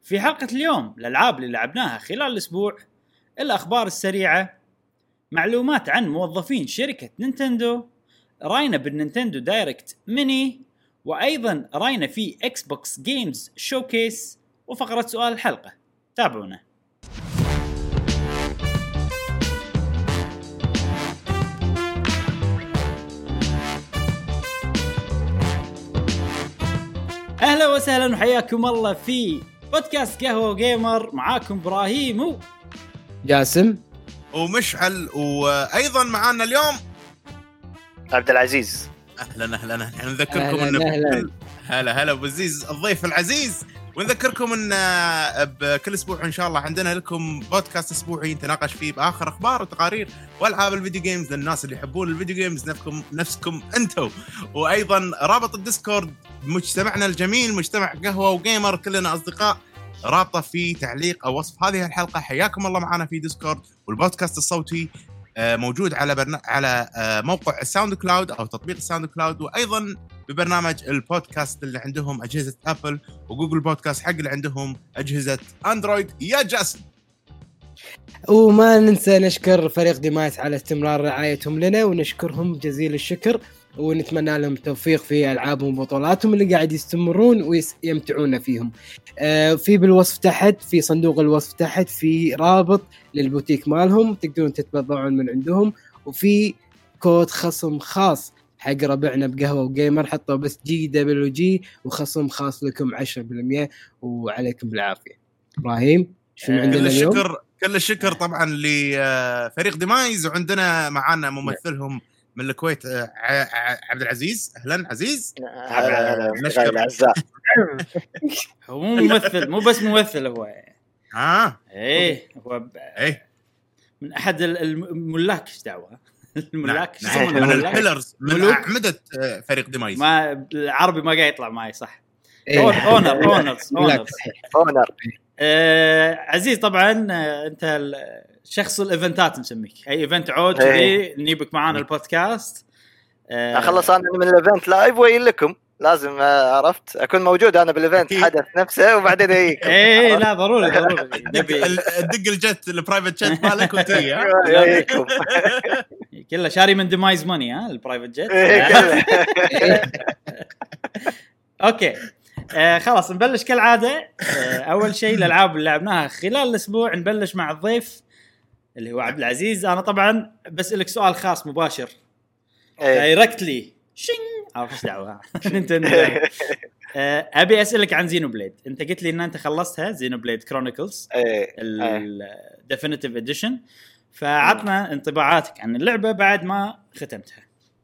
في حلقة اليوم الألعاب اللي لعبناها خلال الأسبوع، الأخبار السريعة، معلومات عن موظفين شركة نينتندو، راينا بالنينتندو دايركت ميني، وأيضا راينا في إكس بوكس جيمز شوكيس، وفقرة سؤال الحلقة. تابعونا. أهلا وسهلا وحياكم الله في بودكاست قهوة جيمر. معاكم إبراهيم جاسم ومشعل، وأيضا معانا اليوم عبد العزيز. أهلا نذكركم أن هلا أبو عزيز الضيف العزيز، ونذكركم أن بكل أسبوع إن شاء الله عندنا لكم بودكاست أسبوعي نتناقش فيه بآخر أخبار وتقارير وألعاب الفيديو جيمز للناس اللي يحبون الفيديو جيمز نفسكم أنتم. وأيضا رابط الديسكورد، مجتمعنا الجميل، مجتمع قهوة وجيمر، كلنا أصدقاء، رابطة في تعليق أو وصف هذه الحلقة. حياكم الله معنا في ديسكورد. والبودكاست الصوتي موجود على موقع الساوند كلاود أو تطبيق الساوند كلاود، وأيضا ببرنامج البودكاست اللي عندهم أجهزة أبل وجوجل بودكاست حق اللي عندهم أجهزة أندرويد. يا جاسم، وما ننسى نشكر فريق ديمايس على استمرار رعايتهم لنا، ونشكرهم جزيل الشكر، ونتمنى لهم التوفيق في ألعابهم وبطولاتهم اللي قاعد يستمرون ويمتعون فيهم. في بالوصف تحت، في صندوق الوصف تحت، في رابط للبوتيك مالهم تقدرون تتبضعون من عندهم، وفي كود خصم خاص حق ربعنا بقهوة وجيمر، حطوا بس GWG وخصم خاص لكم 10%، وعليكم بالعافية. إبراهيم، شنو عندنا اليوم؟ كل الشكر طبعا لفريق ديمايز، وعندنا معنا ممثلهم من الكويت عبد العزيز. اهلا عزيز. نشكر الاعزاء. هو ممثل، مو بس ممثل، هو ايه هو ايه من احد الملاك. ايش دعوه الملاك؟ من البيلرز، من اعمده فريق ديمايز. ما العربي ما قاعد يطلع معي صح. اونر عزيز طبعا. انت شخص الايفنتات نسميك، اي ايفنت عود كذي نجيبك معانا البودكاست. اخلص انا من الايفنت لايف ويل لكم، لازم عرفت اكون موجود انا بالايفنت حدث نفسه وبعدين اجيك. ايه لا ضروري نبي الدق الجت البرايفت جت مالك وتي اجيكم كله شاري من ديمايز ماني البرايفت جت. اوكي خلاص نبلش كالعاده. اول شيء الالعاب اللي لعبناها خلال الاسبوع، نبلش مع الضيف اللي هو عبد العزيز. انا طبعا بسألك سؤال خاص مباشر دايركتلي شين، عارف ايش دعوه ابي اسالك عن زينو بليد. انت قلت لي ان انت خلصتها، زينو بليد كرونيكلز الديفينيتيف اديشن، فعطنا انطباعاتك عن اللعبه بعد ما ختمتها.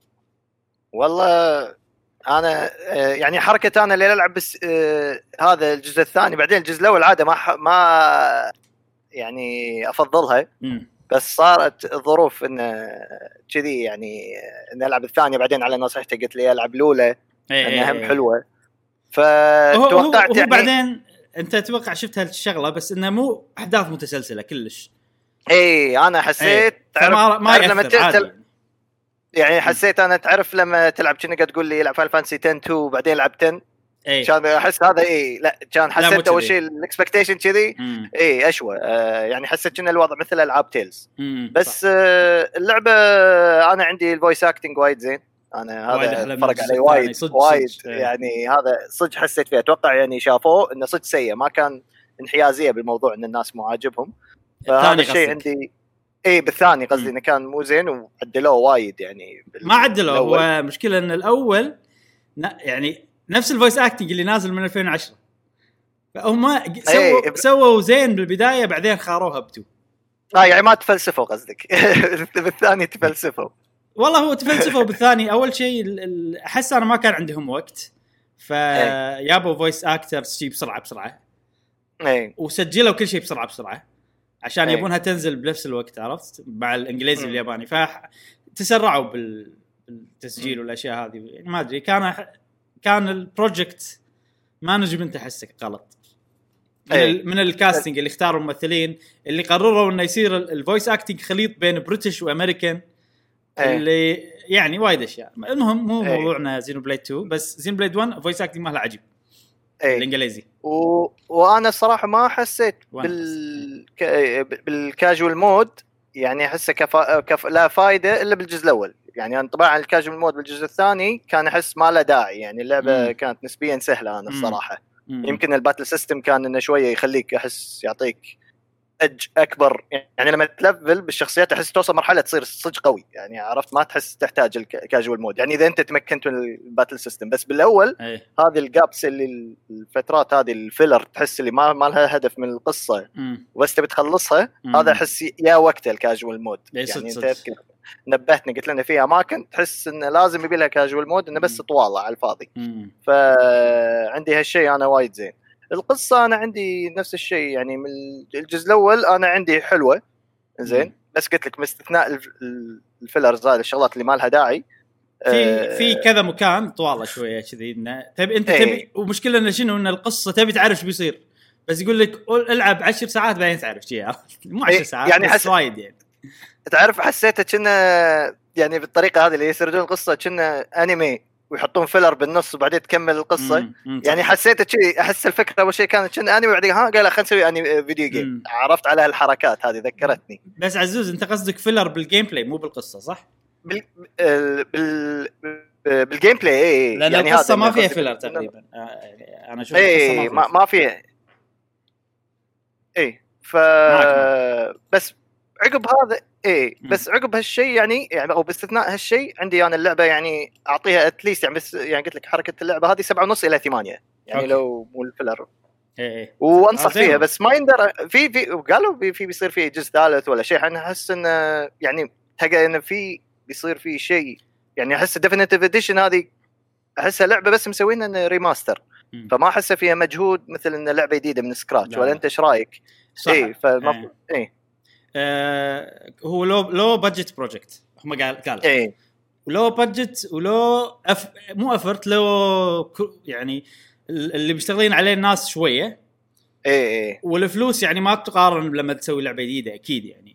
والله انا يعني حركه انا اللي العب بس هذا الجزء الثاني، بعدين الجزء الاول عاده ما يعني افضلها، بس صارت الظروف ان كذي يعني ان العب الثانيه. بعدين على نصيحتي قلت لي العب الاولى انها هم حلوه، فتوقعت يعني بعدين انت تتوقع شفت هالشغله، بس انه مو احداث متسلسله كلش. انا حسيت تعرف ما لما يعني حسيت انا تعرف لما تلعب كنا قاعد تقول لي العب فاينل فانتسي 10 2 وبعدين العب 10 كان احس هذا لا كان حسيت اول شيء الاكسبكتيشن كذي اشوى. يعني حسيت ان الوضع مثل العاب تيلز، بس اللعبه انا عندي الفويس اكتنج وايد زين. انا هذا فرق علي وايد يعني هذا صدق حسيت فيه. اتوقع يعني شافوه انه صدق سيء، ما كان انحيازيه بالموضوع ان الناس مو عاجبهم. فهذا الشيء عندي بالثاني قصدي انه كان مو زين وعدلوه وايد. يعني ما عدلوه، هو مشكله ان الاول يعني نفس الفويس اكتنج اللي نازل من 2010، فهم سووا زين بالبدايه بعدين خاروها بتو. يعني ما تفلسفوا قصدك بالثاني تفلسفوا. والله هو تفلسفوا بالثاني. اول شيء احس انا ما كان عندهم وقت، فيابوا فويس اكتر شيء بسرعه وسجلوا كل شيء بسرعه عشان يبونها تنزل بنفس الوقت، عرفت، مع الانجليزي والياباني، فتسرعوا بالتسجيل والاشياء هذه. ما ادري كان البروجكت مانجمنت احسك غلط من الكاستنج اللي اختاروا الممثلين، اللي قرروا انه يصير الفويس اكتنج خليط بين بريتش وامريكان، اللي يعني وايد اشياء. المهم مو موضوعنا زينو بليد 2، بس زينو بليد 1 فويس اكتنج ما له عجيب الانجليزي. وانا الصراحه ما حسيت بالكاجوال مود، يعني احسه لا فايده الا بالجزء الاول. يعني انطباع عن الكاجوال مود بالجزء الثاني كان احس ما له داعي، يعني اللعبه كانت نسبيا سهله انا الصراحه. يمكن الباتل سيستم كان انه شويه يخليك احس يعطيك اج اكبر، يعني لما تلفل بالشخصيات احس توصل مرحله تصير صدق قوي، يعني عرفت ما تحس تحتاج الكاجوال مود، يعني اذا انت تمكنت من الباتل سيستم. بس بالاول هذه الجابس اللي الفترات هذه الفيلر تحس اللي ما لها هدف من القصه بس تبي تخلصها، هذا احس يا وقت الكاجوال مود. يعني انت نبهتني قلت لنا في اماكن تحس انه لازم يبي لها كاجوال مود، انه بس طواله على الفاضي. فعندي هالشيء انا وايد زين. القصه انا عندي نفس الشيء، يعني من الجزء الاول انا عندي حلوه زين، بس قلت لك باستثناء الفيلرز هذه الشغلات اللي ما لها داعي. في كذا مكان طواله شويه كذي انه تبي انت تبي، ومشكله انه شنو ان القصه تبي تعرف ايش بيصير، بس يقول لك العب 10 ساعات بعدين تعرف شيء، مو 10 ساعات يعني بس وايد. يعني تعرف حسيته كنا يعني بالطريقه هذه اللي يسردون القصه كنا انمي ويحطون فيلر بالنص وبعدين تكمل القصه. يعني حسيت شيء، احس الفكره اول شيء كانت كنا انمي وبعدين قال خلينا نسوي انمي فيديو جيم. عرفت على الحركات هذه ذكرتني. بس عزوز انت قصدك فيلر بالجيم بلاي مو بالقصه صح؟ بالجيم بلاي لأن يعني القصه ما فيها فيلر تقريبا. انا اشوف القصه ما فيها بس عقب هذا بس عقب هالشيء يعني او باستثناء هالشيء عندي انا اللعبه يعني اعطيها اتليست، يعني بس يعني قلت لك حركه اللعبه هذه 7.5 الى 8 يعني لو مو الفيلر وانصح فيها. بس ما يندر في قالوا في بيصير فيه جزء ثالث ولا شيء. انا احس انه يعني تلقى انه في بيصير فيه شيء، يعني احس ديفينيتيف اديشن هذه احسها لعبه بس مسوينها ريماستر، فما احس فيها مجهود مثل ان لعبه جديده من سكراتش. ولا انت ايش رايك؟ فالمفروض هو لو بادجت بروجكت هم قال ولو بادجت ولو مو افرت لو يعني اللي بيشتغلين عليه الناس شويه والفلوس يعني ما تقارن لما تسوي لعبه جديده اكيد يعني.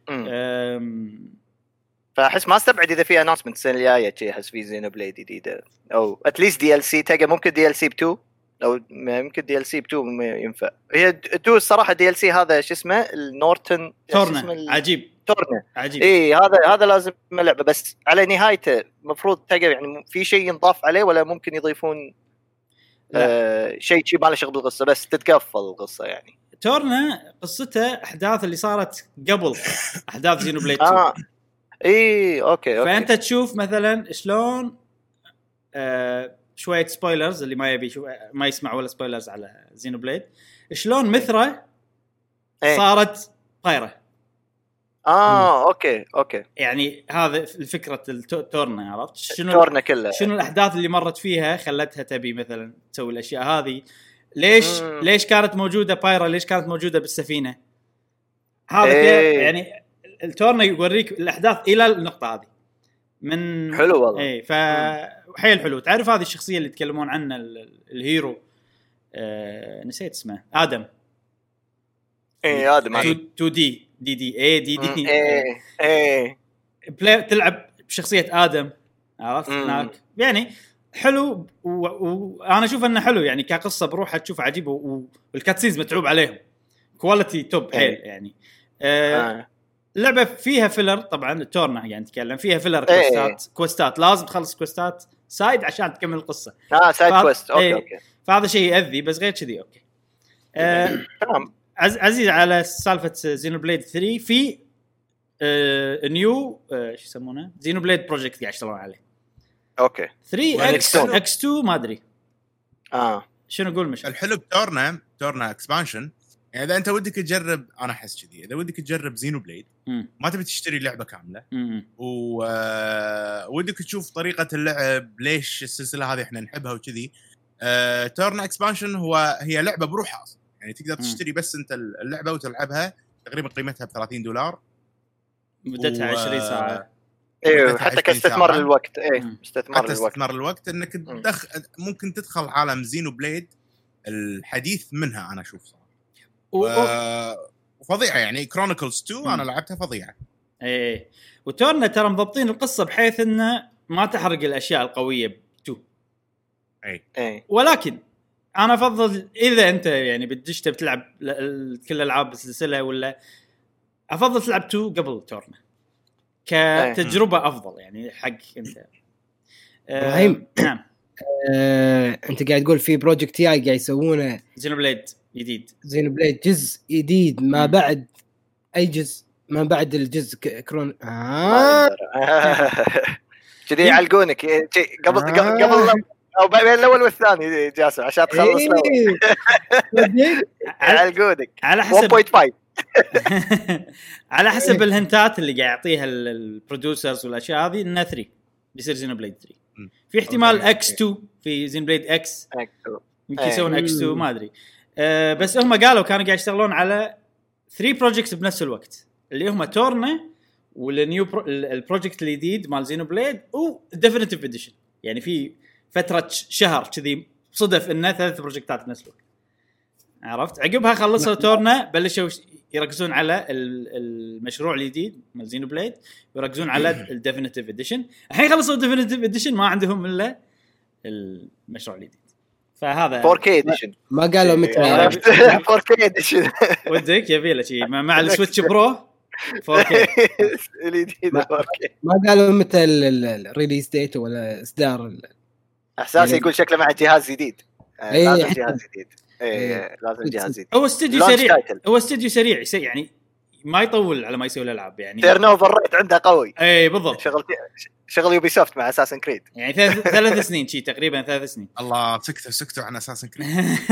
فاحس ما استبعد اذا في اناونسمنت السنه الجايه شيء احس في زينو بليد جديده او اتليست دي ال سي. تلقى ممكن دي ال سي ب2 او ممكن دي ال سي ب2 ينفع. هي 2 الصراحه دي ال سي هذا شو اسمه النورتن عجيب تورنا عجيب. هذا لازم لعبه بس على نهايته المفروض تلقى يعني في شيء ينضاف عليه ولا ممكن يضيفون شيء ما له شغل بالقصه بس تتكفل القصه. يعني تورنا قصته احداث اللي صارت قبل احداث زينو بليد 2. اوكي فانت تشوف مثلا شلون شويه سبويلرز اللي ما يبي ما يسمع ولا سبويلرز على زينو بليد، شلون مثره صارت طايره. اوكي يعني هذا الفكره التورنا. عرفت شنو التورنا كله؟ شنو الاحداث اللي مرت فيها خلتها تبي مثلا تسوي الاشياء هذه؟ ليش كانت موجوده بايرا؟ ليش كانت موجوده بالسفينه؟ هذا يعني التورنا يوريك الاحداث الى النقطه هذه من حلو والله. فحيل حلو. تعرف هذه الشخصيه اللي يتكلمون عنه الهيرو نسيت اسمه ادم. ادم 2 دي بلاي تلعب بشخصيه ادم. عرفت هناك يعني حلو وانا اشوف انه حلو يعني كقصه بروحها تشوف عجيب والكاتسينز متعوب عليهم كواليتي توب حيل يعني. اللعبه فيها فيلر طبعا التورنا يعني نتكلم فيها فيلر كوستات لازم تخلص كوستات سايد عشان تكمل القصه. سايد كويست اوكي فهذا شيء يأذي بس غير كذي اوكي. تمام. عزيز على سالفه زينو بليد 3 في نيو شو يسمونه زينو بليد بروجكت قاعد يشتغلون عليه. اوكي 3 X2 ما ادري شنو اقول. مش الحلو بتورنا اكسبانشن. يعني اذا انت ودك تجرب انا احس كذي اذا ودك تجرب زينو بليد ما تبي تشتري لعبه كامله ودك تشوف طريقه اللعب ليش السلسله هذه احنا نحبها وكذي. تورنا اكسبانشن هي لعبه بروحها اصلا يعني تقدر تشتري بس انت اللعبه وتلعبها تقريبا قيمتها $30 مدتها 20 ساعه. حتى كاستثمار للوقت. استثمار الوقت انك ممكن تدخل عالم زينو بليد الحديث منها. انا اشوف صراحه وفظيعه يعني كرونيكلز 2 انا لعبتها فظيعه. وتورنا ترى مضبطين القصه بحيث انه ما تحرق الاشياء القويه ب2. اي ولكن انا افضل اذا انت يعني بدش تلعب كل العاب السلسله ولا افضل تلعب 2 قبل تورنا كتجربه افضل يعني حق انت. ابراهيم نعم. انت قاعد تقول في بروجكت تي قاعد يسوونه زينوبليد جديد، زينوبليد جزء جديد ما بعد اي جزء ما بعد الجزء كرون كذي يعلقونك قبل او بين الاول والثاني جاسم عشان تخلص يعلقونك على حسب 1.5 على حسب الهنتات اللي قاعد يعطيها البروديوسرز والاشياء هذه انه 3 بيصير زينوبليد 3 في احتمال X2 في زينوبليد X يمكن يسوون X2 ما ادري. بس هم قالوا كانوا قاعد يشتغلون على 3 بروجكتس بنفس الوقت اللي هم تورنا والنيو البروجكت الجديد مال زينوبليد وديفينيتيف اديشن. يعني في فتره شهر كذي صدف انه 3 بروجكتات بنفس الوقت. عرفت عقبها خلصوا تورنا بلشوا يركزون على المشروع الجديد مال زينوبليد ويركزون على الديفينيتيف اديشن. الحين خلصوا الديفينيتيف اديشن ما عندهم الا المشروع الجديد. فهذا 4K اديشن ما قالوا متى 4K اديشن ودك يبي له شيء مع السويتش برو 4K الجديد 4K. ما قالوا متى الريليز ديت ولا اصدار احساسي يقول شكله مع جهاز جديد. لازم جهاز جديد. لازم جهاز جديد. هو استوديو سريع هو استوديو سريع يعني ما يطول على ما يسوي الالعاب يعني تيرن اوفر ريت عنده قوي. اي بالضبط شغل يوبي سوفت مع اساسن كريد يعني 3 سنين شيء تقريبا 3 سنين. الله سكتوا عن اساسن كريد.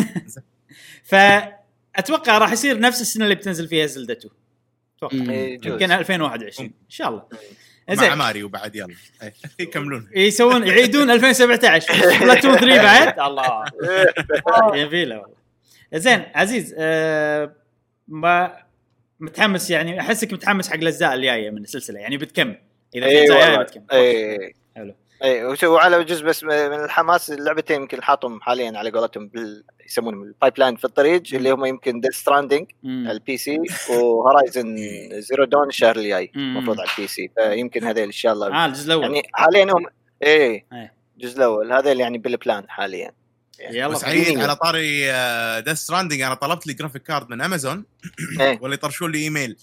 فاتوقع راح يصير نفس السنه اللي بتنزل فيها زلدة 2 اتوقع يمكن 2021 ان شاء الله. مع ماريو بعد يلا يكملون يسوون يعيدون 2017 سبلاتون 3 بعد الله يبي له والله. زين عزيز ما متحمس يعني احسك متحمس حق الاجزاء الجايه من السلسله يعني بتكمل اذا في جايه بتكمل. حلو وشو على جزء بس من الحماس اللعبتين يمكن حاطهم حاليا على قولتهم يسمونهم البايب لاين في الطريق اللي هم يمكن ديث ستراندينج البي سي وهورايزن زيرو دون الشهر الجاي المفروض على البي سي. فيمكن هذول ان شاء الله الجزء الاول يعني حاليا هم الجزء الاول هذول يعني بالبلان حاليا. يلا سعيد على طاري ديث ستراندينج انا طلبت لي جرافيك كارد من امازون واللي طرشوا لي ايميل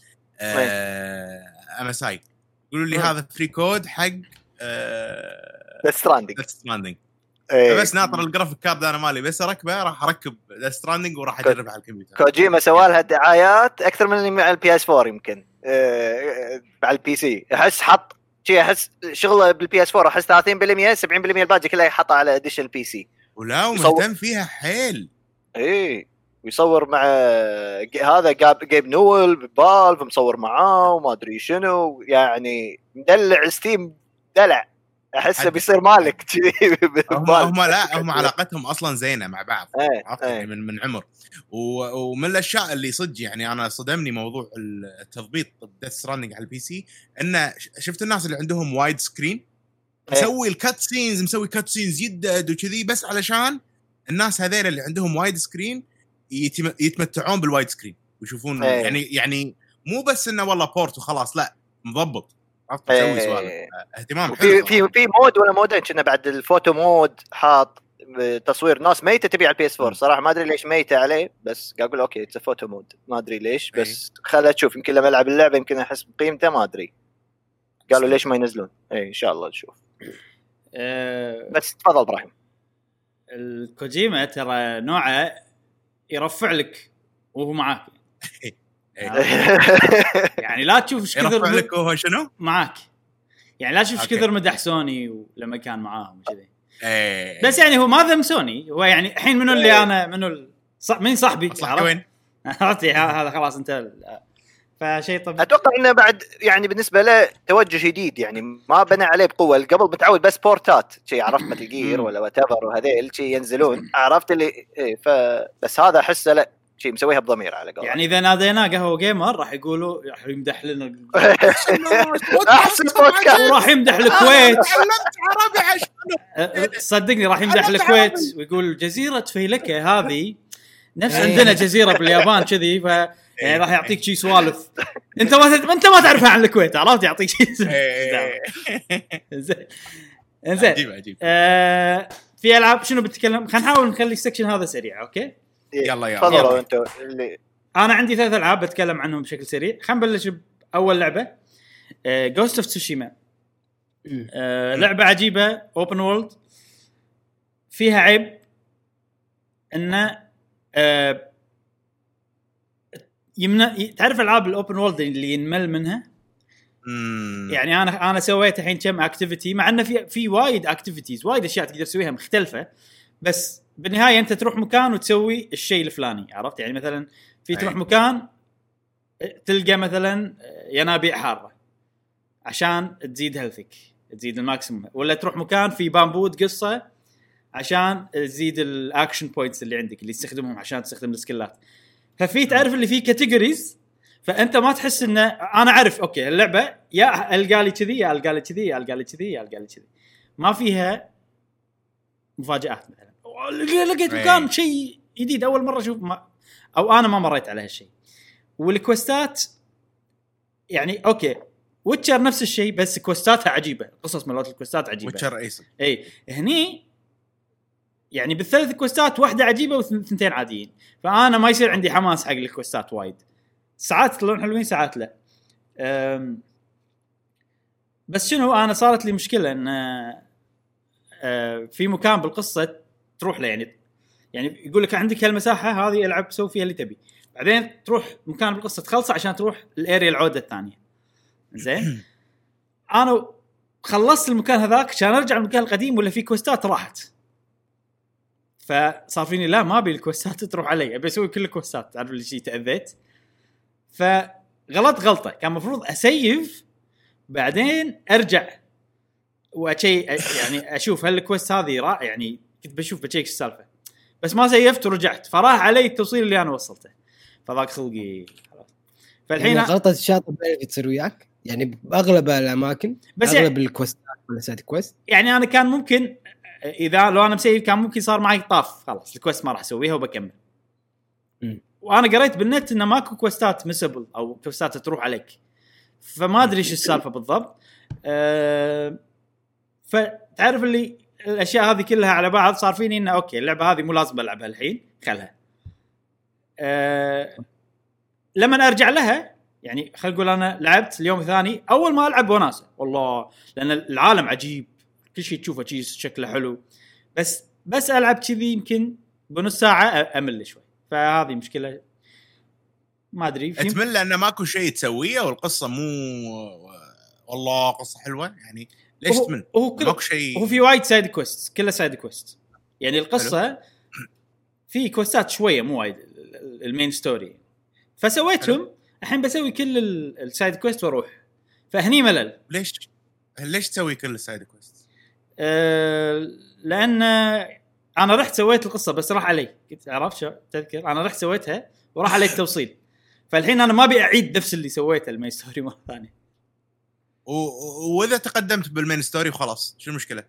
MSI يقولوا لي هذا فري كود حق ديث ستراندينج بس ناطر الجرافيك كارد انا مالي بس اركبه راح اركب ديث ستراندينج وراح اجربها على الكمبيوتر. كوجيما سوى لها دعايات اكثر من اللي مع البي اس 4 يمكن على البي سي احس حط شيء احس شغله بالبي اس 4 احس 30% 70% الباقي كله يحطه على اديشن البي سي ولا ومهتم فيها حيل. ويصور مع هذا جيب نويل بالف مصور معاه وما ادري شنو يعني مدلع ستيم دلع احسه بيصير مالك كذي. هم علاقتهم اصلا زينه مع بعض من عمر ومن الاشياء اللي صدق يعني انا صدمني موضوع التضبيط ديث ستراندينج على البي سي انه شفت الناس اللي عندهم وايد سكرين مسوي الكات سينز مسوي كات سينز يدد وكذي بس علشان الناس هذول اللي عندهم وايد سكرين يتمتعون بالوايد سكرين ويشوفون يعني مو بس انه والله بورت وخلاص لا مضبط تسوي سوالف اهتمام في مود ولا مودين كنا بعد الفوتو مود حاط تصوير ناس ميته تبي على البي اس 4 صراحه ما ادري ليش ميته عليه بس قاعد اقول اوكي اتس فوتو مود ما ادري ليش بس خلينا نشوف يمكن لما العب اللعبه يمكن احس بقيمته ما ادري قالوا ليش ما ينزلون ان شاء الله نشوف. بس تفضل ابراهيم. الكوجيما ترى نوعه يرفع لك وهو معاك يعني لا تشوف ايش كثر يرفع لك وهو شنو معاك يعني لا تشوف ايش كثر مدح سوني ولما كان معاهم كذي بس يعني هو ما ذم سوني هو يعني الحين منو اللي انا منو مين صاحبي عرفت هذا خلاص انت فشيء طبيعي. اتوقع انه بعد يعني بالنسبه له توجه جديد يعني ما بنى عليه بقوه قبل متعود بس بورتات شيء عرفت مثل جير ولا واتيفر وهذيل شيء ينزلون عرفت اللي فبس هذا احسه لا شيء مسويها بضمير على قولك يعني اذا نادينا قهوه جيمر راح يقولوا راح يمدح لنا احسن بودكاست راح يمدح الكويت صدقني راح يمدح الكويت ويقول جزيره فيلكه هذه نفس عندنا جزيره باليابان كذي يعني راح يعطيك شيء سوالف انت ما تعرفها عن الكويت عرفت يعطيك شيء زين عجيب في العاب شنو بتتكلم. خلينا نحاول نخلي السكشن هذا سريع. اوكي يلا تفضلوا انتوا اللي انا عندي 3 العاب بتكلم عنهم بشكل سريع. خلينا نبلش باول لعبه Ghost of Tsushima. لعبه عجيبه اوبن وورلد. فيها عيب انه يمنع. تعرف العاب الاوبن وورلد اللي ينمل منها. يعني انا سويت الحين كم اكتيفيتي مع انه في وايد اكتيفيتيز وايد اشياء تقدر تسويها مختلفه بس بالنهايه انت تروح مكان وتسوي الشيء الفلاني. عرفت يعني مثلا في تروح مكان تلقى مثلا ينابيع حاره عشان تزيد هيلثك تزيد الماكسيموم ولا تروح مكان في بامبو قصه عشان تزيد الاكشن بوينتس اللي عندك اللي تستخدمهم عشان تستخدم السكيلات. ففي تعرف اللي فيه كاتيجوريز فانت ما تحس انه انا عارف اوكي اللعبه يا القالي كذي يا القالي كذي يا القالي كذي يا القالي كذي ما فيها مفاجآت. مثلا لقيت مكان شيء جديد اول مره اشوف او انا ما مريت على هالشيء. والكوستات يعني اوكي ويتشر نفس الشيء بس كوستاتها عجيبه. قصص مالت الكوستات عجيبه. ويتشر اي هني يعني بالثلاث كوستات واحده عجيبه وثنتين عاديين. فانا ما يصير عندي حماس حق الكوستات وايد. ساعات يطلعون حلوين ساعات لا. بس شنو انا صارت لي مشكله ان في مكان بالقصه تروح له يعني يقول لك عندك هالمساحه هذه العب سوي فيها اللي تبي بعدين تروح مكان بالقصه تخلصه عشان تروح الاريا العوده الثانيه. زين انا خلصت المكان هذاك عشان ارجع المكان القديم ولا في كوستات راحت. فصار فيني لا ما ابي الكوستات تروح علي ابي اسوي كل الكوستات. تعرف اللي شيء تاذيت فغلطه. كان مفروض اسيف بعدين ارجع واشي يعني اشوف هل الكويست هذه يعني كنت بشوف بتشيك السالفه بس ما سيفت ورجعت فراح علي التوصيل اللي انا وصلته فذاك خلقي خلاص. فالحين يعني غلطه الشاطئ اللي تصير وياك يعني باغلب الاماكن بس اغلب يعني الكويست ولا سايد كويست. يعني انا كان ممكن اذا لو انا مسيف كان ممكن صار معي طاف خلاص الكويست ما راح اسويها وبكمل. وانا قريت بالنت انه ماكو كويستات مسبل او كويستات تروح عليك فما ادري ايش السالفه بالضبط. فتعرف اللي الاشياء هذه كلها على بعض صار فيني انه اوكي اللعبه هذه مو لازم العبها الحين خلها. لما ارجع لها يعني خل نقول انا لعبت اليوم الثاني اول ما العب وناسه والله لان العالم عجيب كل شيء تشوفه تشيز شكله حلو بس العب كذي يمكن بنص ساعه امل شوي. فهذه مشكله ما ادري اتمنى لانه ماكو شيء تسويه والقصه مو والله قصه حلوه يعني ليش تمل ماكو شيء. هو في وايد سايد كويست كلها سايد كويست يعني القصه في كويستات شويه مو وايد المين ستوري فسويتهم. الحين بسوي كل السايد كويست واروح فهني ملل. ليش تسوي كل السايد كويست؟ لان انا رحت سويت القصه بس راح علي كنت عرفت شو تذكر انا رحت سويتها وراح علي التوصيل فالحين انا ما ابي اعيد نفس اللي سويته المين ستوري مره ثانيه. واذا تقدمت بالمين ستوري وخلاص شو المشكله؟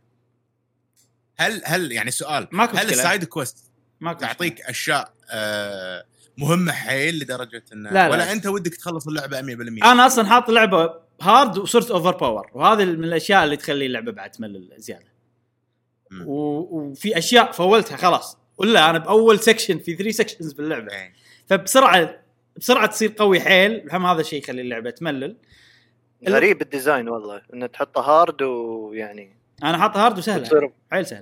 هل يعني سؤال هل السايد كويست تعطيك اشياء مهمه حيل لدرجه انه ولا انت ودك تخلص اللعبه 100%؟ انا اصلا حاط لعبه هارد وصرت اوفر باور وهذه من الاشياء اللي تخلي اللعبه بعد تمل زياده. وفي اشياء فولتها خلاص ولا انا باول سكشن في 3 سكشنز باللعبه فبسرعه تصير قوي حيل. هم هذا الشيء يخلي اللعبه تملل. غريب الديزاين والله انه تحطه هارد ويعني انا حاطه هارد وسهله حيل سهله.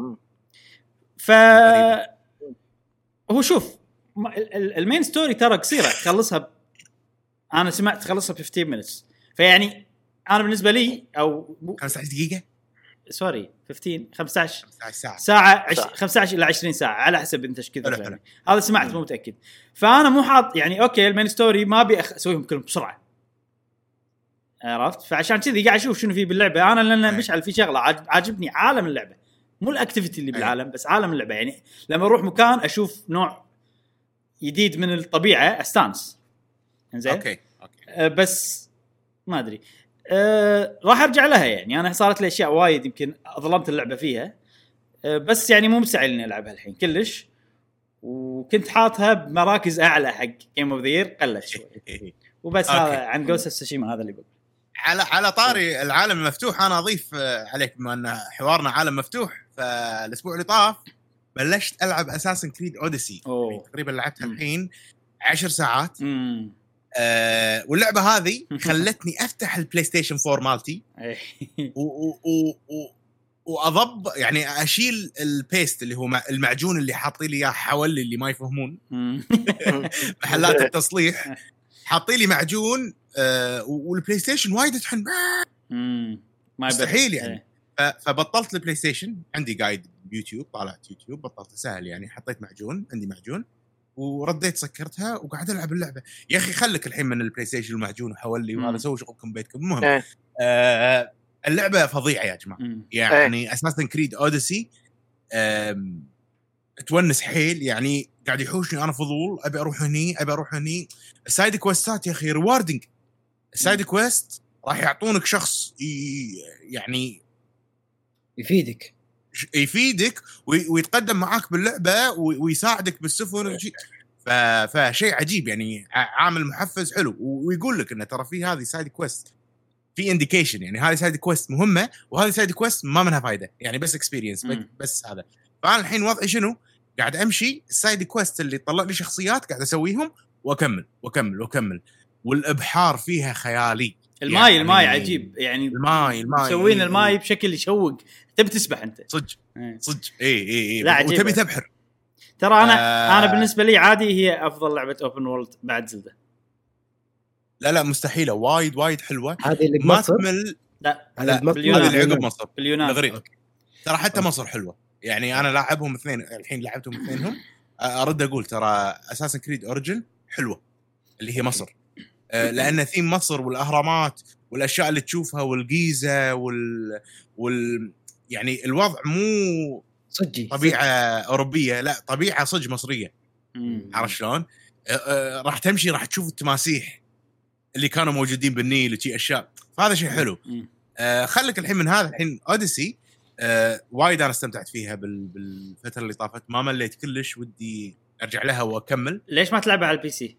هو شوف المين ستوري ترى قصيره تخلصها انا سمعت تخلصها ب 15 minutes فيعني انا بالنسبه لي او 15 دقيقه سوري 15 ساعه 15 الى 20 ساعه على حسب انت ايش كذا يعني. هذا سمعت مو متاكد. فانا مو حاط يعني اوكي المين ستوري ما ابي اسويهم كلهم بسرعه عرفت. فعشان كذي قاعد اشوف شنو في باللعبه انا لان مشعل في شغله عاجبني عالم اللعبه مو الاكتيفيتي اللي بالعالم بس عالم اللعبه. يعني لما اروح مكان اشوف نوع جديد من الطبيعه استانس انزين اوكي بس ما ادري راح ارجع لها. يعني انا صارت لي اشياء وايد يمكن ظلمت اللعبه فيها بس يعني مو مستعجل اني العبها الحين كلش وكنت حاطها بمراكز اعلى حق جيم اوف ذا يير قلت شوي وبس. هذا عن جوست اوف تسوشيما هذا اللي بقول. على طاري العالم المفتوح، انا اضيف عليك بما ان حوارنا عالم مفتوح، فالاسبوع اللي طاف بلشت العب اساسن كريد اوديسي، يعني تقريبا لعبتها الحين 10 ساعات. واللعبه هذه خلتني افتح البلاي ستيشن 4 مالتي واضب يعني اشيل البيست اللي هو المعجون اللي حاطين لي اياه حوالي اللي ما يفهمون محلات التصليح حاطين لي معجون. والبلاي ستيشن وايد تحن مستحيل يعني. فبطلت البلاي ستيشن، عندي قايد يوتيوب، طالعت يوتيوب، بطلت سهل يعني، حطيت معجون، عندي معجون ورديت سكرتها وقاعد العب اللعبه. يا اخي خلك الحين من البلاي ستيشن المعجون وحولي وهذا، سوي شغلكم بيتكم. المهم اللعبه فظيعه يا جماعه يعني. اساسن كريد اوديسي تونس حيل يعني، قاعد يحوشني انا فضول، ابي اروح هني. السايد كويستات يا اخي ريواردنج. السايد كويست راح يعطونك شخص يعني يفيدك ويتقدم معاك باللعبه ويساعدك بالسفن فشيء عجيب يعني، عامل محفز حلو. ويقول لك انه ترى في هذه سايد كويست، في انديكيشن يعني هذه سايد كويست مهمه، وهذه سايد كويست ما منها فايده يعني، بس اكسبيرينس بس هذا. فانا الحين وضعي شنو؟ قاعد امشي السايد كويست اللي طلع لي شخصيات، قاعد اسويهم واكمل. والابحار فيها خيالي. الماي يعني الماي عجيب يعني، الماي مسوين الماي بشكل يشوق، تبي تسبح انت صدق. اي وتبي تبحر. ترى انا بالنسبه لي عادي هي افضل لعبه اوبن وورلد بعد زلدة. لا مستحيله، وايد حلوه. هذه اللي ما تكمل. لا هذه اللي عقب مصر باليونان. الغريب ترى حتى مصر حلوه يعني. انا لاعبهم اثنين الحين، لعبتهم اثنينهم. ارد اقول ترى اساسن كريد اوريجن حلوه اللي هي مصر، لان ثيم مصر والاهرامات والاشياء اللي تشوفها والجيزه يعني الوضع مو صجي طبيعه اوروبيه، لا طبيعه صج مصريه. عرفت شلون؟ راح تمشي راح تشوف التماسيح اللي كانوا موجودين بالنيل وشي اشياء، فهذا شيء حلو. خليك الحين من هذا. الحين اوديسي وايد انا استمتعت فيها بالفتره اللي طافت، ما مليت كلش، ودي ارجع لها واكمل. ليش ما تلعبها على البي سي؟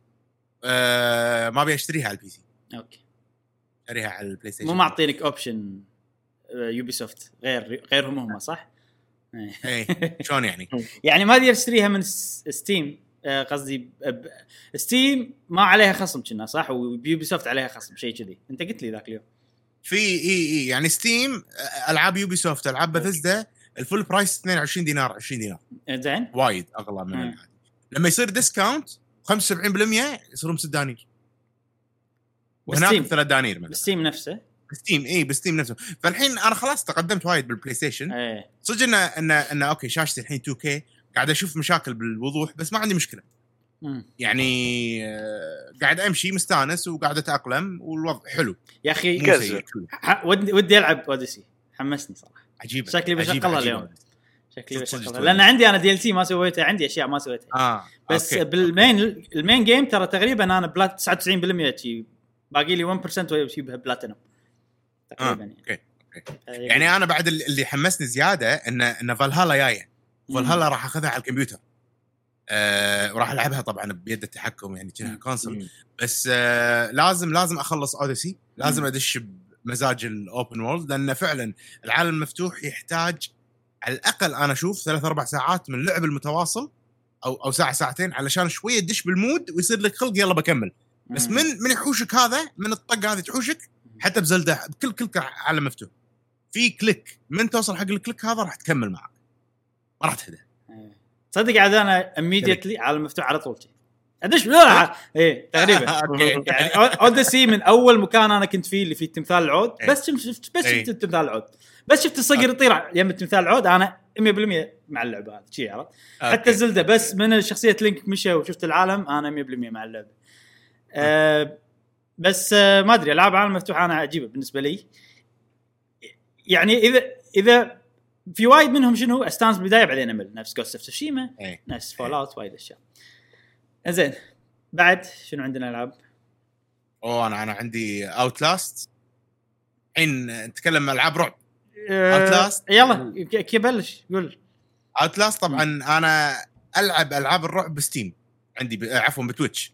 ما ابي اشتريها على البي سي. اوكي، اشتريها على البلاي ستيشن. مو معطينك اوبشن يوبي سوفت غيرهم هم صح؟ ايه شلون يعني؟ يعني ما اقدر اشتريها من ستيم، قصدي ستيم ما عليها خصم كنا صح، ويوبي سوفت عليها خصم شيء كذي، انت قلت لي ذاك اليوم. في اي يعني ستيم العاب يوبي سوفت، العاب بثزدا الفول برايس 22 دينار 20 دينار. زين وايد اغلى من العادي. لما يصير ديسكاونت 75% يصيرون 6 دنانير، وهناك 3 دنانير من ستيم نفسه. ستيم بستيم نفسه. فالحين انا خلاص تقدمت وايد بالبلاي ستيشن. صدق ان اوكي شاشتي الحين 2K، قاعد اشوف مشاكل بالوضوح بس ما عندي مشكله. يعني قاعد امشي مستانس وقاعد اتاقلم والوضع حلو يا اخي. ودي العب اوديسي، حمسني صراحه. عجيب شكلي بشغلها اليوم، شكلي بشغلها لان عندي انا DLC ما سويتها، عندي اشياء ما سويتها. بس أوكي. المين جيم ترى تقريبا انا بلات 99% شيء، باقي لي 1% ويبها بلاتينوم تقريبا. اوكي يعني انا بعد اللي حمسني زياده ان فالهالا جايه. فالهالا راح اخذها على الكمبيوتر، وراح العبها طبعا بيد التحكم يعني كأنها كونسول. بس لازم اخلص اوديسي، لازم ادش بمزاج الاوبن وورلد، لان فعلا العالم المفتوح يحتاج على الاقل انا اشوف 3-4 ساعات من اللعب المتواصل او ساعه ساعتين علشان شويه تدش بالمود ويصير لك خلق يلا بكمل. بس من يحوشك هذا، من الطقه هذه تحوشك. حتى بزلدة بكل عالم مفتوح في كليك، من توصل حق الكليك هذا راح تكمل معك، ما راح تهدى. صدق عاد انا immediately عالم مفتوح على طول شيء ادش تقريبا. يعني اوديسي من اول مكان انا كنت فيه اللي فيه تمثال العود، بس شفت تمثال العود، بس شفت الصقر يطير يم تمثال العود، انا 100% مع اللعبه هذا شيء عرفت. حتى زلدة بس من شخصيه لينك مشى وشفت العالم، انا 100% مع اللعبه. بس ما ادري، العاب عالم مفتوح انا عجيبه بالنسبه لي. يعني اذا في وايد منهم شنو استانس بدايه بعدين امل، نفس جوست اوف تسوشيما، نفس فول اوت، وايد اشياء. زين بعد شنو عندنا العاب؟ انا عندي اوتلاست. الحين نتكلم العاب رعب. اوتلاست يلا كيف بلش قول. اوتلاست طبعا انا العب العاب الرعب بستيم عندي عفوا بتويتش.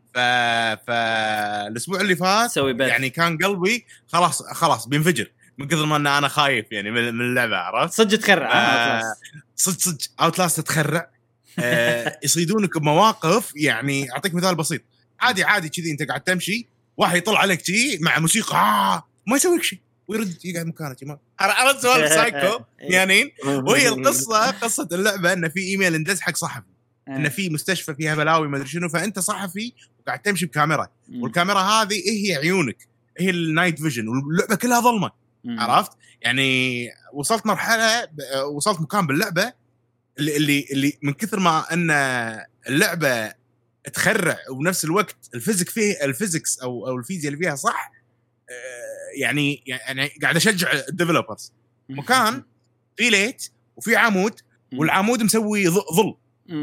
فالاسبوع اللي فات يعني كان قلبي خلاص بينفجر من كثر ما انا خايف يعني من اللعبه، عرفت؟ صدق تخرع صدق اوتلاست تخرع. يصيدونك بمواقف، يعني اعطيك مثال بسيط، عادي كذي انت قاعد تمشي، واحد يطلع عليك كذي مع موسيقى ما يسوي لك شيء ويرد يقعد مكانك. عرفت سؤال سايكو يعني. وهي قصه اللعبه ان في ايميل اندز حق صحفي ان في مستشفى فيها بلاوي ما ادري شنو، فانت صحفي وقاعد تمشي بكاميرا، والكاميرا هذه هي عيونك، هي النايت فيجن، واللعبه كلها ظلمه. عرفت يعني؟ وصلت مرحله، وصلت مكان باللعبه اللي من كثر ما ان اللعبه تخرع وبنفس الوقت الفيزيكس او الفيزياء اللي فيها صح، يعني قاعد اشجع الديفلوبرز. مكان في ليت وفي عمود، والعمود مسوي ظل.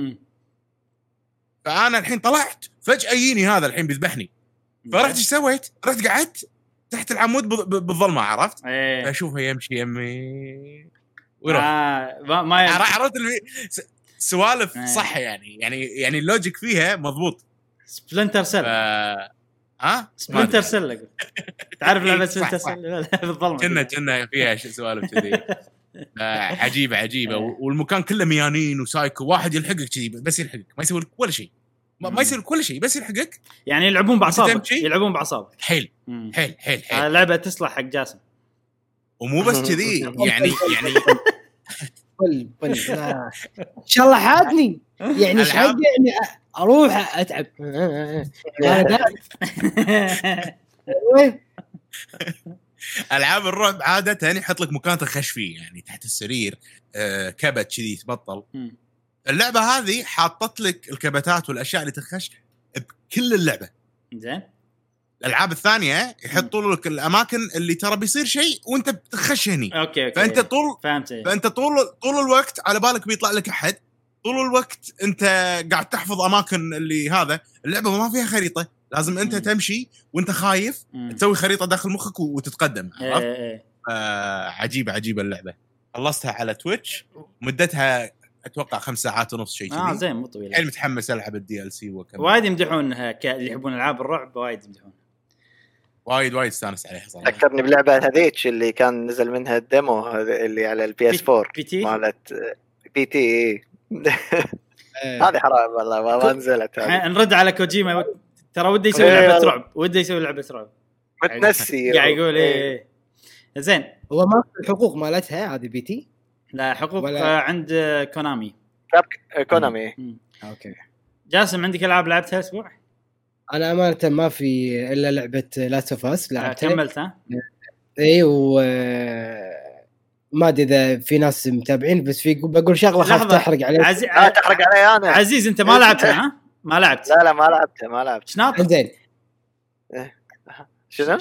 فانا الحين طلعت فجاه يجيني هذا الحين بيذبحني، فرحت ايش سويت؟ رحت قعدت تحت العمود بالظلمه، عرفت؟ فاشوفه يمشي يمي ويروح. ما عرفت سوالف صح يعني اللوجيك فيها مضبوط. سبلنتر سيل سبلنتر سيل تعرف لعبه سبلنتر سيل بالظلمه كنا فيها سوالف كذي. عجيبه والمكان كله ميانين وسايكو، واحد يلحقك كذي بس يلحقك، ما يسوي لك ولا شيء، ما يسوي لك ولا شيء، بس يلحقك. يعني يلعبون باعصابك حيل لعبه تصلح حق جاسم. ومو بس كذي يعني ان شاء الله حادني يعني ايش حق يعني اروح اتعب. العاب الرعب عاده يحط لك مكان تخش فيه، يعني تحت السرير، كبت كذي تبطل. اللعبه هذه حاطت لك الكبتات والاشياء اللي تخش بكل اللعبه. زين. الالعاب الثانيه يحطوا لك الاماكن اللي ترى بيصير شيء وانت بتخش هني. أوكي. فانت فهمت. فانت طول الوقت على بالك بيطلع لك احد، طول الوقت انت قاعد تحفظ اماكن اللي هذا. اللعبه ما فيها خريطه، لازم انت تمشي وانت خايف تسوي خريطه داخل مخك وتتقدم. عرفت؟ عجيبه اللعبه. خلصتها على تويتش، مدتها اتوقع 5 ساعات ونص شيء كذي. زين مو طويل. حيل متحمس العب الدي ال سي وكذا. وايد يمدحونها اللي يحبون العاب الرعب، وايد يمدحون، وايد استانس عليها صراحه. ذكرني بلعبه هذيك اللي كان نزل منها الديمو اللي على البي اس 4 مالت بي تي. هذه حرام والله ما نزلت. نرد على كوجيما، ترى ودي يسوي لعبه رعب متنسي قاعد يقول ايه. زين، هو ما في الحقوق مالتها هذه بي تي؟ لا، حقوق عند كونامي. كونامي. اوكي. جاسم، عندك العاب لعبتها اسبوع؟ انا امانه ما في الا لعبه لاست اوف اس لعبتها. كملتها؟ اي ما ادري اذا في ناس متابعين، بس في بقول شغله خاف تحرق علي. تحرق علي انا. عزيز انت ما لعبتها؟ ها ما لعبت؟ لا ما لعبت. شناطر. زين. شنو؟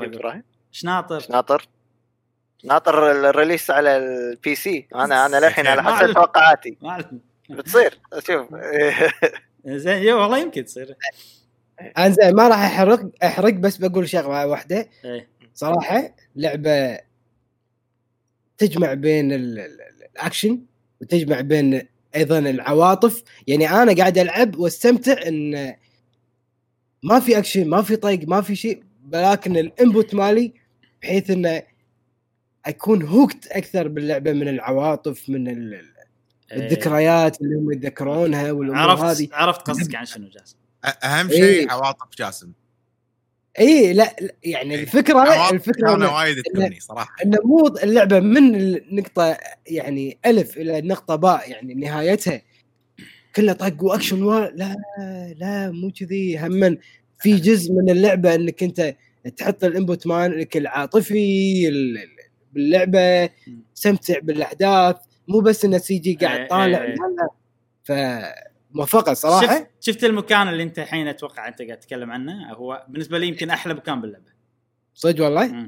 شناطر الريليس على البي سي. انا للحين على حسب توقعاتي بتصير. شوف زين والله يمكن تصير. انزين، ما راح احرق بس بقول شغله واحده. صراحه لعبه تجمع بين الاكشن وتجمع بين ايضا العواطف. يعني انا قاعد العب واستمتع ان ما في اكشن، ما في طيق، ما في شيء، ولكن الانبوت مالي بحيث انه اكون هوكت اكثر باللعبه من العواطف، من الذكريات اللي هم يتذكرونها والامور هذه. عرفت قصدك عن شنو جاسم؟ اهم شيء عواطف جاسم. لا يعني الفكره انا وايد تهمني صراحه ان مو اللعبه من النقطه يعني الف الى النقطه باء، يعني نهايتها كلها طق واكشن. لا مو كذي. هم في جزء من اللعبه انك انت تحط الانبوت مالك العاطفي باللعبه، تستمتع بالاحداث، مو بس ان سي جي قاعد طالع. لا فموفقه صراحه. شفت المكان اللي انت الحين اتوقع انت قاعد تتكلم عنه، هو بالنسبه لي يمكن احلى مكان باللعبه صدق والله.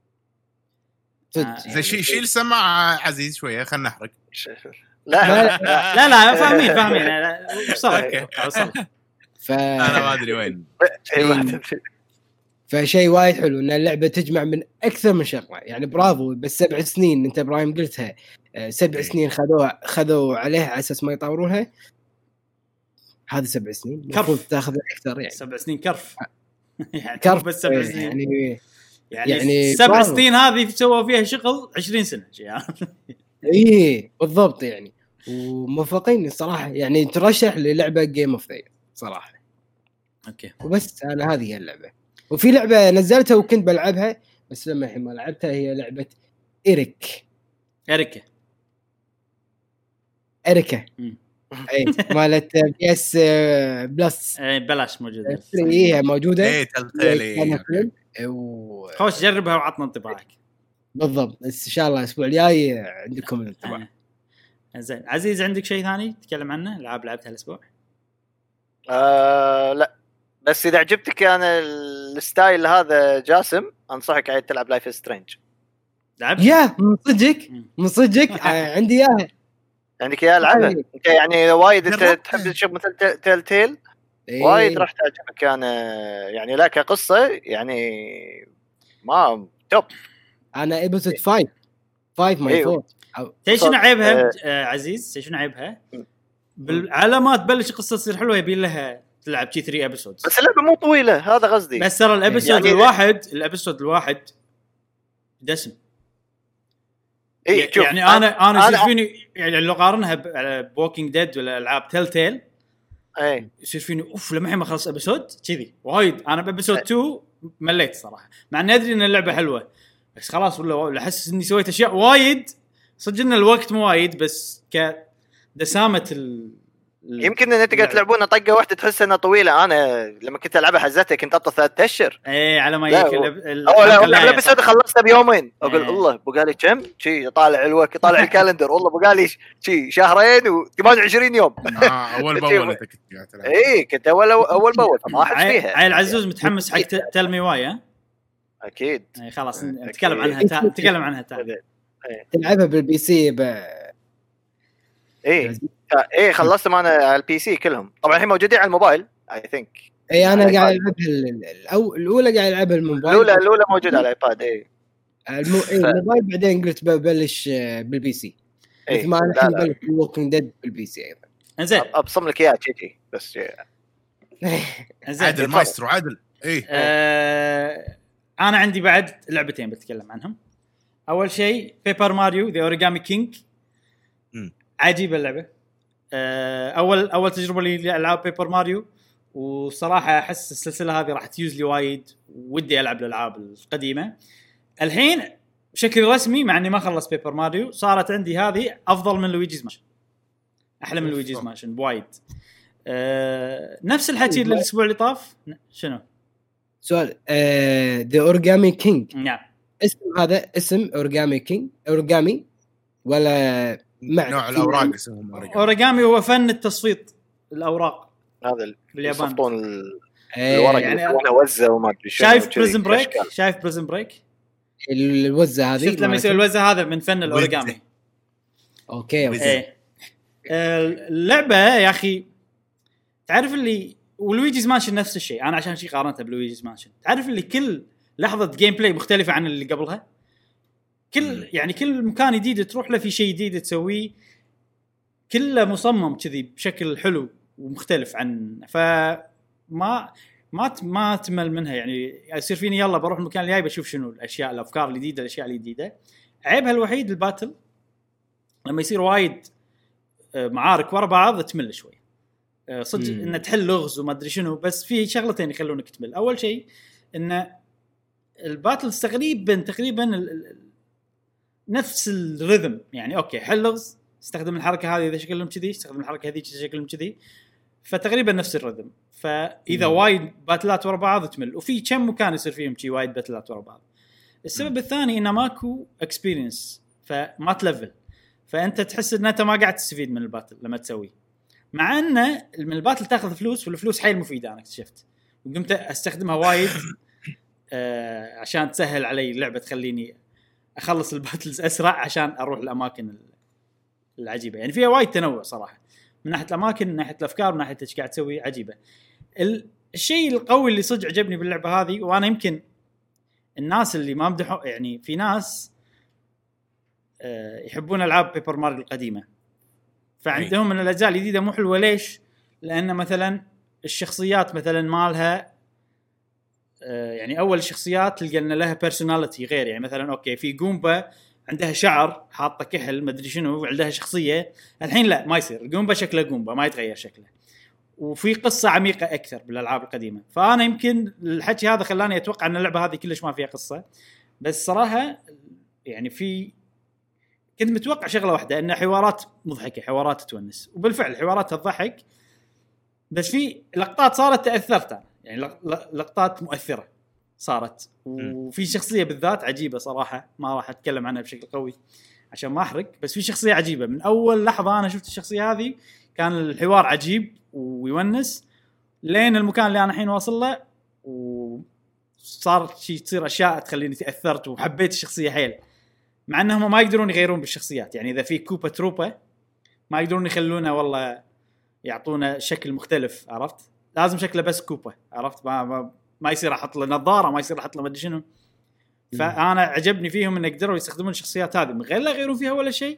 زي شيل سمع عزيز شويه، خلنا نحرق. لا فاهمين وصلك. انا ما ادري وين. فشيء وايد حلو ان اللعبه تجمع من اكثر من شغله. يعني برافو. بس 7 سنين انت ابراهيم قلتها، 7 سنين خذوا عليها على اساس ما يطورونها. هذه 7 سنين المفروض تاخذ اكثر يعني 7 سنين كرف يعني كرف بس 7 سنين يعني 7 سنين هذه سووا فيها شغل 20 سنه يعني. ايه بالضبط يعني وموفقين الصراحه يعني ترشح للعبه جيم اوف ذا صراحه. اوكي وبس انا هذه هي اللعبه. وفي لعبه نزلتها وكنت بلعبها بس لما الحين ما لعبتها هي لعبه إريكا اي مالت بي اس بلس بلاش موجوده هي موجوده اي تلتالي خوش جربها وعطنا انطباعك. بالضبط ان شاء الله الاسبوع الجاي عندكم الانطباع. زين عزيز عندك شيء ثاني تتكلم عنه العاب لعبتها الاسبوع؟ لا بس اذا عجبتك انا الستايل هذا جاسم انصحك عيد تلعب لايف سترينج. لعب يا من صدقك عندي اياها. عندك اياها العبها انت يعني وايد انت تحب تشوف مثل تيل وايد راح تعجبك. انا يعني لا كقصه يعني ما توب. انا ابيسود 5 ماي فور. ايش نعيبها عزيز ايش نعيبها على ما تبلش القصه تصير حلوه يبي لها تلعب 3 ابيسودز بس اللعبه مو طويله هذا قصدي. بس ترى الابيسود يعني الابيسود الواحد دسم. يعني انا فيني يعني لو قارنها بوكينج ديد ولا العاب تيل تيل يصير فيني لما الحين ما خلص ابيسود كذي وايد. انا بابيسود 2 مليت صراحه مع ان ادري ان اللعبه حلوه بس خلاص ولا احس اني سويت اشياء وايد صدق ان الوقت مو وايد بس كدسامه يمكن ان تقدر تلعبونه طقه واحده تحس انها طويله. انا لما كنت العبها حزتها كنت اطل 3 اشهر على ما يجيك لا بس خلصتها بيومين اقول الله بقالي كم شي طالع الوقت طالع الكالندر والله بقالي شي شهرين و28 يوم اول باول انت كنت تلعب كنت اول باول ما احد فيها. عيل عزوز متحمس حق تلمي وايا اكيد خلاص نتكلم عنها تاني. تلعبها بالبي سي خلصت معنا على البي سي كلهم طبعا الحين موجودين على الموبايل اي ثينك. انا قاعد العبها الاولى قاعد العبها الموبايل الاولى موجوده على الايباد الموبايل بعدين قلت ببلش بالبي سي مثل ما انا الحين ببلش ووكينج ديد بالبي سي ايضا. انزين ابصم لك اياها تجي بس عادل مايسترو عادل انا عندي بعد لعبتين بتكلم عنهم. اول شيء بيبر ماريو ذا اوريجامي كينج عجيبه اللعبه. اول تجربه لي لالعاب بيبر ماريو وصراحه احس السلسله هذه راح تيوز لي وايد ودي العب الالعاب القديمه. الحين بشكل رسمي مع اني ما خلص بيبر ماريو صارت عندي هذه افضل من لويجيز ماشن احلى من لويجيز ماشن بوايد. نفس الحكي الاسبوع اللي طاف. شنو سؤال ذا اوريجامي كينج نعم اسم هذا اسم اوريجامي كينج اوريجامي ولا نوع الاوراق اسمهم اوريجامي هو فن التصفيط الاوراق هذا باليابان يصفطون الورق يعني وزه وما ادري شايف بريزن بريك الوزه هذه شفت لما يسوي الوزه هذا من فن الاوريجامي. اوكي اللعبه يا اخي تعرف اللي ولويجيز مانشن نفس الشيء. انا عشان شيء قارنتها بلويجيز مانشن تعرف اللي كل لحظه جيم بلاي مختلفه عن اللي قبلها. كل مكان جديد تروح له في شيء جديد تسويه كله مصمم كذي بشكل حلو ومختلف عن ما تمل منها. يعني يصير فيني يلا بروح المكان اللي جاي بشوف شنو الاشياء الافكار الجديده الاشياء الجديده. عيبها الوحيد الباتل لما يصير وايد معارك ورا بعض تمل شوي صدق ان تحل لغز وما ادري شنو. بس في شغلتين يخلونك تمل. اول شيء ان الباتل تقريبا نفس الريذم يعني اوكي حل لغز استخدم الحركه هذه اذا شكلهم كذي استخدم الحركه هذيك شكلهم كذي فتقريبا نفس الريذم. فاذا وايد باتلات ورا بعض تمل وفي كم مكان يصير فيهم شيء وايد باتلات ورا بعض. السبب الثاني انه ماكو اكسبيرينس فما تلفل فانت تحس ان انت ما قاعد تستفيد من الباتل لما تسوي مع انه من الباتل تاخذ فلوس والفلوس حيل مفيده. انا اكتشفت وقمت استخدمها وايد عشان تسهل علي اللعبه تخليني اخلص الباتلز اسرع عشان اروح الاماكن العجيبه. يعني فيها وايد تنوع صراحه من ناحيه الاماكن من ناحيه الافكار من ناحيه ايش قاعد تسوي عجيبه. الشيء القوي اللي صدق عجبني باللعبه هذه وانا يمكن الناس اللي ما مدحوا يعني في ناس يحبون العاب بيبر ماريو القديمه فعندهم من الاجزاء الجديده مو حلوه. ليش؟ لان مثلا الشخصيات مثلا مالها يعني اول الشخصيات تلقى ان لها بيرسوناليتي غير. يعني مثلا اوكي في جومبا عندها شعر حاطه كحل ما ادري شنو وعندها شخصيه، الحين لا ما يصير الجومبا شكله جومبا ما يتغير شكله، وفي قصه عميقه اكثر بالالعاب القديمه. فانا يمكن الحكي هذا خلاني اتوقع ان اللعبه هذه كلش ما فيها قصه، بس صراحه يعني كنت متوقع شغله واحده ان حوارات مضحكه حوارات تونس، وبالفعل حوارات تضحك، بس في لقطات صارت تاثرت يعني لقطات مؤثره صارت، وفي شخصيه بالذات عجيبه صراحه ما راح اتكلم عنها بشكل قوي عشان ما احرق، بس في شخصيه عجيبه من اول لحظه انا شفت الشخصيه هذه كان الحوار عجيب ويونس لين المكان اللي انا الحين واصل له، وصارت تصير اشياء تخليني تاثرت وحبيت الشخصيه حيل، مع انهم ما يقدرون يغيرون بالشخصيات. يعني اذا في كوبا تروبا ما يقدرون يخلونه والله يعطونا شكل مختلف، عرفت؟ لازم شكله بس كوبا، عرفت؟ ما يصير احط له نظاره، ما يصير احط له ما ادري شنو. فانا عجبني فيهم ان يقدروا يستخدمون الشخصيات هذه من غير لا يغيرون فيها ولا شيء،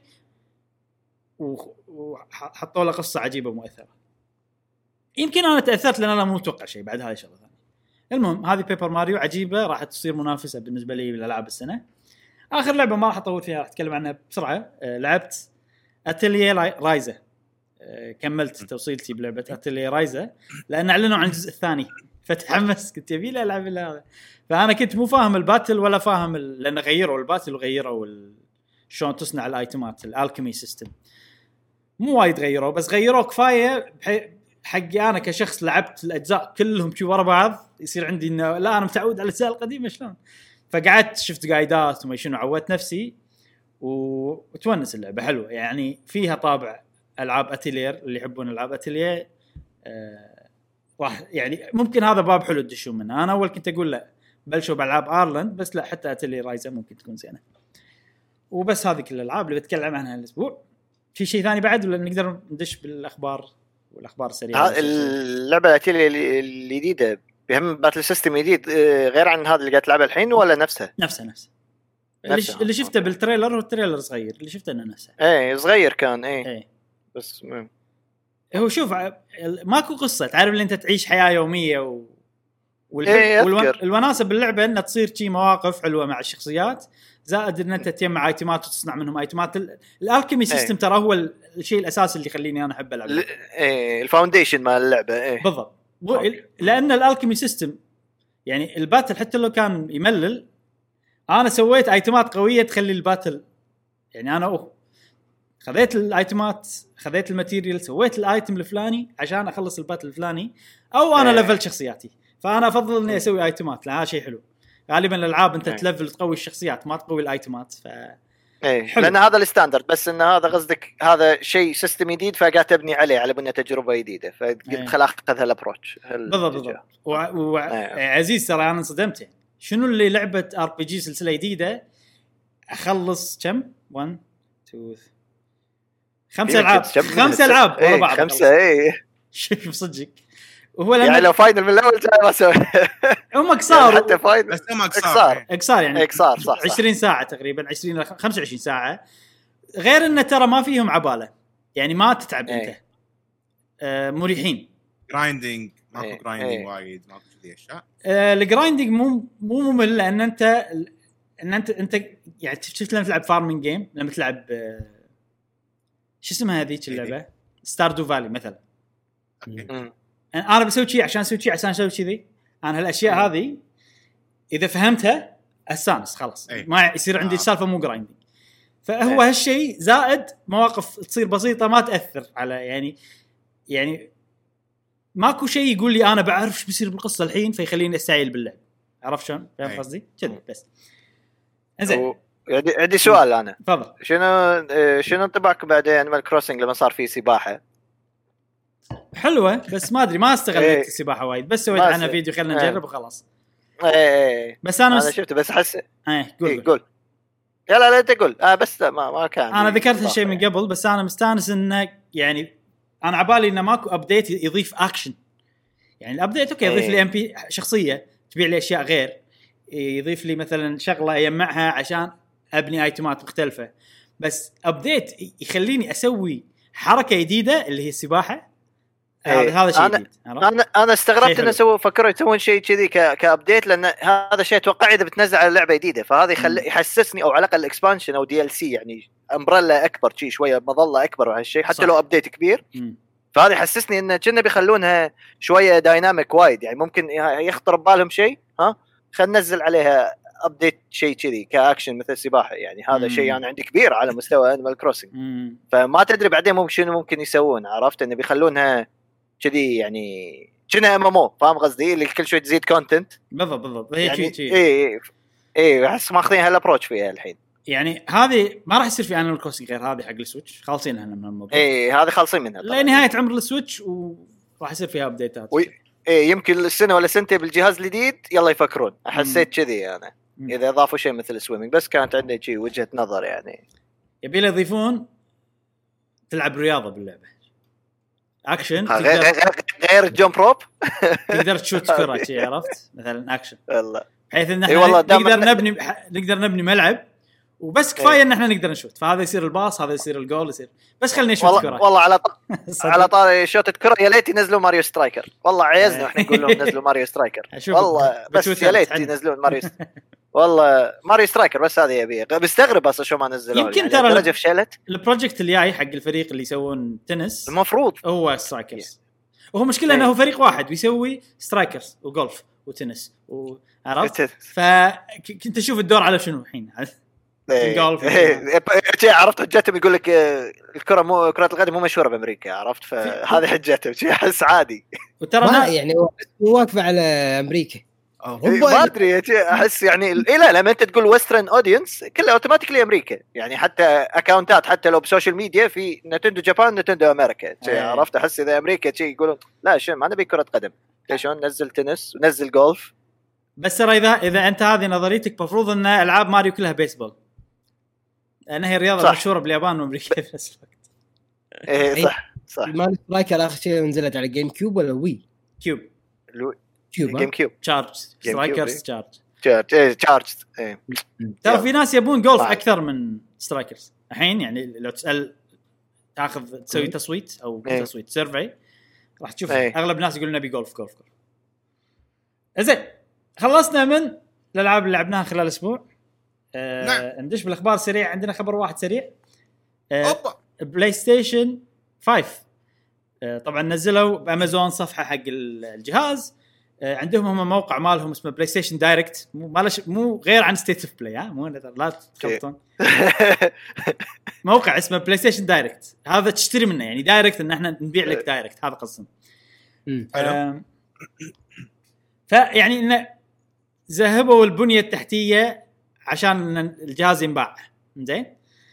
وحطوا له قصه عجيبه ومؤثره. يمكن انا تاثرت لان انا مو متوقع شيء بعد هاي شغله ثانيه. المهم هذه بيبر ماريو عجيبه، راح تصير منافسه بالنسبه لي بالالعاب السنه. اخر لعبه ما راح اطول فيها، راح اتكلم عنها بسرعه. لعبت اتيليه رايزا، كملت توصيلتي بلعبه اتيليه رايزا لان اعلنوا عن الجزء الثاني فتحمس كنت ابي العب هذا. فانا كنت مو فاهم الباتل ولا فاهم لان غيروا الباتل وغيروا شلون تصنع الايتمات، الالكيمي سيستم مو وايد غيروا، بس غيروا كفايه حقي انا كشخص لعبت الاجزاء كلهم شي ورا بعض يصير عندي انه لا انا متعود على الاجزاء القديمه شلون. فقعدت شفت قايدات وما شنو، عودت نفسي وتونس اللعبه حلوه، يعني فيها طابع العاب اتيلير. اللي يحبون العاب اتيلير راح يعني ممكن هذا باب حلو تدشون منه. انا اول كنت اقول لا بلشوا بالعاب ايرلند، بس لا حتى اتيلير رايزا ممكن تكون زينه. وبس هذه كل الالعاب اللي بتكلم عنها الاسبوع. في شيء ثاني بعد ولا نقدر ندش بالاخبار والاخبار السريعه؟ اللعبه الاتيلير الجديده بهم باتل سيستم جديد غير عن هذا اللي قاعد تلعبه الحين ولا نفسها اللي شفته بالتريلر؟ هو التريلر صغير اللي شفته انه نفسه صغير كان بس هو شوف ماكو قصه، تعرف اللي انت تعيش حياه يوميه والوناسه باللعبه انها تصير شي مواقف حلوه مع الشخصيات، زائد ان انت تجمع ايتمات وتصنع منهم ايتمات. الالكيمي سيستم ترى هو الشيء الاساسي اللي يخليني انا احب العب الفاونديشن مال اللعبه بالضبط. لان الالكيمي سيستم يعني الباتل حتى لو كان يملل انا سويت ايتمات قويه تخلي الباتل يعني انا خذيت الايتمات، خذيت الماتيريال، سويت الايتم الفلاني عشان اخلص الباتل الفلاني، او انا ليفل شخصياتي. فانا افضل اني اسوي ايتمات، لا شيء حلو. غالبا الالعاب انت تلفل تقوي الشخصيات ما تقوي الايتمات. لان هذا الستاندرد، بس ان هذا قصدك هذا شيء سيستم جديد فقاعد تبني عليه على بنيه تجربه جديده، فقلت خل اخذ هالابروتش بالضبط. وعزيز ترى انا انصدمت يعني شنو اللي لعبه ار بي جي سلسله جديده اخلص كم 1 2 5 العاب 5 العاب ورا بعض 5 شوف صدق. وهو يعني لو فاينل من الاول ما سوي هم قصار حتى فاينل بس هم قصار يعني قصار صح 20 ساعه تقريبا 20 ل 25 ساعه. غير ان ترى ما فيهم عباله يعني ما تتعب انت مريحين. جرايندينج ماكو جرايندينج وايد ماكو كذي اشياء. الجرايندينج مو ممل لان انت يعني شفت لما تلعب فارمينج جيم لما تلعب شو اسمها هذيك اللعبه ستاردو فالي مثلا. انا بسوي شيء عشان اسوي شيء عشان اسوي كذي. انا هالاشياء هذه اذا فهمتها استانس خلاص ما يصير عندي سالفه مو جرايندينج. فهو هالشيء زائد مواقف تصير بسيطه ما تاثر على يعني ماكو شيء يقول لي انا بعرف ايش بيصير بالقصه الحين فيخليني استعيل باللعب. عرفت شلون؟ فاهم قصدي كذا بس. انزين عندي سؤال انا. تفضل. شنو انطباعك بعد انيمال كروسنج لما صار فيه سباحه؟ حلوه بس ما ادري ما استغلت السباحه وايد، بس سويت عنها فيديو خلينا نجرب وخلاص. بس انا شفته بس حس قول لا تقول بس ما كان انا ذكرت هالشيء من قبل، بس انا مستانس انه يعني انا عبالي انه ماكو ابديت يضيف اكشن. يعني الابديت اوكي يضيف لي ام بي شخصيه تبيع لي اشياء غير، يضيف لي مثلا شغله يجمعها عشان ابني ايتمات مختلفه، بس ابديت يخليني اسوي حركه جديده اللي هي السباحه هذا شيء جديد. انا استغربت انه فكروا يسوون شيء كذي كابديت، لان هذا شيء اتوقع اذا بتنزل على لعبه جديده فهذا يحسسني، او على الاقل اكسبانشن او دي ال سي يعني امبريلا اكبر شيء شويه، مظله اكبر وهالشيء حتى صح. لو ابديت كبير فهذا يحسسني انه كنا بيخلونها شويه دايناميك وايد، يعني ممكن يخطر ببالهم شيء خلينا ننزل عليها ابديت شيء كذي كاكشن مثل سباحه، يعني هذا شيء يعني عندي كبير على مستوى انيمال كروسنج. فما تدري بعدين ممكن يسوون، عرفت انه بيخلونها كذي يعني كنا MMO، فاهم قصدي؟ اللي كل شوي تزيد كونتنت. بالضبط هي يعني اي احس ماخذين هالابروتش فيها الحين. يعني هذه ما راح يصير في انيمال كروسنج غير هذه حق السويتش، خالصين من الموضوع. هذه خالصين منها لنهايه عمر السويتش، وراح يصير فيها ابديتات. يمكن السنه ولا سنتين بالجهاز الجديد يلا يفكرون. حسيت كذي انا اذا اضافوا شيء مثل السويمنج، بس كانت عندي شيء وجهه نظر يعني. يبي له يضيفون تلعب رياضه باللعبه، اكشن غير الجمب روب تقدر تشوت كره شيء، عرفت؟ مثلا اكشن والله، بحيث ان احنا نقدر نبني ملعب وبس كفايه ان احنا نقدر نشوت، فهذا يصير الباص، هذا يصير الجول، يصير بس خلينا نشوت كره. والله على طاري شوت الكره، يا ليت ينزلوا ماريو سترايكر، والله عايزنا احنا نقول لهم نزلوا ماريو سترايكر والله، بس يا ليت ينزلون ماريو والله ماريو سترايكر بس هذه يبي. بستغرب اصلا شو ما نزلوا، يمكن يعني ترى درجه فشلت. البروجكت الجاي حق الفريق اللي يسوون تنس المفروض هو سترايكرز، وهو مشكله انه هو فريق واحد بيسوي سترايكرز وغولف وتنس وعرفت. فكنت اشوف الدور على شنو الحين الجولف. عرفت حجتهم يقول لك الكره كره القدم مو مشهوره بامريكا، عرفت؟ فهذه حجتهم شيء احس عادي. وترى يعني واقفه على امريكا ما ادري احس يعني لا لما انت تقول ويسترن اودينس كله اوتوماتيكلي امريكا، يعني حتى اكاونتات حتى لو بسوشيال ميديا في نتندو جابان نتندو امريكا عرفت. احس اذا امريكا شيء يقولون لا شو ما نبي كره قدم، شلون نزل تنس ونزل جولف. بس ترى اذا انت هذه نظريتك مفروض ان العاب ماريو كلها بيسبول، لأنها هي رياضه مشهوره باليابان وامريكا في نفس الوقت. صح. ماريو سترايكر اخر شيء نزلت على جيم كيوب ولا وي؟ كيوب جيم كيوب تشارج سترايكرز تشارج ترى في ناس يبون جولف اكثر من سترايكرز الحين. يعني لو تسال تسوي تصويت او تصويت سيرفي راح تشوف اغلب الناس يقولون نبي جولف. زين خلصنا من الالعاب اللي لعبناها خلال الاسبوع. ندش بالاخبار سريع. عندنا خبر واحد سريع. بلاي ستيشن 5 طبعا نزلوا بامازون صفحه حق الجهاز. عندهم هم موقع مالهم اسمه بلاي ستيشن دايركت، مو غير عن ستيت اوف بلاي، مو لا تخلطون. موقع اسمه بلاي ستيشن دايركت، هذا تشتري منه يعني دايركت ان احنا نبيع لك دايركت، هذا قصدهم. فيعني انه ذهبوا البنيه التحتيه عشان الجهاز ينباع. زين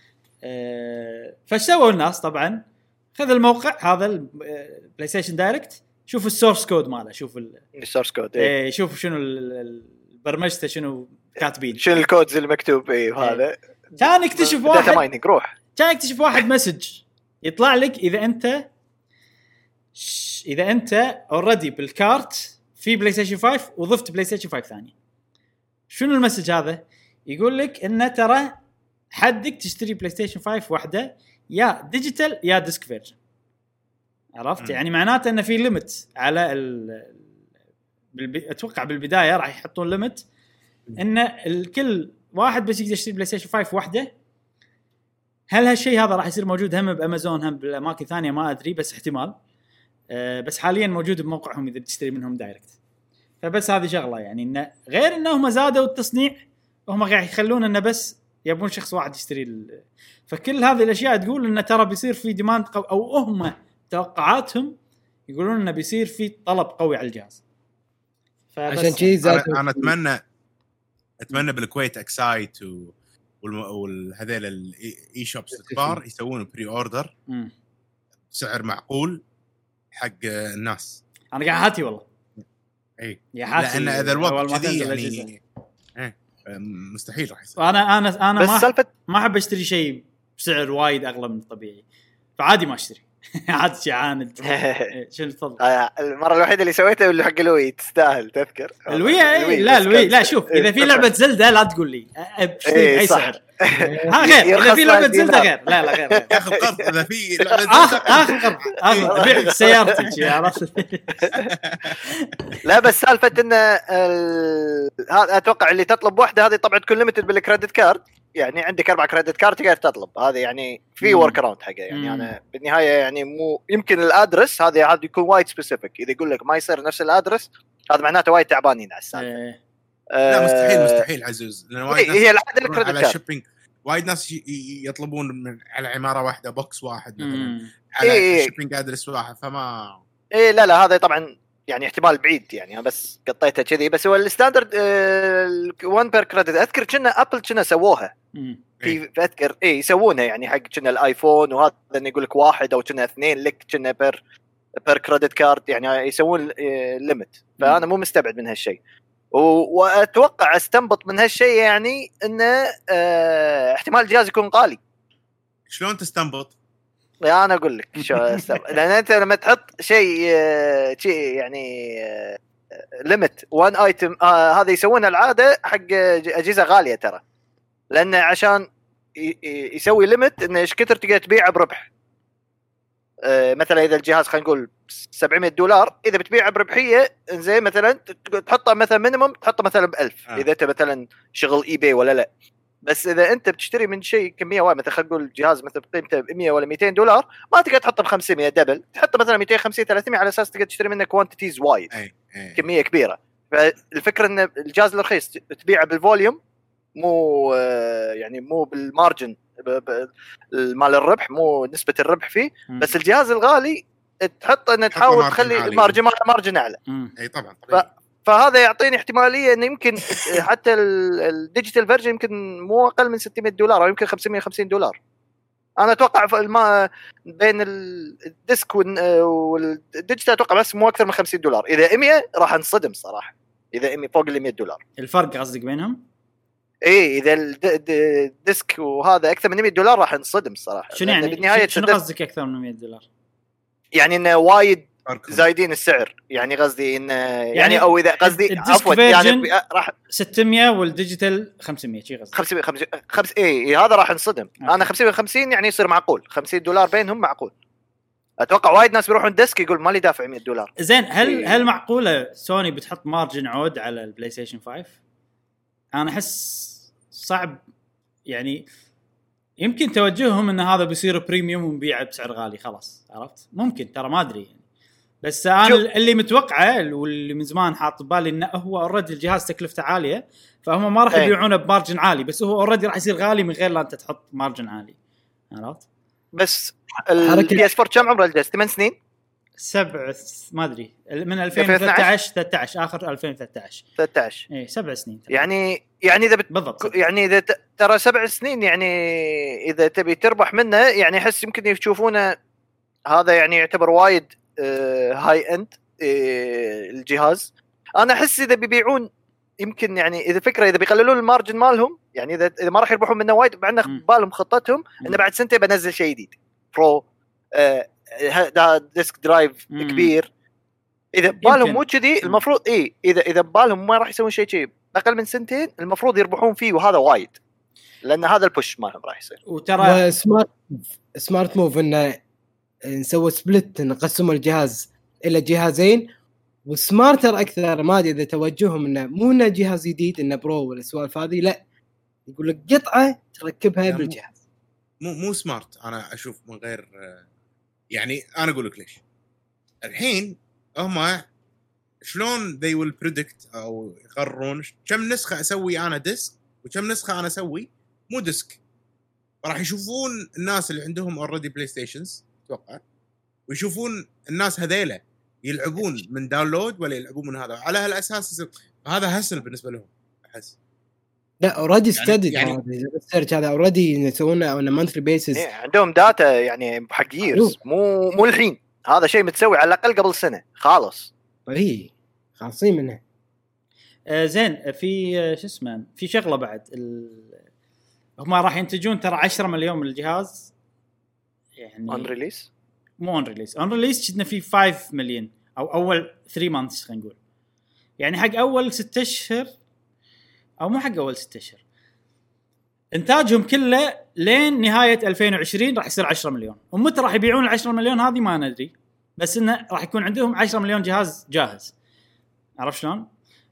فسووا الناس طبعا خذ الموقع هذا البلاي ستيشن دايركت، شوف السورس كود ماله، شوف السورس كود شوف شنو البرمجته شنو كاتبين، شنو الكودز المكتوب وهذا. كان يكتشف واحد مسج يطلع لك اذا انت اوريدي بالكارت في بلاي ستيشن 5 وضفت بلاي ستيشن 5 ثاني. شنو المسج هذا؟ يقول لك ان ترى حدك تشتري بلاي ستيشن 5 واحده يا ديجيتال يا ديسك فيرجن، عرفت؟ يعني معناته ان في ليميت على اتوقع بالبدايه راح يحطون ليميت ان الكل واحد بس يقدر يشتري بلاي ستيشن 5 واحده. هل هالشيء هذا راح يصير موجود هم بامازون هم بالاماكن ثانيه ما ادري، بس احتمال. بس حاليا موجود بموقعهم اذا تشتري منهم دايركت. فبس هذه شغله يعني إن غير انهم زادوا التصنيع، هم قاعد يخلون انه بس يبون شخص واحد يشتري فكل هذه الاشياء تقول ان ترى بيصير في ديماند او هم توقعاتهم يقولون انه بيصير في طلب قوي على الجهاز. عشان شيء انا اتمنى بالكويت اكسايت والهذيل الاي شوبس الكبار يسوون بري اوردر بسعر معقول حق الناس. انا قاعد هاتي والله يا حاتي، لان اذا الوقت كذي يعني مستحيل راح يصير. انا ما احب اشتري شيء بسعر وايد اغلى من الطبيعي، فعادي ما اشتري عاد عاند. شنو تفضل؟ المره الوحيده اللي سويتها اللي حق الوي تستاهل تذكر الوي. لا الوي لا شوف اذا في لعبه زلدة لا تقول لي اي سعر. غير اذا في لعبه زلدة غير لا غير اخذ قرض اذا في لعبه زلدة اخذ قرض بيع سيارتي عرفت. لا بس سالفه ان هذا اتوقع اللي تطلب واحده هذه طبعا تكون ليميتد بالكريدت كارد، يعني عندك 4 كريدت كارد تقدر تطلب، هذا يعني في ورك اراوند حقه يعني. انا بالنهايه يعني مو يمكن الادرس هذا يكون وايد سبيسيفيك، اذا يقول لك ما يصير نفس الادرس هذا معناته وايد تعبانين على السالفه. لا مستحيل عزوز، لان وايد هي العاده الكريدت على شيبينج، وايد ناس يطلبون من على عماره واحده بوكس واحد مثلا على شيبينج ادرس واحد، فما لا هذا طبعا يعني احتمال بعيد يعني، بس قطيتها كذي. بس هو الستاندرد 1 بير كريدت. اذكر كنا ابل كنا سووها في اذكر يسوونها يعني حق كنا الايفون وهذا، انه يقول لك 1 او كنا 2 لك كنا بير كريدت كارد، يعني يسوون ليميت. فانا مو مستبعد من هالشيء، واتوقع استنبط من هالشيء يعني انه احتمال الجهاز يكون غالي. شلون تستنبط؟ انا اقول لك شو لان انت لما تحط شيء يعني ليميت 1 ايتم، هذا يسوونه العاده حق اجهزه غاليه ترى، لان عشان يسوي ليميت انه ايش كثر تقدر تبيعه بربح. مثلا اذا الجهاز خلينا نقول $700، اذا بتبيعه بربحيه زين مثلا تحطه مثلا مينيمم تحطه مثلا ب1000 اذا انت مثلا شغل اي باي ولا لا. بس اذا انت بتشتري من شيء كميه وايد، مثلا خلينا نقول الجهاز مثلا قيمته $100 ولا $200، ما تقدر تحطه ب500 دبل، تحطه مثلا 250 300 على اساس تقدر تشتري منه كوانتيتيز وايد كميه كبيره. فالفكره ان الجهاز الرخيص تبيعه بالفوليوم، مو يعني مو بالمارجن مال الربح، مو نسبه الربح فيه. بس الجهاز الغالي تحط انه تحاول تخلي المارجن اعلى. اي طبعا. فهذا يعطيني احتماليه انه يمكن حتى الديجيتال فيرجن يمكن مو اقل من $600 او يمكن $550. انا اتوقع بين الديسك والديجيتال اتوقع بس مو اكثر من $50. اذا 100 راح انصدم صراحه، اذا 100 فوق $100. الفرق قصدك بينهم؟ اذا الديسك وهذا اكثر من $100 راح انصدم صراحه. شنو يعني بالنهايه شنو قصدك اكثر من $100؟ يعني انه وايد زايدين السعر، يعني قصدي ان يعني او اذا قصدي عفوا يعني راح 600 والديجيتال 500 شيء قصدي 500 هذا راح انصدم. انا 550 يعني يصير معقول، $50 بينهم معقول. اتوقع وايد ناس بيروحون ديسك يقول ما لي دافع $100. زين هل معقوله سوني بتحط مارجن عود على البلاي ستيشن 5؟ انا احس صعب يعني. يمكن توجههم ان هذا بيصير بريميوم ونبيعه بسعر غالي خلاص، عرفت؟ ممكن ترى ما ادري يعني. بس انا اللي متوقعه واللي من زمان حاط بالي انه هو اوريدي الجهاز تكلفته عاليه، فهم ما راح يبيعونه بمارجن عالي، بس هو اوريدي راح يصير غالي من غير لا انت تحط مارجن عالي، عرفت؟ بس البي اس 4 كم عمره الجهاز؟ 8 سنين 7 ما ادري، من 2013 اخر 2013 اي 7 سنين يعني اذا بالضبط يعني اذا ترى 7 سنين يعني اذا تبي تربح منه يعني احس يمكن يشوفونه هذا يعني يعتبر وايد هاي اند الجهاز. انا احس اذا بيبيعون يمكن يعني اذا فكره اذا بيقللون المارجن مالهم يعني اذا ما راح يربحون منه وايد، بعدنا بالهم خطتهم انه بعد سنتين بنزل شيء جديد برو ديسك درايف كبير. اذا بالهم مو كذي المفروض اذا بالهم ما راح يسوون شيء اقل من سنتين المفروض يربحون فيه، وهذا وايد لان هذا البوش مالهم راح يصير. وترى سمارت موف انه نسوي سبلت نقسم الجهاز الى جهازين وسمارتر اكثر. ما ادري اذا توجههم انه مو انه جهاز جديد انه برو ولا السوالف هذه، لا يقول لك قطعه تركبها بالجهاز. مو سمارت. انا اشوف من غير يعني انا اقول لك ليش الحين هما شلون they will predict او يقررون كم نسخه اسوي انا ديسك وكم نسخه انا اسوي مو ديسك. راح يشوفون الناس اللي عندهم اوريدي بلاي ستيشنز اتوقع، ويشوفون الناس هذيله يلعبون من داونلود ولا يلعبون من هذا، على هالاساس هذا هسل بالنسبه لهم. احس لا اوريدي ستدي يعني السيرش هذا اوريدي يسوونه على مانثلي بيسز، عندهم داتا يعني حق ييرز، مو الحين. هذا شيء متسوي على الاقل قبل سنه خالص. اي خالصين منه. زين في شو اسمه في شغله بعد هم راح ينتجون ترى 10 مليون من الجهاز يعني اون ريليس، مو اون ريليس شفنا فيه 5 مليون او اول 3 مانثs خلينا نقول، يعني حق اول 6 اشهر او مو حق اول 6 اشهر، انتاجهم كله لين نهايه 2020 راح يصير 10 مليون. ومتى راح يبيعون ال 10 مليون هذه ما ندري، بس انه راح يكون عندهم 10 مليون جهاز جاهز. عرفت شلون؟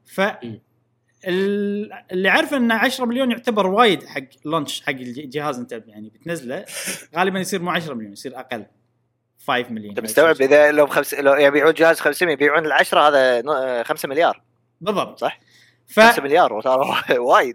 اللي عارف ان 10 مليون يعتبر وايد حق لانش حق الجهاز انت يعني بتنزله، غالبا يصير مو 10 مليون يصير اقل 5 مليون. انت مستوعب اذا لو لو يبيعون جهاز 500 يبيعون ال10 هذا 5 مليار بالضبط صح؟ 5 مليار وايد.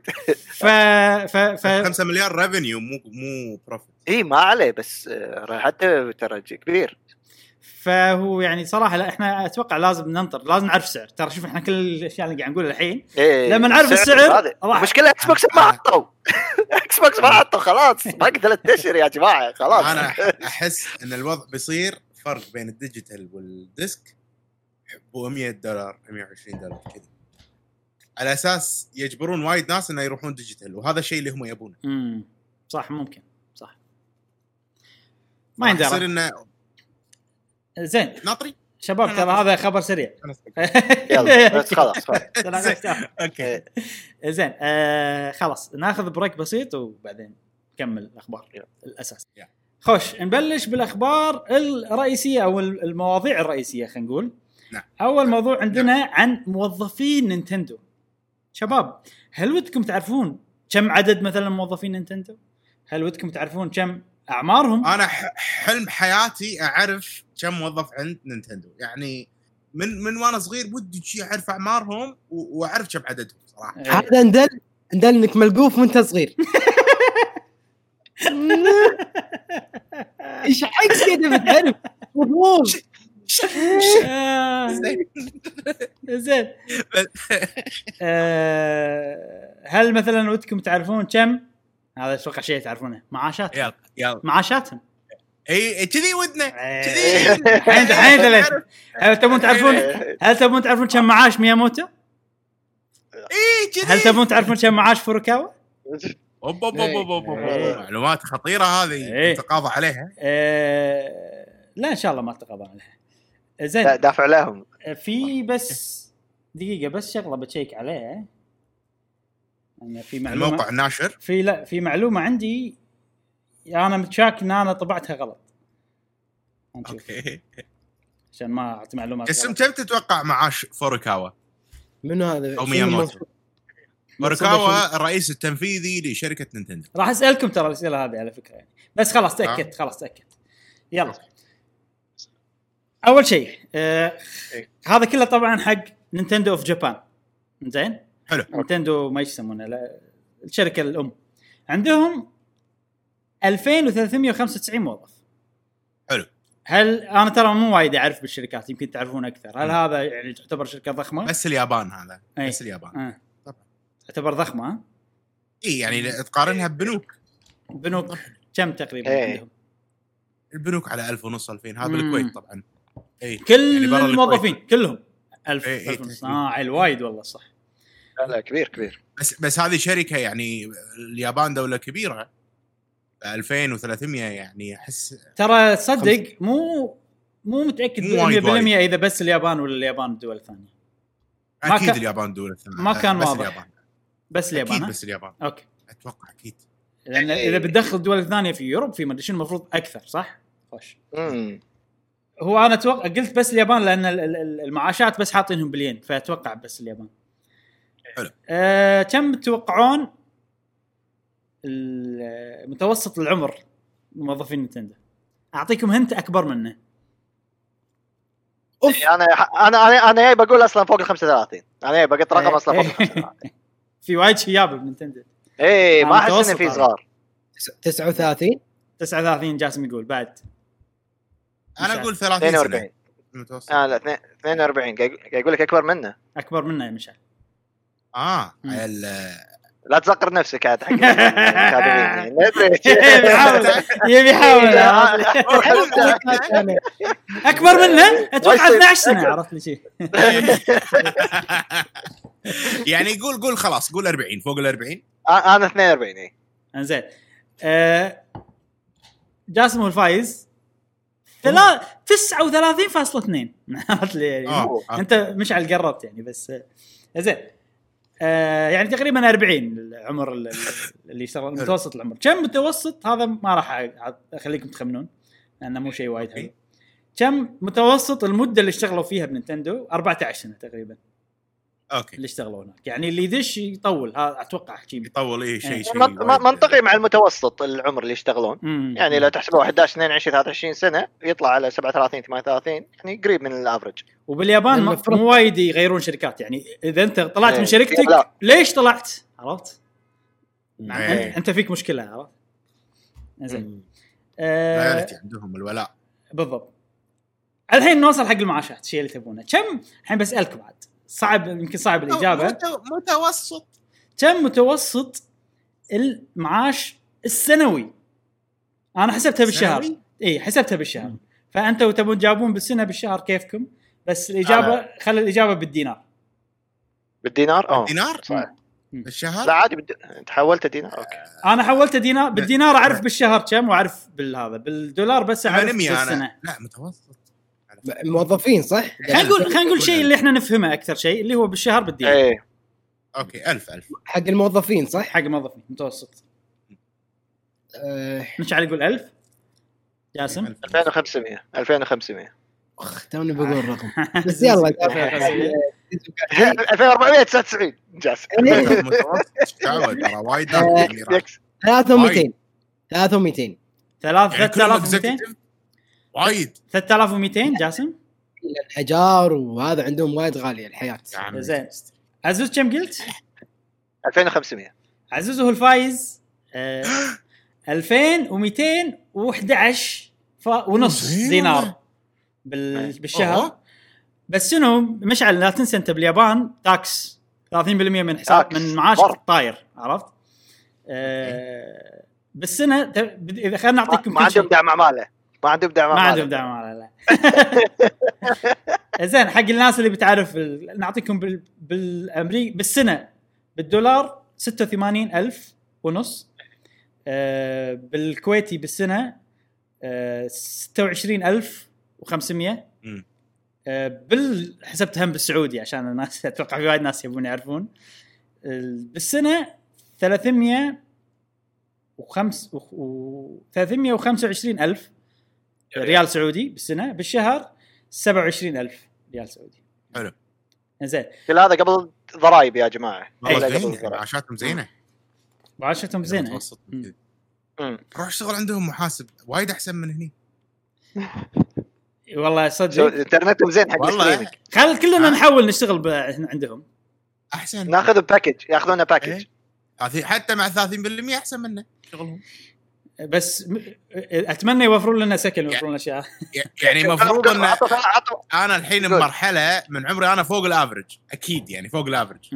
5 مليار ريفينيو مو بروفيت. اي ما عليه، بس حتى ترى كبير. فهو يعني صراحه لا احنا اتوقع لازم ننطر، لازم نعرف السعر. ترى شوف احنا كل الاشياء اللي قاعد نقولها الحين لما نعرف السعر مشكله اكس بوكس ما حطوا اكس بوكس ما حطوا خلاص باقي 3 اشهر يا جماعه خلاص. انا احس ان الوضع بيصير فرق بين الديجيتال والديسك ب $100 $120 كذا، على اساس يجبرون وايد ناس انه يروحون ديجيتال، وهذا الشيء اللي هم يبونه. صح ممكن صح ما يندرى يصير انه زين. ناطري شباب ترى هذا خبر سريع يلا بس خلاص اوكي زين خلاص ناخذ بريك بسيط وبعدين نكمل الاخبار الاساس. خوش نبلش بالاخبار الرئيسيه او المواضيع الرئيسيه خلينا نقول. اول موضوع عندنا عن موظفين نينتندو. شباب هل ودكم تعرفون كم عدد مثلا موظفين نينتندو؟ هل ودكم تعرفون كم اعمارهم؟ انا حلم حياتي اعرف كم موظف عند نينتندو، يعني من وانا صغير ودي شي اعرف اعمارهم واعرف كم عددهم صراحه. هذا ندل انك ملقوف وانت صغير. ايش حق كذا بتعرف فضول. زين هل مثلا ودكم تعرفون كم هذا اتوقع شيء تعرفونه معاشات؟ يلا معاشاتهم اي كذي ودنا كذي الحين هل تبون تعرفون كم معاش مياموتو؟ اي كذي. هل تبون تعرفون كم معاش فوروكاوا؟ معلومات خطيره هذه نتقاضى عليها. لا ان شاء الله ما تقاضى عليها. زين دافع لهم. في بس دقيقه بس شغله بتشيك عليها. انا في معلومه الموقع الناشر في معلومه عندي انا متشاك ان انا طبعتها غلط. اوكي عشان ما اعطي معلومات. كم تتوقع معاش فوروكاوا؟ من هذا او مياموتو؟ فوروكاوا الرئيس التنفيذي لشركه نينتندو. راح اسالكم ترى الاسئله هذه على فكره يعني. بس خلاص تاكد خلاص تاكد. يلا اول شيء هذا كله طبعا حق نينتندو اوف جابان. زين حلو. نينتندو ما يسمونه الشركه الام عندهم 2395 موظف. حلو. هل انا ترى مو وايد اعرف بالشركات يمكن تعرفون اكثر. هل هذا يعني تعتبر شركه ضخمه؟ بس اليابان هذا بس اليابان طبعا تعتبر ضخمه. اي يعني تقارنها ببنوك كم تقريبا عندهم؟ البنوك على 1500 2000 هذا بالكويت طبعا. اي كل يعني الموظفين كلهم 1000 وايد والله صح. لا كبير بس هذه شركه يعني اليابان دوله كبيره 2300 يعني احس ترى صدق مو متاكد 100% اذا بس اليابان ولا اليابان الدول الثانيه. اكيد اليابان دول ثانيه ما كان واضح. بس اليابان اكيد بس اليابان اوكي اتوقع اكيد لان اذا بتدخل الدول الثانيه في يوروب في مدري شنو المفروض اكثر صح. خوش هو انا اتوقع قلت بس اليابان لان المعاشات بس حاطينهم بالين فاتوقع بس اليابان. حلو. كم تتوقعون متوسط العمر موظفين نينتندو؟ اعطيكم هنت اكبر منه. انا جاي بقول اصلا فوق ال 35. انا جاي بقط رقم اصلا فوق ال 35. في وايد شياب بنينتندو. ايه ما احس انه في صغار. 39 جاسم يقول بعد. انا اقول 30 42 متوسط. لا 42 يقول لك اكبر منه يا مشعل. لا تذكر نفسك عاد حق يحاول اكبر منه اتوقع 12 سنه. عرفت لي شيء يعني قول خلاص قول 40 فوق ال 40. انا 42. اي انزين جاسم هو الفايز 39.2 عرفت لي انت مش على القربت يعني بس زين. يعني تقريبا 40 العمر اللي يشتغل متوسط العمر. كم متوسط هذا ما راح اخليكم تخمنون لانه مو شيء وايد حلو. كم متوسط المده اللي اشتغلوا فيها بنينتندو؟ 14 سنه تقريبا. اوكي. اللي اشتغلوا هناك يعني اللي يدش يطول، هذا اتوقع احكي يطول. ايه شيء منطقي مع المتوسط العمر اللي يشتغلون. يعني لو تحسبوا 11 22 23 سنه يطلع على 37 38 يعني قريب من الافرج. وباليابان مو وايد يغيرون شركات، يعني اذا انت طلعت من شركتك ليش طلعت؟ عرفت؟ انت فيك مشكله. عرفت؟ زين. عندهم الولاء بالضبط. الحين نوصل حق المعاشات، الشيء اللي تبونه. كم الحين بسألكم بعد صعب، يمكن صعب الإجابة. متوسط. كم متوسط المعاش السنوي؟ أنا حسبتها بالشهر. إيه حسبتها بالشهر. فأنتوا تبون تجاوبون بالسنة بالشهر كيفكم، بس الإجابة خلي الإجابة بالدينار. بالدينار؟ دينار بالشهر؟ لا عادي انت حولت دينار. اوكي انا حولت دينار. بالدينار اعرف بالشهر كم واعرف بالهذا. بالدولار بس اعرف بالسنه. لا متوسط موظفين صح. خلينا نقول شيء اللي احنا نفهمه اكثر شيء اللي هو بالشهر بالدينار. ايه اوكي 1000 حق الموظفين صح. حق الموظفين متوسط. مشعل يقول 1000. جاسم 2500 توني بقول رقم بس يلا 2499 جاسم. تعود ترى وايد 3200 وايد 3200 جاسم. الحجار وهذا عندهم وايد غاليه الحياه. زين عزوز كم قلت؟ 2500. عزوز هو الفايز 2211 ونص دينار بالشهر. بس شنو مشعل لا تنسى انت باليابان تاكس 30% من حساب من معاشك طاير. عرفت؟ بالسنه اذا خلينا نعطيكم ما عندهم دعم عماله. ما عندهم دعم عماله لا. زين حق الناس اللي بتعرف نعطيكم بالامريكي بالسنه بالدولار 86,000 ونص. بالكويتي بالسنه 26,500. بالحسبت هم بالسعودي عشان الناس اتوقع في وايد ناس يبون يعرفون. بالسنه 325,000 ريال سعودي بالسنه. بالشهر 27,000 ريال سعودي. حلو زين. كل هذا قبل ضرائب يا جماعه. معاشاتهم زينه. معاشاتهم زينه. روح اشتغل عندهم محاسب وايد احسن من هني. والله صدق انترنتهم زين حق والله. خل كلنا نحاول نشتغل عندهم احسن. ناخذ باكج ياخذونا باكج حتى مع 30% احسن منه شغلهم. بس اتمنى يوفرون لنا سكن يوفرون اشياء. يعني مفروض ان انا الحين بمرحله من عمري انا فوق الافرج اكيد. يعني فوق الافرج.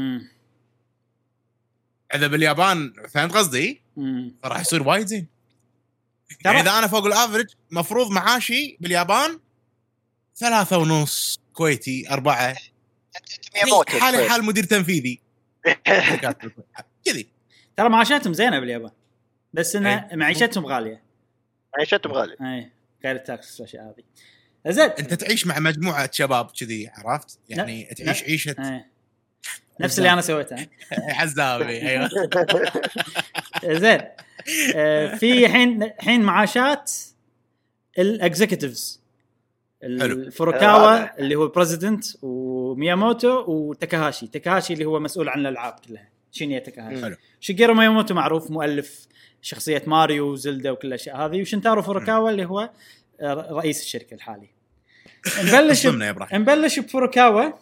اذا باليابان فهمت قصدي راح يصير وايد زين. يعني اذا انا فوق الافرج مفروض معاشي باليابان 3.5 كويتي 4 حال مدير تنفيذي كذي. ترى معاشاتهم زينه باليابان بس انه معيشتهم غاليه. اي غير التاكس والاشياء هذه. زين انت تعيش مع مجموعه شباب كذي عرفت يعني تعيش عيشه نفس اللي انا سويتها عزابي. ايوه زين. في حين معاشات الاكزيكتيفز الفوروكاوا اللي هو البريزيدنت ومياموتو وتاكاهاشي اللي هو مسؤول عن الالعاب كلها. شينيا تاكاهاشي. شيجيرو مياموتو معروف مؤلف شخصيه ماريو وزلدا وكل الاشياء هذه. وشنتارو فوروكاوا اللي هو رئيس الشركه الحالي. نبلش بفوروكاوا.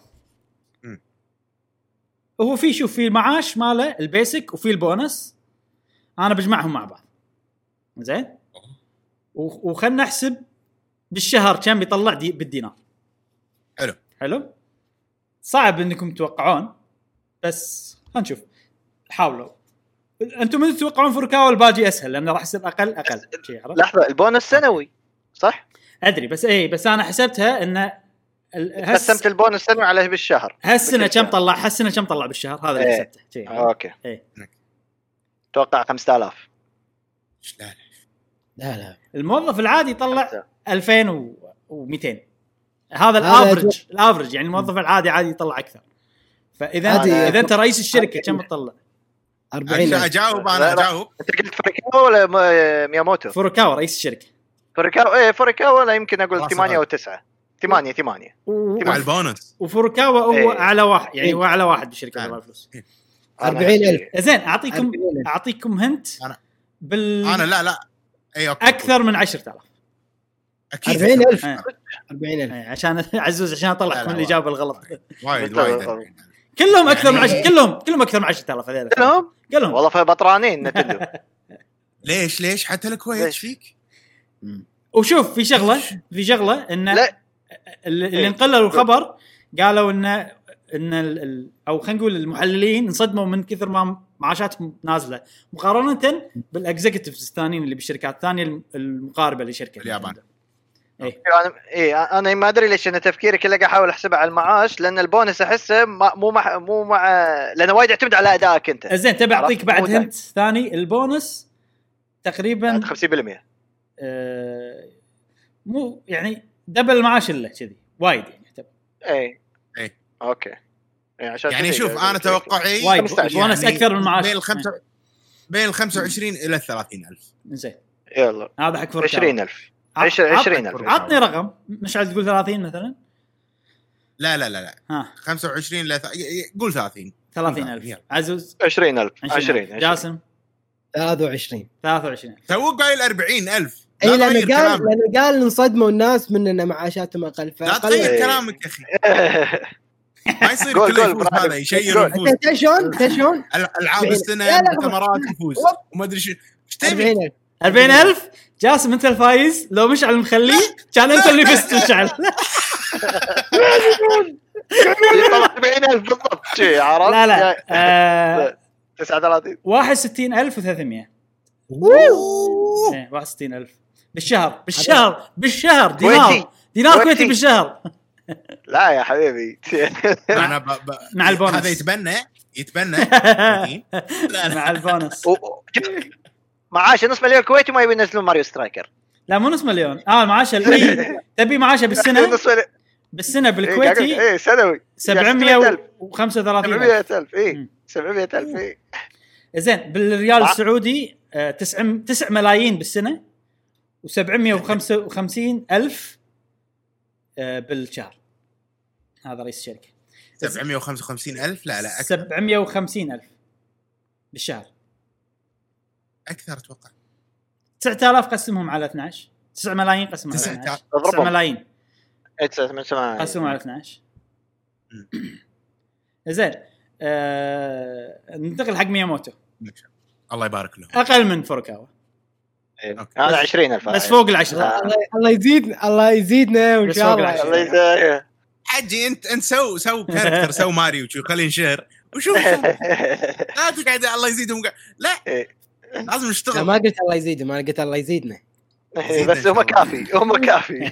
هو في المعاش ماله البيسك وفي البونس. انا بجمعهم مع بعض زين. وخلنا نحسب بالشهر كم بيطلع بالدينار. حلو صعب انكم تتوقعون بس هنشوف. حاولوا انتم من تتوقعون فوركاوا الباجي اسهل لانه راح يصير اقل لحظه البونس سنوي صح ادري بس انا حسبتها ان قسمت البونس سنوي على بالشهر. هالسنه كم طلع بالشهر هذا اللي حسبته. اوكي توقع 5000. لا الموظف العادي يطلع 2200. هذا الافرج يعني الموظف العادي عادي يطلع اكثر. فاذا اذا انت رئيس الشركه كم تطلع؟ 40. اجاوب انا اجاوب. انت قلت فوريكاوا ولا مياموتو؟ فوريكاوا رئيس الشركه. فوريكاوا لا يمكن اقول 8 او 9. 8 مع البونus. وفوريكاوا هو اعلى واحد يعني هو اعلى واحد بالشركه تبع الفلوس. 40,000. زين اعطيكم هنت. انا لا اي اوكي اكثر من 10,000 اكيد. 40,000 40,000 عشان عزوز عشان اطلع من الاجابه الغلط. وايد كلهم اكثر من 10 كلهم اكثر من 10,000 هذول كلهم والله في بطرانين نتلو. ليش حتى الكويت فيك. وشوف في شغله ان اللي انقلوا الخبر قالوا ان او خلينا نقول المحللين انصدموا من كثر ما معاشاتهم نازله مقارنه بالاكزيكتيفز الثانيين اللي بالشركات الثانيه المقاربه لشركه اليابان. انا ما ادري ليش انا تفكيري كله قاعد احاول احسبها على المعاش لان البونس احسه مو مع لانه وايد يعتمد على ادائك انت. زين تبي اعطيك بعد هنت ثاني. البونس تقريبا 50%. مو يعني دبل المعاش الا كذي وايد يعني اي اوكي يعني شوف انا توقعي وايد بونس اكثر من المعاش بين 25 الى 30,000. زين يلا هذا حق 20,000 20,000. عطني رقم مش عايز تقول 30 مثلا. لا 25 لا قول 30,000 عزوز 20,000 جاسم 23 تو قايل 40,000. اي لأنه قال انصدموا الناس من ان معاشاتهم اقل. لا تغير كلامك يا اخي. ما يصير كل يفوز هذا يشير الفوز. شلون العاب السنه مؤتمرات يفوز وما ادري ايش تبي. 40,000 جاسم انت الفايز. لو مشعل مخلي كان انت اللي فزت مشعل. 40,000 بالضبط شيء عرفت. لا 39 61,300 61,000 بالشهر دينار كويتي بالشهر. لا يا حبيبي انا مع البونس هذا يتبنى مع البونس معاش نص مليون كويتي ما يبي ينزلون ماريو سترايكر. لا مو نص مليون معاشه تبي معاشه بالسنه بالكويتي سنوي 735,000 700,000 زين بالريال السعودي 9 ملايين بالسنه و755,000 بالشهر. هذا رئيس الشركه 755,000 لا أكثر. 750,000 بالشهر أكثر أتوقع. 9,000 قسمهم على 12 9 ملايين قسمهم على 12 9 ملايين قسمهم على 12 زين ننتقل حق مياموتو. الله يبارك له. أقل من فوريكاوا هذا 20,000 بس فوق 10. الله يزيدنا وإن شاء الله. الله يزيدنا حجي انت سو كاركتر سو ماريو شو خلينا نشهر وشوف لا تقعد الله يزيدهم لا لازم نشتغل. ما قلت الله يزيد ما قلت الله يزيدنا بس هم كافي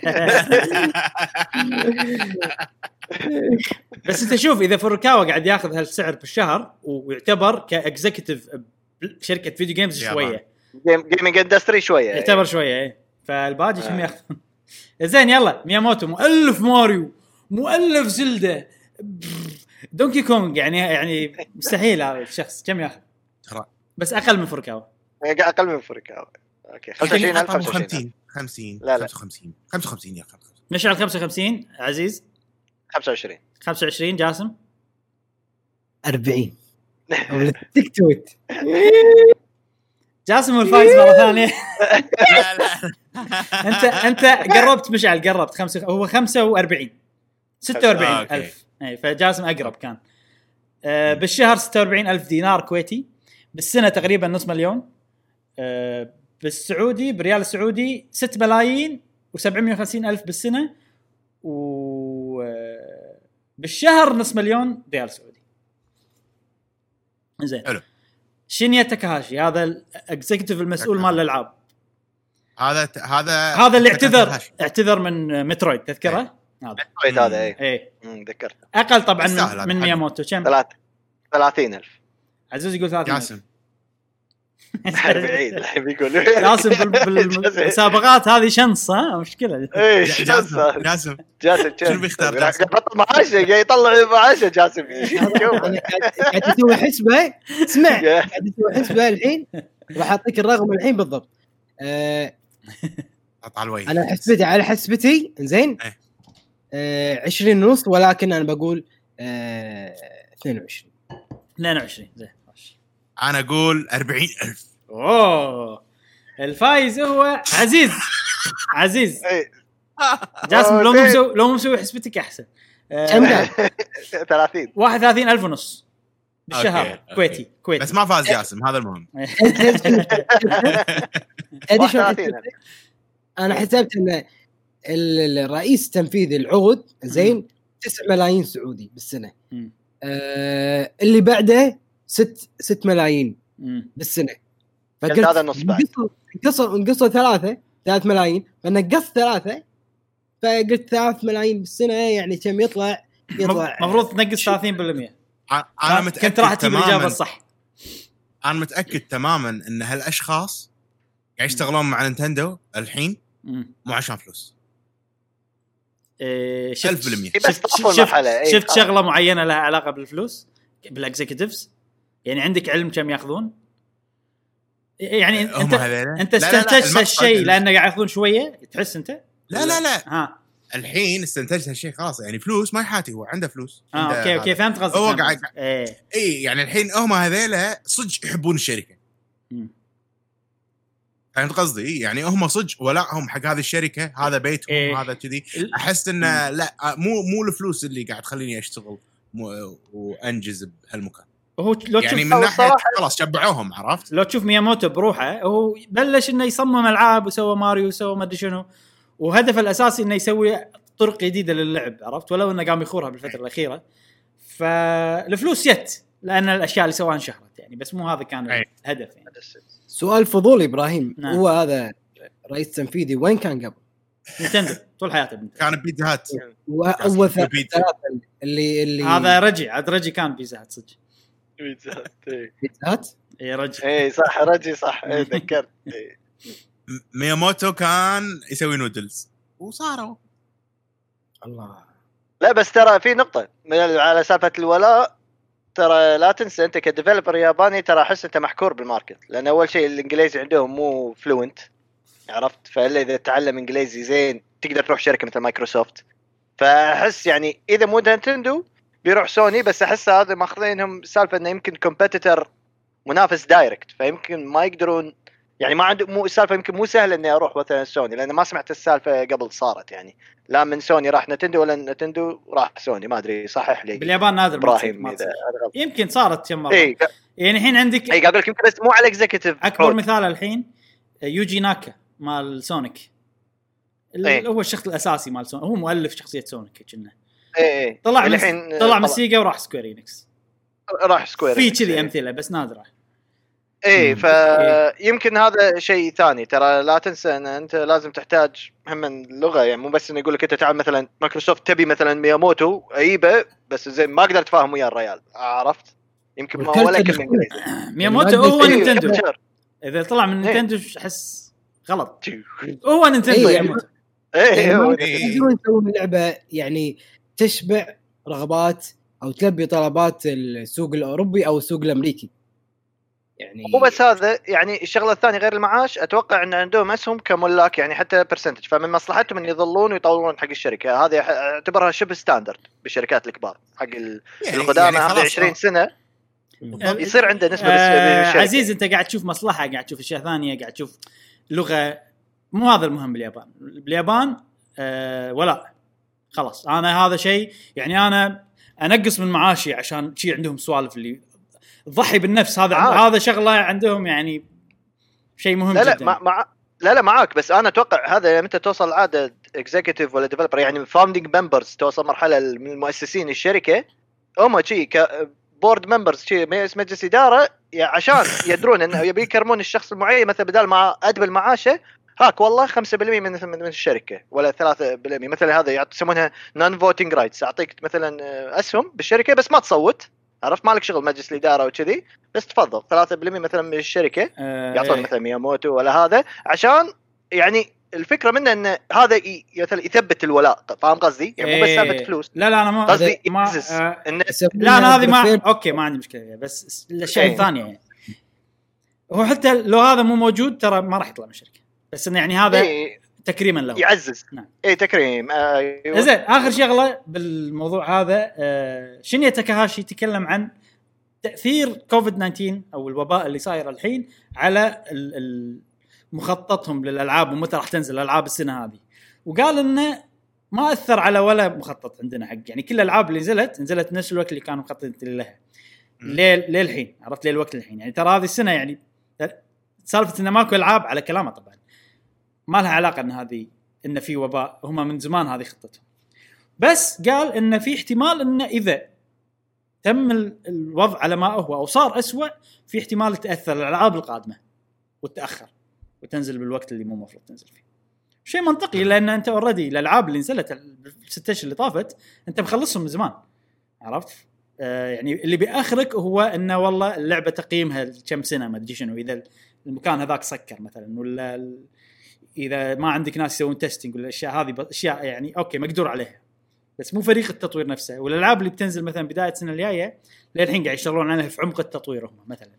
بس انت شوف اذا فوريكاوا قاعد ياخذ هالسعر بالشهر ويعتبر كاكزيكتيف شركه فيديو جيمز شويه جيمنج اندستري شويه يعتبر شويه فالباقي شو ياخذ. زين يلا مياموتو مؤلف ماريو مؤلف زلدة دونكي كونغ يعني مستحيل هذا الشخص كم ياخذ بس اقل من فوريكاوا. اقل من فوريكاوا اوكي 25,000 50 لا 55 يا اخي مشعل 55 عزيز 25 جاسم 40 تيك تويت جاسم الفايز مره ثانيه. انت قربت مشعل قربت هو 45 46,000 اي فجاسم اقرب كان بالشهر 46,000 دينار كويتي بالسنه تقريبا نص مليون بالسعودي بريال السعودي 6 ملايين و750,000 بالسنه بالشهر نص مليون ريال سعودي. زين شينيا تاكاهاشي هذا الاكزيكتيف المسؤول مال الالعاب هذا اللي اعتذر من مترويد تذكره هذا اي ذكرت اقل طبعا من مياموتو كم 30,000 عزوز يقول 30,000 جاسم 40 الحين بيقولوا جاسم بالمسابقات هذه شنص مشكله. ايه جاسم شنو بيختار؟ جاسم بطل معاشه جاي يطلع معاشه جاسم. قاعد يسوي حسبه. اسمع قاعد يسوي حسبه الحين راح اعطيك الرقم الحين بالضبط. قطع الوجه. انا حسبتي على حسبتي زين 20 ونص ولكن انا بقول 22 زين. انا اقول 40,000. اوه الفايز هو عزيز جاسم لو مو مسوي حسبتك احسن. كم قال 30 31,000 ونص بالشهر كويتي. بس ما فاز جاسم هذا المهم. انا حسبت ان الرئيس التنفيذي العقد زين 9 ملايين سعودي بالسنه. اللي بعده 6 ملايين بالسنه. فقلت هذا نص بعد انقصوا 3 ملايين فنقصت 3 فقلت 3 ملايين بالسنه يعني كم يطلع مفروض تنقص 30%. انا متاكد كنت راح تجيب الاجابه الصح. انا متاكد تماما ان هالاشخاص قاعد يشتغلون مع نينتندو الحين مو عشان فلوس. شفت شغله معينه لها علاقه بالفلوس بالاكزيكتيفز يعني عندك علم كم ياخذون يعني انت استنتجت هالشيء لانه قاعد ياخذون شويه تحس انت لا الحين استنتجت هالشيء خلاص يعني فلوس ما يحاتي هو عنده فلوس. اوكي فهمت قصدك. هو قاعد اي يعني الحين هم هذيلا صدق يحبون الشركه. فهمت قصدي يعني هم صدق ولاهم حق هذه الشركه هذا بيتهم هذا كذي. احس انه لا مو الفلوس اللي قاعد تخليني اشتغل وانجز بهالمكان. هو لو يعني من ناحيه خلاص شبعوهم عرفت. لو تشوف مياموتو بروحه هو بلش انه يصمم العاب وسوى ماريو وسوى ما ادري شنو وهدفه الاساسي انه يسوي طرق جديده للعب عرفت ولو انه قام يخورها بالفتره الاخيره. فالفلوس يت لان الاشياء اللي سواها انشهرت يعني بس مو هذا كان الهدف يعني. سؤال فضولي ابراهيم هو هذا رئيس تنفيذي وين كان قبل نينتندو طول حياته كان بيتزا هات واول اللي هذا رجي كان بيتزا هات صدق بيتزا هات اي رجي اي صح رجي صح ذكرت. مياموتو كان يسوي نودلز وصاروا الله. لا بس ترى في نقطه على سالفه الولاء ترى لا تنسى انت كديفلوبر ياباني ترى احس انت محكور بالماركت لان اول شيء الانجليزي عندهم مو فلوينت عرفت فالا اذا تتعلم انجليزي زين تقدر تروح شركه مثل مايكروسوفت. فاحس يعني اذا مو نينتندو بيروح سوني بس احس هذا ماخذينهم سالفه انه يمكن كومبيتيتور منافس دايركت فيمكن ما يقدرون يعني ما عنده مو السالفه يمكن مو سهل اني اروح مثلا سوني لان ما سمعت السالفه قبل صارت يعني لا من سوني راح نتندو ولا نتندو راح سوني ما ادري صحح لي باليابان نادر ابراهيم يمكن صارت كم مره يعني الحين عندك اي قبل يمكن بس مو على اكزيكتيف اكبر مثال الحين يوجي ناكا مال سونيك اللي هو الشخص الاساسي مال سونيك هو مؤلف شخصيه سونيك كنا طلع من سيجا وراح سكويرينكس في كذي امثله بس نادره. ايه فيمكن هذا شيء ثاني ترى لا تنسى ان انت لازم تحتاج هم اللغه يعني مو بس انه يقول لك انت تعال مثلا مايكروسوفت تبي مثلا مياموتو ايبه بس زين ما قدرت تفاهم ويا الريال عرفت يمكن ما ولا كلمه انجليزي. مياموتو هو نينتندو اذا طلع من نينتندو احس غلط هو نينتندو مياموتو يقدرون يسوون لعبه يعني تشبع رغبات او تلبي طلبات السوق الاوروبي او السوق الامريكي يعني مو بس هذا يعني الشغله الثانيه غير المعاش اتوقع ان عندهم اسهم كملاك يعني حتى برسنتج فمن مصلحتهم ان يظلون ويطورون حق الشركه هذه اعتبرها شبه ستاندرد بالشركات الكبار حق القدامى هذه 20 سنه يصير عنده نسبه عزيز انت قاعد تشوف مصلحه قاعد تشوف اشياء ثانيه قاعد تشوف لغه مو هذا المهم باليابان ولا خلاص انا هذا شيء يعني انا انقص من معاشي عشان شيء عندهم سوالف اللي ضحي بالنفس هذا شغله عندهم يعني شيء مهم جدا. لا معاك بس انا اتوقع هذا متى توصل عاده اكزيكتيف ولا ديفلوبر يعني فاوندينج ممبرز توصل مرحله من المؤسسين الشركه هم شيء كبورد ممبرز شيء مجلس اداره يعني عشان يدرون انه يبي يكرمون الشخص المعين مثلا بدال ما ادبل معاشه هاك والله 5% من الشركه ولا 3% مثل هذا يسمونها نون فوتنج رايتس اعطيك مثلا اسهم بالشركه بس ما تصوت عرفت مالك شغل مجلس الاداره وكذي، بس تفضل 3% مثلا من الشركه يعطون مثلا مياموتو ولا هذا، عشان يعني الفكره منه ان هذا مثلا يثبت الولاء، فاهم قصدي؟ يعني مو بس سالفه فلوس. لا انا ما قصدي لا انا هذه ما اوكي ما عندي مشكله، بس الاشياء الثانيه يعني هو حتى لو هذا مو موجود ترى ما راح يطلع من الشركه، بس انه يعني هذا تكريما له يعزز. نعم. تكريم. زين اخر شغله بالموضوع هذا، شينيا تاكاهاشي تكلم عن تاثير كوفيد 19 او الوباء اللي صاير الحين على مخططهم للالعاب ومتى راح تنزل الالعاب السنه هذه، وقال انه ما اثر على ولا مخطط عندنا حق، يعني كل الالعاب اللي نزلت نفس الوقت اللي كانوا مخططين لها للحين، عرفت ليه الوقت الحين، يعني ترى هذه السنه يعني سالفه ان ماكو العاب على كلامه طبعا ما لها علاقه ان هذه ان في وباء، هم من زمان هذه خطتهم، بس قال ان في احتمال ان اذا تم الوضع على ما هو او صار أسوأ في احتمال تاثر الالعاب القادمه وتاخر وتنزل بالوقت اللي مو مفروض تنزل فيه. شيء منطقي لان انت اوريدي الالعاب اللي نزلت الست اشهر اللي طافت انت مخلصهم من زمان، عرفت؟ يعني اللي بيأخرك هو انه والله اللعبه تقييمها كم سنه ما ادري شنو، اذا المكان هذاك سكر مثلا، ولا اذا ما عندك ناس يسوون تيستينج ولا الاشياء هذه، اشياء يعني اوكي مقدور عليها، بس مو فريق التطوير نفسه. والالعاب اللي بتنزل مثلا بدايه السنه الجايه للحين قاعد يشتغلون عليها في عمق التطوير هم مثلا،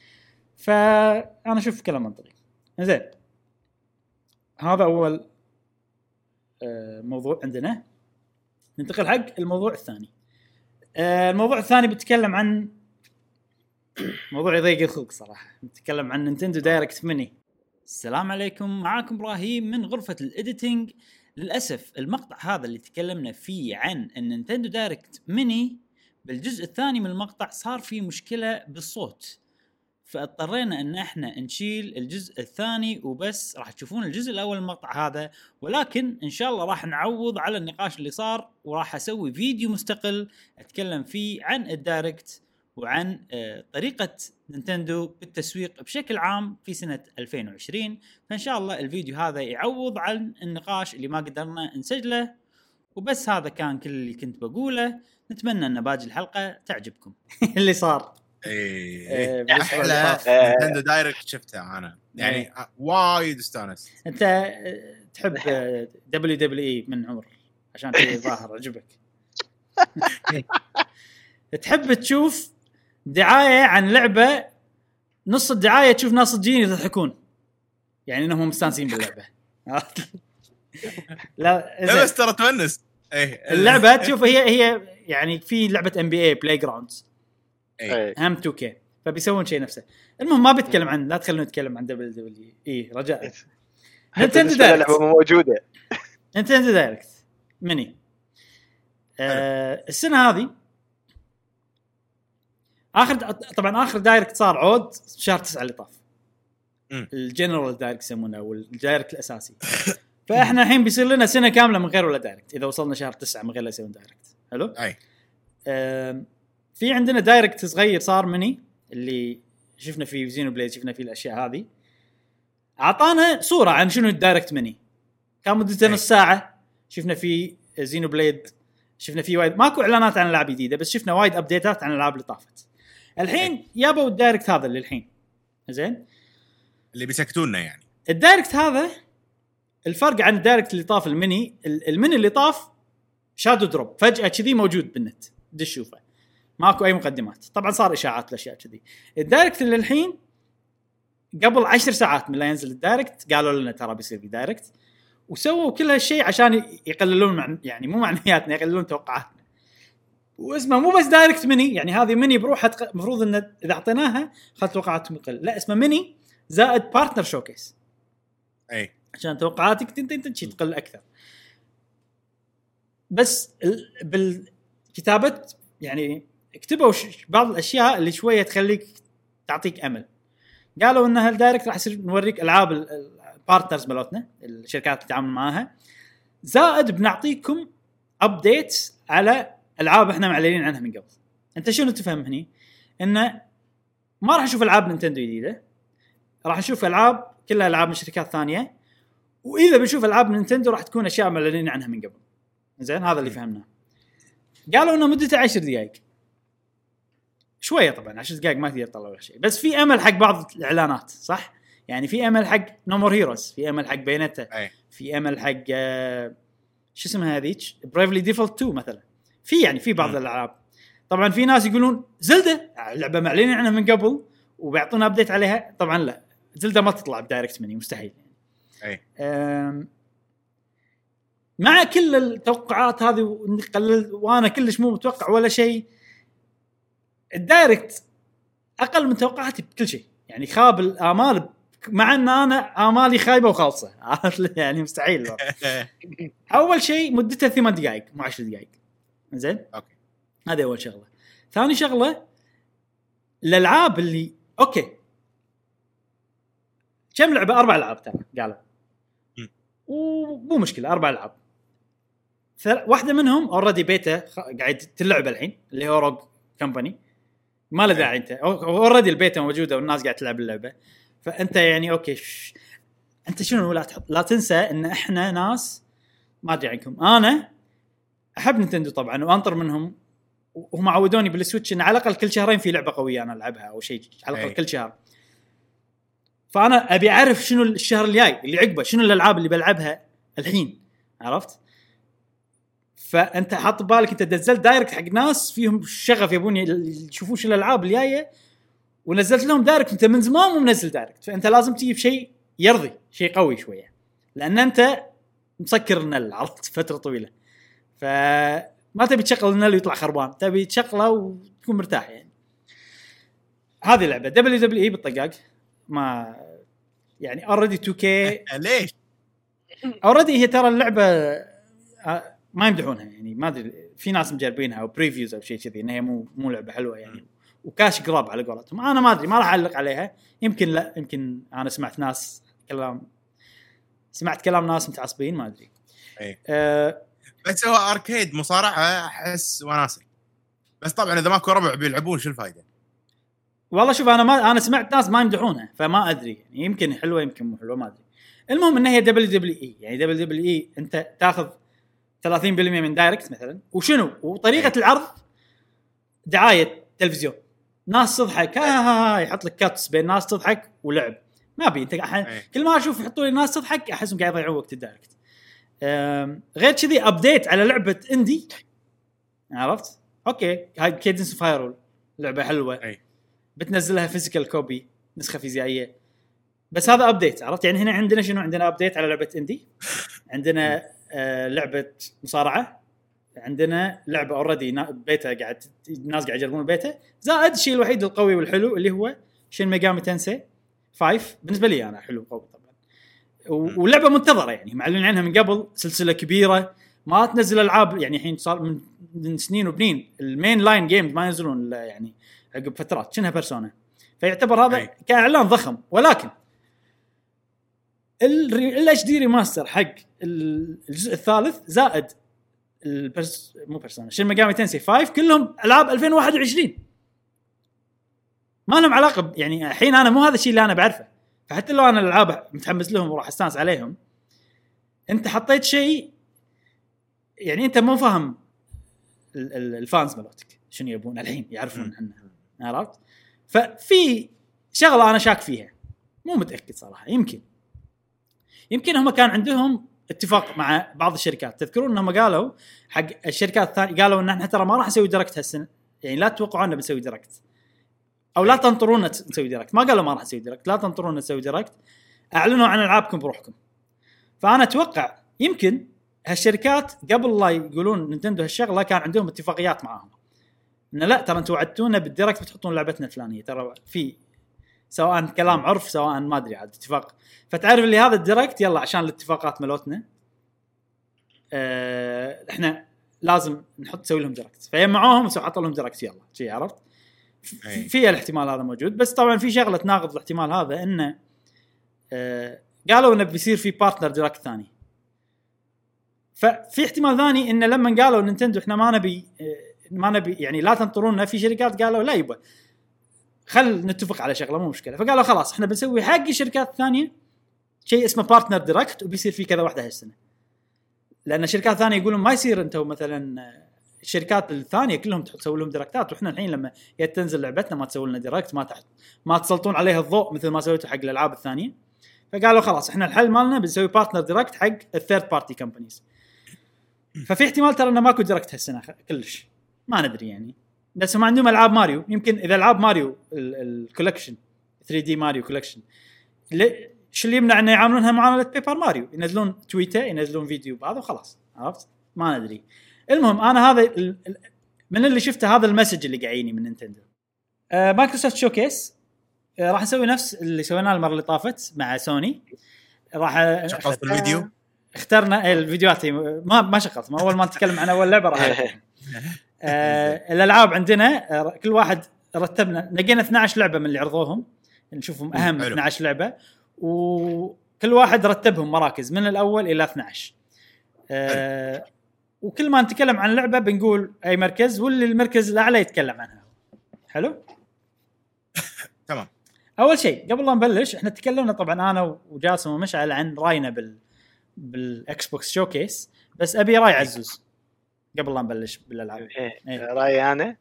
فانا اشوف كلام منطقي. زين هذا اول موضوع عندنا. ننتقل حق الموضوع الثاني. الموضوع الثاني بتكلم عن موضوع يضيق الخلق صراحه، نتكلم عن نينتندو دايركت ميني. السلام عليكم، معاكم ابراهيم من غرفه الاديتنج. للاسف المقطع هذا اللي تكلمنا فيه عن النينتندو دايركت ميني بالجزء الثاني من المقطع صار فيه مشكله بالصوت، فاضطرينا ان احنا نشيل الجزء الثاني وبس راح تشوفون الجزء الاول من المقطع هذا، ولكن ان شاء الله راح نعوض على النقاش اللي صار، وراح اسوي فيديو مستقل اتكلم فيه عن الدايركت وعن طريقة نينتندو بالتسويق بشكل عام في سنة 2020. فإن شاء الله الفيديو هذا يعوض عن النقاش اللي ما قدرنا نسجله. وبس هذا كان كل اللي كنت بقوله، نتمنى أن باقي الحلقة تعجبكم. اللي صار أحلى نينتندو دايركت شفتها أنا يعني وايد استانست. أنت تحب WWE من عمر عشان كذا ظاهر عجبك. تحب تشوف دعاية عن لعبة نص الدعاية تشوف ناس صجين يضحكون يعني انهم مستانسين باللعبة. لا بس ترى تونس اللعبة تشوف هي يعني في لعبة NBA بلاي جراوندز هم 2K فبيسوون شيء نفسه. المهم ما بتكلم عن، لا تخلونا نتكلم عن WWE رجاء. نينتندو دايركت موجودة، نينتندو دايركت ميني السنة هذه اخر دايركت صار عود شهر 9 اللي طاف، الجنرال دايركت يسمونه او الدايركت الاساسي. فاحنا الحين بيصير لنا سنه كامله من غير ولا دايركت اذا وصلنا شهر 9 من غير لا يسوون دايركت. حلو. في عندنا دايركت صغير صار ميني اللي شفنا فيه زينو بليد، شفنا فيه الاشياء هذه، اعطانا صوره عن شنو الدايركت ميني، كان مدته نص ساعه. شفنا فيه زينو بليد، شفنا فيه وايد، ماكو اعلانات عن العاب جديده بس شفنا وايد ابديتات عن الالعاب اللي طافت. الحين يابوا الدايركت هذا اللي الحين زين اللي بيسكتونا يعني. الدايركت هذا الفرق عن الدايركت اللي طاف الميني اللي طاف شادو دروب فجأة كذي موجود بالنت دش شوفه، ماكو اي مقدمات. طبعا صار اشاعات الاشياء كذي. الدايركت اللي الحين قبل 10 ساعات من لا ينزل الدايركت قالوا لنا ترى بيصير في دايركت، وسووا كل هالشيء عشان يقللون يعني مو معنوياتنا، يقللون توقعاتنا. واسمه مو بس دايركت ميني، يعني هذه ميني بروحها المفروض ان اذا اعطيناها خلت توقعاتهم تقل، لا اسمه ميني زائد بارتنر شوكيس اي عشان توقعاتك تنتشي تقل اكثر. بس بالكتابه يعني كتبوا بعض الاشياء اللي شويه تخليك تعطيك امل. قالوا ان هالدايركت راح يصير نوريك العاب البارتنرز مالتنا الشركات اللي نتعامل معاها، زائد بنعطيكم ابديت على العاب احنا معلنين عنها من قبل. انت شنو تفهم هني؟ انه ما راح نشوف العاب نينتندو جديده، راح نشوف العاب كلها العاب من شركات ثانيه، واذا بنشوف العاب نينتندو راح تكون اشياء معلنين عنها من قبل. زين هذا اللي فهمناه. قالوا انه مدته 10 دقائق. شويه طبعا 10 دقائق ما تقدر تطلع ولا شيء، بس في امل حق بعض الاعلانات صح يعني. في امل حق نومور هيروز، في امل حق بينتا، في امل حق شو اسمها هذيك برايفلي ديفولت 2 مثلا. في يعني في بعض الالعاب طبعا في ناس يقولون زلدة لعبه معلنين عنها من قبل وبيعطونا ابديت عليها. طبعا لا، زلدة ما تطلع بدايركت مني مستحيل يعني. مع كل التوقعات هذه وانا كلش مو متوقع ولا شيء، الدايركت اقل من توقعاتي بكل شيء يعني. خاب الامال مع ان انا امالي خايبه وخالصه يعني مستحيل. اول شيء مدته 8 دقائق مو 10 دقائق زين اوكي. هذا اول شغله. ثاني شغله الالعاب اللي اوكي كم لعبه 4 العاب ترى قالوا ومو مشكله 4 العاب. واحده منهم اوريدي بيتا قاعد تلعب الحين اللي هو روج كمباني، ما له داعي انت اوريدي البيتا موجوده والناس قاعده تلعب اللعبه. فانت يعني اوكي انت شنو لا تنسى ان احنا ناس ما ادري عنكم، انا احب نينتندو طبعا وانطر منهم، وهم عودوني بالسويتش ان على الاقل كل شهرين في لعبه قويه انا العبها او شيء على الاقل كل شهر. فانا ابي اعرف شنو الشهر الجاي اللي عقبه، شنو الالعاب اللي بلعبها الحين، عرفت؟ فانت حاط بالك انت نزلت دايركت حق ناس فيهم شغف يبون يشوفون شو الالعاب الجايه، ونزلت لهم دايركت انت من زمان مو منزل دايركت، فانت لازم تجيب شيء يرضي، شيء قوي شويه، لان انت مسكر النل عرفت فتره طويله. فما تبي تشغل النل ويطلع خربان، تبي تشغله وتكون مرتاح يعني. هذه لعبه WWE بالطقاق ما يعني اوريدي 2K ليش اوريدي هي ترى اللعبه ما يمدحونها يعني، ما ادري في ناس مجربينها او بريفيوز او شيء كذي انها مو لعبه حلوه يعني، وكاش قراب على قولتهم. انا ما ادري، ما راح اعلق عليها، يمكن لا، يمكن انا سمعت كلام ناس متعصبين ما ادري. بس هو اركيد مصارعه احس وناسه، بس طبعا اذا ماكو ربع بيلعبون شو الفائده؟ والله شوف انا سمعت ناس ما يمدحونها فما ادري يعني، يمكن حلوه يمكن مو حلوه ما ادري. المهم ان هي WWE يعني WWE انت تاخذ 30% من دايركت مثلا، وشنو وطريقه العرض دعايه تلفزيون، ناس تضحك يحط لك كاتس بين ناس تضحك ولعب. ما بي انت كل ما اشوف يحطوا لي ناس تضحك احسهم قاعد يضيعون وقت الدايركت. غير كذي ابديت على لعبه اندي عرفت؟ اوكي هاي كيدنس فايرول لعبه حلوه بتنزلها فيزيكال كوبي نسخه فيزيائيه، بس هذا ابديت عرفت يعني. هنا عندنا شنو؟ عندنا ابديت على لعبه اندي، عندنا لعبه مصارعه، عندنا لعبه اوريدي بيتا قاعد الناس قاعد يجربون البيتا، زائد الشيء الوحيد القوي والحلو اللي هو شين ميجامي تنسي 5 بالنسبه لي انا حلو قوي طبعا، ولعبه منتظره يعني معلن عنها من قبل، سلسله كبيره ما تنزل العاب يعني الحين صار من سنين وبنين المين لاين جيمز ما ينزلون يعني عقب فترات شنها بيرسونا، فيعتبر هذا كاعلان ضخم. ولكن الاتش دي ريماستر حق الجزء الثالث زائد مو بيرسونا شين ميجامي تنسي 5 كلهم العاب 2021 ما لهم علاقه يعني الحين انا مو هذا الشيء اللي انا بعرفه. فحتى لو انا الالعاب متحمس لهم وراح استانس عليهم، انت حطيت شيء يعني انت مو فاهم الفانز مالتك شنو يبون الحين يعرفون عنها عرفت؟ ففي شغله انا شاك فيها مو متاكد صراحه. يمكن هم كان عندهم اتفاق مع بعض الشركات، تذكرون انهم قالوا حق الشركات الثانيه قالوا ان احنا ترى ما راح نسوي دايركت هالسنه يعني، لا تتوقعوا ان بنسوي دايركت او لا تنطرونا نسوي دايركت. ما قالوا ما راح نسوي دايركت، لا تنطرونا نسوي دايركت، اعلنوا عن العابكم بروحكم. فانا اتوقع يمكن هالشركات قبل لا يقولون نينتندو هالشغله كان عندهم اتفاقيات معاهم ان لا ترى انتم وعدتونا بالدايركت بتحطون لعبتنا الفلانيه، ترى في سواء كلام عرف سواء ما ادري عاد اتفاق. فتعرف اللي هذا الدايركت يلا عشان الاتفاقات ملوتنا احنا لازم نسوي لهم دايركت، فيجمعوهم وحطوا لهم دايركت يلا شيء عرفت. في الاحتمال هذا موجود، بس طبعا في شغله تناقض الاحتمال هذا انه قالوا انه بيصير في بارتنر دايركت ثاني. ففي احتمال ثاني ان لما قالوا نينتندو احنا ما نبي يعني لا تنطرونا، في شركات قالوا لا يبا خل نتفق على شغله مو مشكله، فقالوا خلاص احنا بنسوي حق الشركات الثانيه شيء اسمه بارتنر دايركت وبيصير في كذا واحده هالسنه. لان الشركات الثانيه يقولون ما يصير انتم مثلا الشركات الثانيه كلهم تسوي لهم ديركتات، واحنا الحين لما تنزل لعبتنا ما تسوي لنا ديركت، ما تسلطون عليها الضوء مثل ما سويتوا حق الالعاب الثانيه. فقالوا خلاص احنا الحل مالنا بنسوي بارتنر ديركت حق الثيرد بارتي كمبانيز. ففي احتمال ترى انه ماكو ديركت هالسنه كلش، ما ندري يعني. بس هم عندهم العاب ماريو، يمكن اذا العاب ماريو الكولكشن 3D ماريو كولكشن شو اللي يمنع انه يعاملونها معامله بيبر ماريو، ينزلون تويتر ينزلون فيديو بهذا وخلاص، عرفت؟ ما ندري. المهم انا هذا من اللي شفته هذا المسج اللي قاعيني من نينتندو. مايكروسوفت شوكيس راح نسوي نفس اللي سويناه المره اللي طافت مع سوني. راح شغلت الفيديو، اخترنا الفيديوهات ما شغلت، ما اول ما نتكلم عن اول لعبه راح الالعاب عندنا كل واحد رتبنا، لقينا 12 لعبه من اللي عرضوهم نشوفهم اهم 12 لعبه، وكل واحد رتبهم مراكز من الاول الى 12. وكل ما نتكلم عن لعبه بنقول اي مركز، واللي المركز الاعلى يتكلم عنها. حلو تمام. اول شيء قبل لا نبلش احنا تكلمنا طبعا انا وجاسم ومشعل عن راينا بالاكس بوكس شوكيس، بس ابي راي عزوز قبل لا نبلش بالالعاب. رايي انا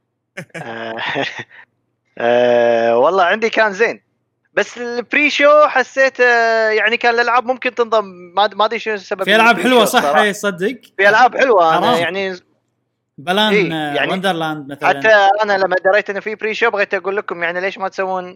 والله عندي كان زين، بس البري شو حسيت يعني كان الالعاب ممكن تنضم، ما ادري شو السبب. في العاب حلوه صح، هي صدق في العاب حلوه انا يعني بلان يعني وندرلاند مثلا. حتى انا لما دريت انه في بري شو بغيت اقول لكم يعني ليش ما تسوون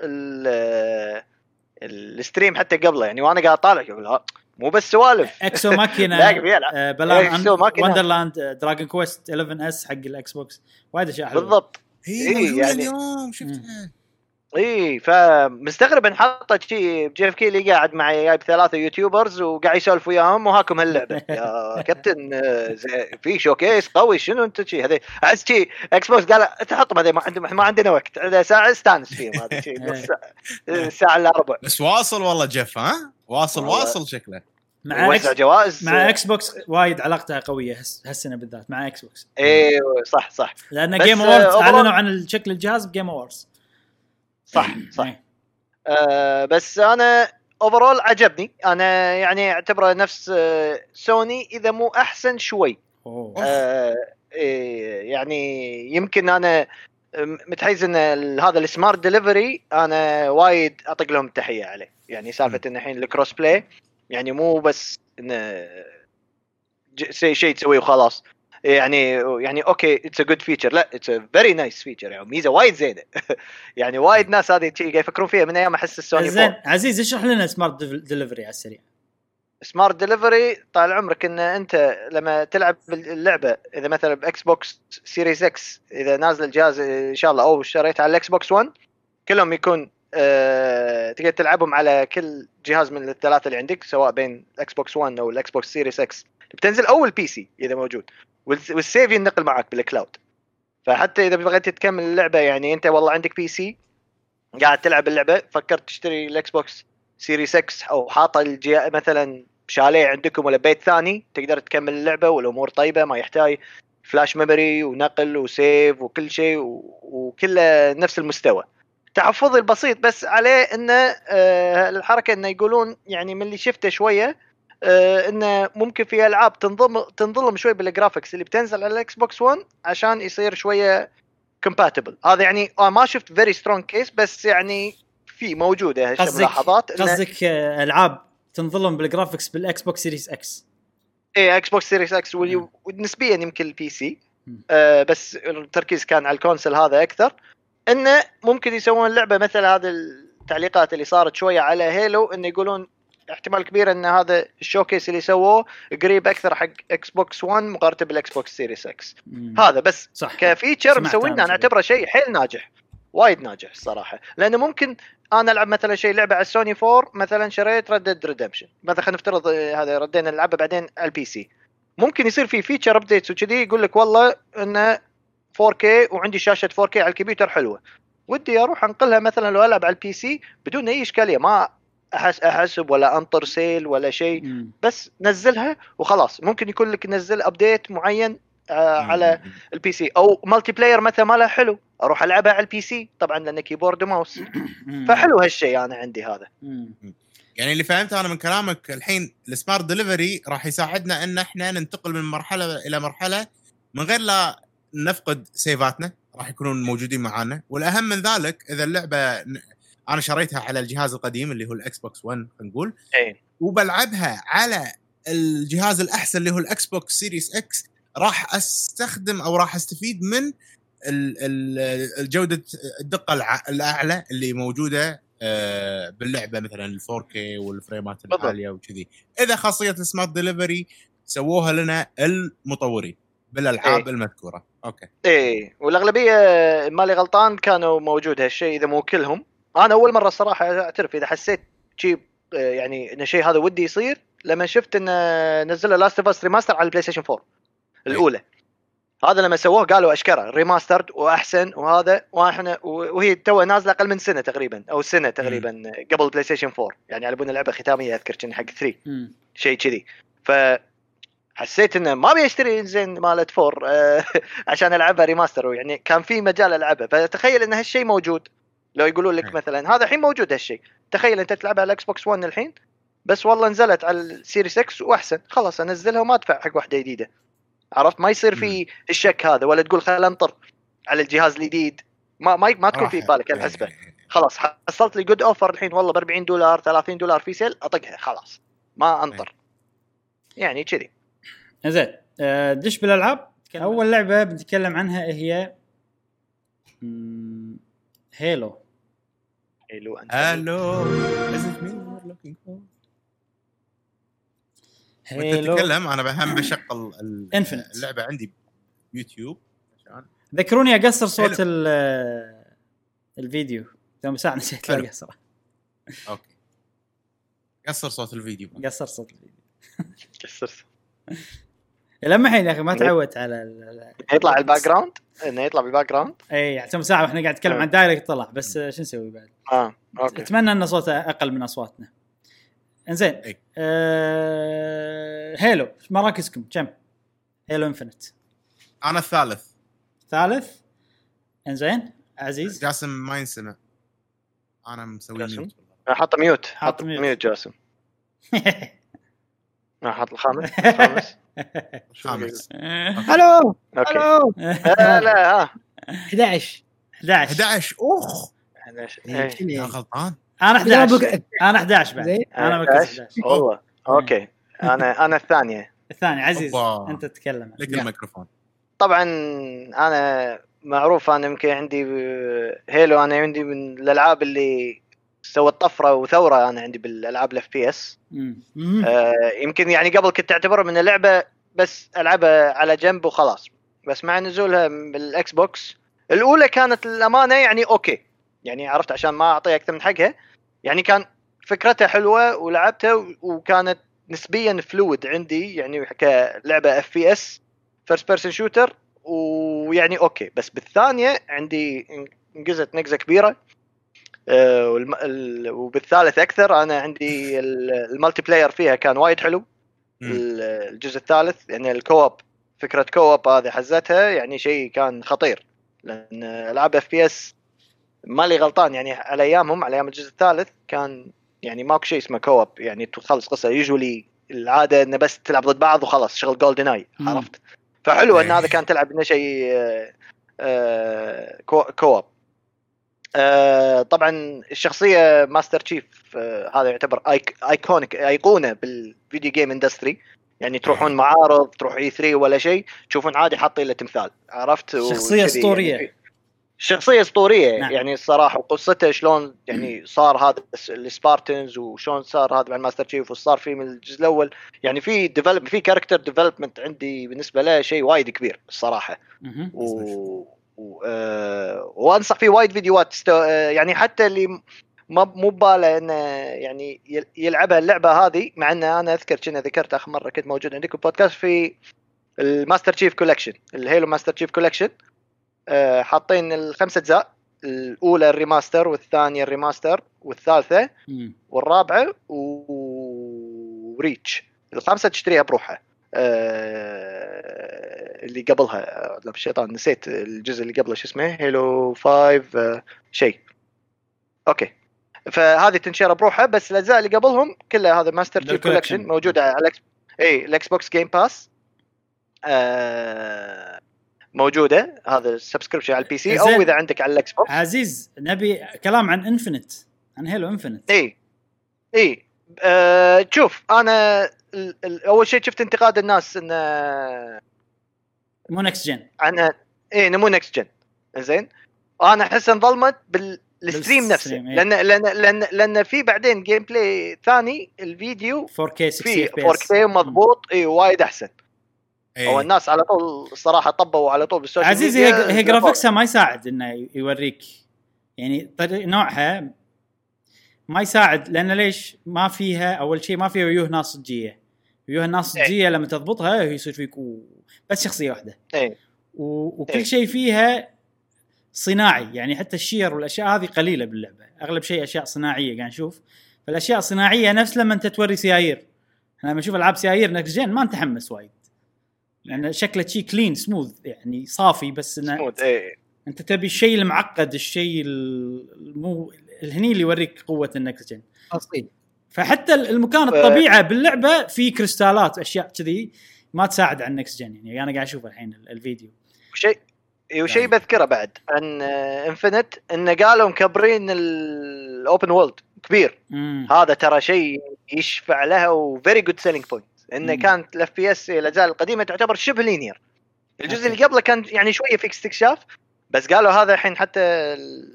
الستريم حتى قبله يعني، وانا قاعد طالع اقول مو بس سوالف. اكسو ماكينه بلان وندرلاند دراجون كويست 11 اس حق الاكس بوكس، وايد اشياء حلوه بالضبط. يعني اليوم شفتها فمستغرب ان حطت شيء جيف كي اللي قاعد معي جايب 3 يوتيوبرز وقاعد يسولف وياهم وهاكم هاللعبه. يا كابتن في شوكيس قوي، شنو انت شيء هذا؟ احس شيء اكس بوكس قال تحطهم هذا ما عندنا وقت، هذا ساعه استانس فيهم، هذا شيء نص ساعه الا ربع بس واصل والله جيف. ها واصل شكله مع جوائز مع اكس بوكس وايد علاقتها قويه هالسنه بالذات مع اكس بوكس. ايوه صح لان جيم اووردز اعلنوا عن الشكل الجهاز بجيم اووردز. صح بس انا اوفرول عجبني، انا يعني اعتبره نفس سوني اذا مو احسن شوي. يعني يمكن انا متحيز ان هذا السمارت ديليفري انا وايد اطق لهم التحيه عليه، يعني سالفه ان الحين الكروس بلاي يعني مو بس ان شيء تسويه وخلاص، يعني اوكي اتس ا جود فيتشر، لا اتس ا فيري نايس فيتشر، يعني ميزه وايد زينه. يعني وايد ناس هذه شيء قاعد يفكرون فيها من ايام احس السوني. زين عزيز اشرح لنا سمارت ديليفري على السريع. سمارت ديليفري طال عمرك ان انت لما تلعب اللعبه اذا مثلا باكس بوكس سيريز اكس اذا نازل الجهاز ان شاء الله او اشتريت على الاكس بوكس 1 كلهم يكون تقدر تلعبهم على كل جهاز من الثلاثه اللي عندك سواء بين الاكس بوكس 1 او الاكس بوكس سيريز اكس، بتنزل اول بي سي اذا موجود والسيف ينقل معك بالكلاود. فحتى اذا بغيت تكمل اللعبه يعني انت والله عندك بي سي قاعد تلعب اللعبه فكرت تشتري الاكس بوكس سيريز اكس او حاطه مثلا شاليه عندكم ولا بيت ثاني تقدر تكمل اللعبه والامور طيبه، ما يحتاج فلاش ميموري ونقل وسيف وكل شيء وكله نفس المستوى. تحفظي البسيط بس عليه انه الحركه انه يقولون يعني من اللي شفته شويه انه ممكن في العاب تنظلم شوي بالجرافيكس اللي بتنزل على الاكس بوكس 1 عشان يصير شويه كومباتبل. هذا يعني ما شفت فيري سترونج كيس بس يعني في موجوده هالملاحظات. قصدك العاب تنظلم بالجرافيكس بالاكس بوكس سيريز اكس؟ ايه اكس بوكس سيريز اكس ونسبيا يمكن البي سي بس التركيز كان على الكونسل هذا اكثر. انه ممكن يسوون اللعبه مثل هذه التعليقات اللي صارت شويه على هيلو انه يقولون احتمال كبير ان هذا الشوكيس اللي سووه قريب اكثر حق اكس بوكس 1 مقارنه بالاكس بوكس سيريس اكس. هذا بس صح. كفيتشر مسوينا نعتبره شيء حيل ناجح، وايد ناجح الصراحه. لانه ممكن انا العب مثلا شيء لعبه على السوني 4 مثلا شريت ريد ديد ريدمشن مثلا خلينا نفترض هذا ردينا نلعبه بعدين على البي سي، ممكن يصير في فيتشر ابديتس وكذي يقول لك والله انه 4K وعندي شاشه 4K على الكمبيوتر حلوه ودي اروح انقلها مثلا لو العب على البي سي بدون اي اشكاليه، ما احسب ولا انطر سيل ولا شيء بس نزلها وخلاص. ممكن يكون لك نزل ابديت معين على البي سي او مالتي بلاير مثلا ما له حلو اروح العبها على البي سي طبعا لانه كيبورد وماوس فحلو هالشيء انا عندي هذا. يعني اللي فهمته انا من كلامك الحين السمارت ديليفري راح يساعدنا ان احنا ننتقل من مرحله الى مرحله من غير لا نفقد سيفاتنا راح يكونون موجودين معانا. والاهم من ذلك اذا اللعبه انا شريتها على الجهاز القديم اللي هو الاكس بوكس 1 نقول وبلعبها على الجهاز الاحسن اللي هو الاكس بوكس سيريس اكس، راح استخدم او راح استفيد من الجوده الدقه الاعلى اللي موجوده باللعبه، مثلا 4K والفريمات العاليه وكذي. اذا خاصيه السمارت ديليفري سووها لنا المطورين بالالعاب المذكوره. اوكي والاغلبيه مالي غلطان كانوا موجود هالشيء، اذا مو كلهم. انا اول مره الصراحه اعترف اذا حسيت شيء يعني ان الشيء هذا ودي يصير لما شفت ان نزلوا لاست اوف اس ريماستر على البلاي ستيشن 4 الاولى. هذا لما سووه قالوا اشكره ريماسترد واحسن وهذا، واحنا وهي تو نازله اقل من سنه تقريبا او سنه تقريبا قبل البلاي ستيشن 4، يعني على بالنا لعبه ختاميه اذكر كان حق 3 شيء كذي. فحسيت انه ما بيشتري زين مالت 4 عشان العبها ريماستر، يعني كان في مجال العبها. فتخيل ان هالشيء موجود، لو يقولوا لك مثلا هذا الحين موجود هالشيء، تخيل انت تلعبها على الاكس بوكس 1 الحين بس والله نزلت على السيريس اكس واحسن، خلاص انزلها وما ادفع حق واحده جديده. عرفت؟ ما يصير في الشك هذا، ولا تقول خلينا انطر على الجهاز الجديد. ما تكون في بالك الحسبه. خلاص حصلت لي جود اوفر الحين والله ب $40 $30 في سيل، اطقها خلاص ما انطر. يعني كذي. زين دش بالالعاب. اول لعبه بنتكلم عنها هي هيلو. هيلو تتكلم. انا بهم بشغل اللعبه عندي يوتيوب عشان ذكروني اقصر صوت الفيديو. تم ساعه نسيت لا اقصره. اوكي قصر صوت الفيديو. قصر لما الحين يا اخي ما تعودت على يطلع الباك جراوند، انه يطلع بالباك جراوند. اي يعني تم ساعه واحنا قاعد نتكلم عن دايركت طلع، بس شو نسوي بعد؟ اوكي. اتمنى ان صوته اقل من اصواتنا. انزين هيلو مراكزكم كم؟ هيلو انفينيت. انا الثالث. انزين عزيز جاسم ما ينسمع. انا مسوي ميوت. حط ميوت جاسم. حط الخامس. الو لا 11 اخ يا غلطان. انا 11 بعد. انا مركز 11 والله. اوكي انا الثانيه عزيز انت تتكلم لك الميكروفون. طبعا انا معروف، انا يمكن عندي هيلو، انا عندي من الالعاب اللي سوت طفره وثوره. انا عندي بالالعاب الاف بي اس. يمكن يعني قبل كنت اعتبرها من اللعبه بس العبها على جنب وخلاص، بس مع نزولها بالاكس بوكس الاولى كانت الامانه يعني اوكي، يعني عرفت عشان ما اعطيها اكثر من حقها، يعني كان فكرتها حلوه ولعبتها وكانت نسبيا فلويد عندي، يعني كلعبه اف بي اس فيرست بيرسون شوتر، ويعني اوكي. بس بالثانيه عندي نقزت نقزه كبيره، وبالثالث اكثر. انا عندي المالتي بلاير فيها كان وايد حلو. الجزء الثالث يعني الكواب، فكره كواب هذه حزتها يعني شيء كان خطير، لان العاب اف بي اس مالي غلطان يعني على ايامهم، على ايام الجزء الثالث كان يعني ماكو شيء اسمه كواب، يعني تخلص قصه يوجولي العاده انه بس تلعب ضد بعض وخلاص، شغل جولدن اي. عرفت؟ فحلو ان هذا كان تلعب انه شيء كواب. طبعا الشخصيه ماستر تشيف هذا يعتبر ايكونيك، ايقونه بالفيديو جيم اندستري، يعني تروحون معارض، تروح اي 3 ولا شيء تشوفون عادي حاطين له تمثال. عرفت؟ شخصيه اسطوريه يعني شخصيه اسطوريه. نعم. يعني الصراحه وقصته شلون يعني صار هذا السبارتنز، وشلون صار هذا مع الماستر تشيف، وصار فيه من الجزء الاول يعني في ديفلوب، في كاركتر ديفلوبمنت عندي بالنسبه له شيء وايد كبير الصراحه. وانصح فيه وايد فيديوهات يعني حتى اللي مو باله انه يعني يلعبها اللعبه هذه، مع ان انا اذكر كنا ذكرت اخر مره كنت موجود عندكم بودكاست في الماستر تشيف كولكشن، الهيلو ماستر تشيف كولكشن. حاطين الخمسة اجزاء، الاولى الريماستر، والثانيه الريماستر، والثالثه والرابعه وريتش. الخامسه تشتريها بروحها. اللي قبلها لا بالشيطان نسيت الجزء اللي قبله شو اسمه، هيلو 5 شيء. اوكي فهذه تنشر بروحها، بس الاجزاء اللي قبلهم كلها هذا ماستر تشيف كولكشن موجوده على الاكس بوكس جيم باس. موجوده هذا السبسكريبشن على البي سي او اذا عندك على الاكس بوكس. عزيز نبي كلام عن انفينيت، عن هيلو انفينيت. اي شوف انا اول شيء شفت انتقاد الناس انه مو نكست جن، انا مو نكست جن. زين انا احس انظلمت بالستريم نفسه، لان في بعدين جيم بلاي ثاني الفيديو 4K 60 4K مضبوط وايد احسن. هو الناس على طول الصراحه طبوا على طول بالسوشيال عزيز هي جرافيكسها ما يساعد انه يوريك يعني نوعها ما يساعد، لان ليش ما فيها اول شيء ما فيها وجوه ناصجيه. وجوه الناصجيه لما تضبطها يصير فيك بس شخصيه واحده وكل شيء فيها صناعي، يعني حتى الشير والاشياء هذه قليله باللعبه، اغلب شيء اشياء صناعيه قاعد نشوف. فالاشياء الصناعيه نفس لما انت توري سيايير، احنا لما نشوف العاب سيايير نكست جن ما نتحمس وايد لان شكله شيء كلين سموث يعني صافي، بس انت تبي الشيء المعقد، الشيء مو الهني اللي يوريك قوه النكست جن اصيل. فحتى المكان الطبيعه باللعبه في كريستالات اشياء كذي ما تساعد على النكست جن. يعني انا قاعد اشوف الحين الفيديو وشيء بذكره بعد عن انفينيت انه قالوا مكبرين الاوبن وورلد كبير. هذا ترى شيء يشفع لها وفيري جود سيلينج بوينت، انه كانت الاف بي اس الاجزاء القديمه تعتبر شبه لينير. الجزء اللي قبله كان يعني شويه في استكشاف، بس قالوا هذا الحين حتى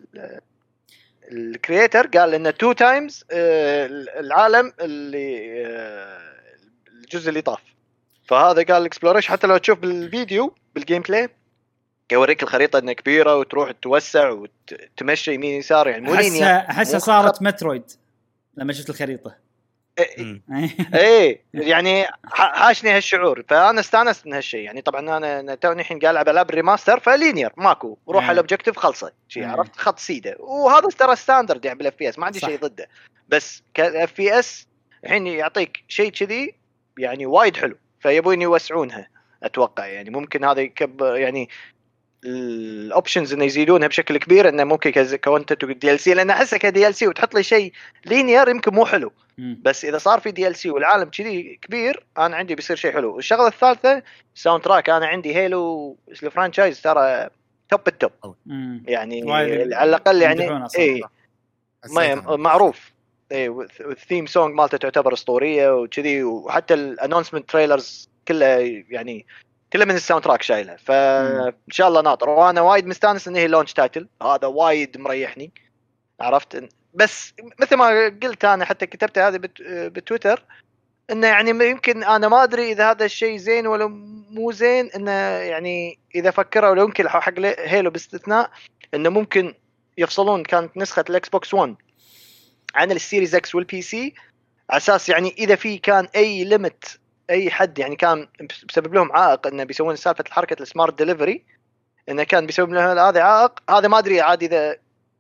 الكرييتر قال انه 2 تايمز العالم اللي الجزء اللي طاف. فهذا قال الاكسبلوريشن حتى لو تشوف بالفيديو بالجيم بلاي يوريك الخريطه انها كبيره وتروح تتوسع وتمشي يمين يسار، يعني مو لينير. احسها صارت مترويد لما شفت الخريطه. ايه يعني حاشني هالشعور، فانا استانست من هالشيء. يعني طبعا انا توني الحين قاعد العب العاب ريماستر فلينير ماكو روح على الاوبجكتيف خلصه شيء، عرفت خط سيده، وهذا ترى ستاندرد يعني بالاف بي اس ما عندي شيء ضده. بس كاف بي اس الحين يعطيك شيء كذي يعني وايد حلو، فيبون يوسعونها اتوقع. يعني ممكن هذا يعني الاوبشنز انه يزيدونها بشكل كبير، انه ممكن كونتنت دي ال سي، لان احسه كدي ال سي وتحط لي شيء لينير يمكن مو حلو. بس اذا صار في دي ال سي والعالم كذي كبير انا عندي بيصير شيء حلو. والشغله الثالثه ساوند تراك، انا عندي هيلو الفرانشايز ترى توب التوب يعني على الاقل يعني معروف. والثيم سونج مالته تعتبر اسطوريه وكذي، وحتى الانونسمنت تريلرز كلها يعني كلها من الساوند تراك شايلها. فان شاء الله ناطر، وانا وايد مستانس ان هي لونش تايتل، هذا وايد مريحني عرفت. بس مثل ما قلت انا حتى كتبت هذه بتويتر انه يعني يمكن انا ما ادري اذا هذا الشيء زين ولا مو زين، انه يعني اذا فكروا لو يمكن حق هيلو باستثناء انه ممكن يفصلون كانت نسخه الاكس بوكس 1 عن السيريز اكس والبي سي، على اساس يعني اذا في كان اي ليمت اي حد يعني كان بسبب لهم عائق انه بيسوون سالفه الحركه السمارت ديليفري، انه كان بيسبب لهم هذا عائق. هذا ما ادري عادي اذا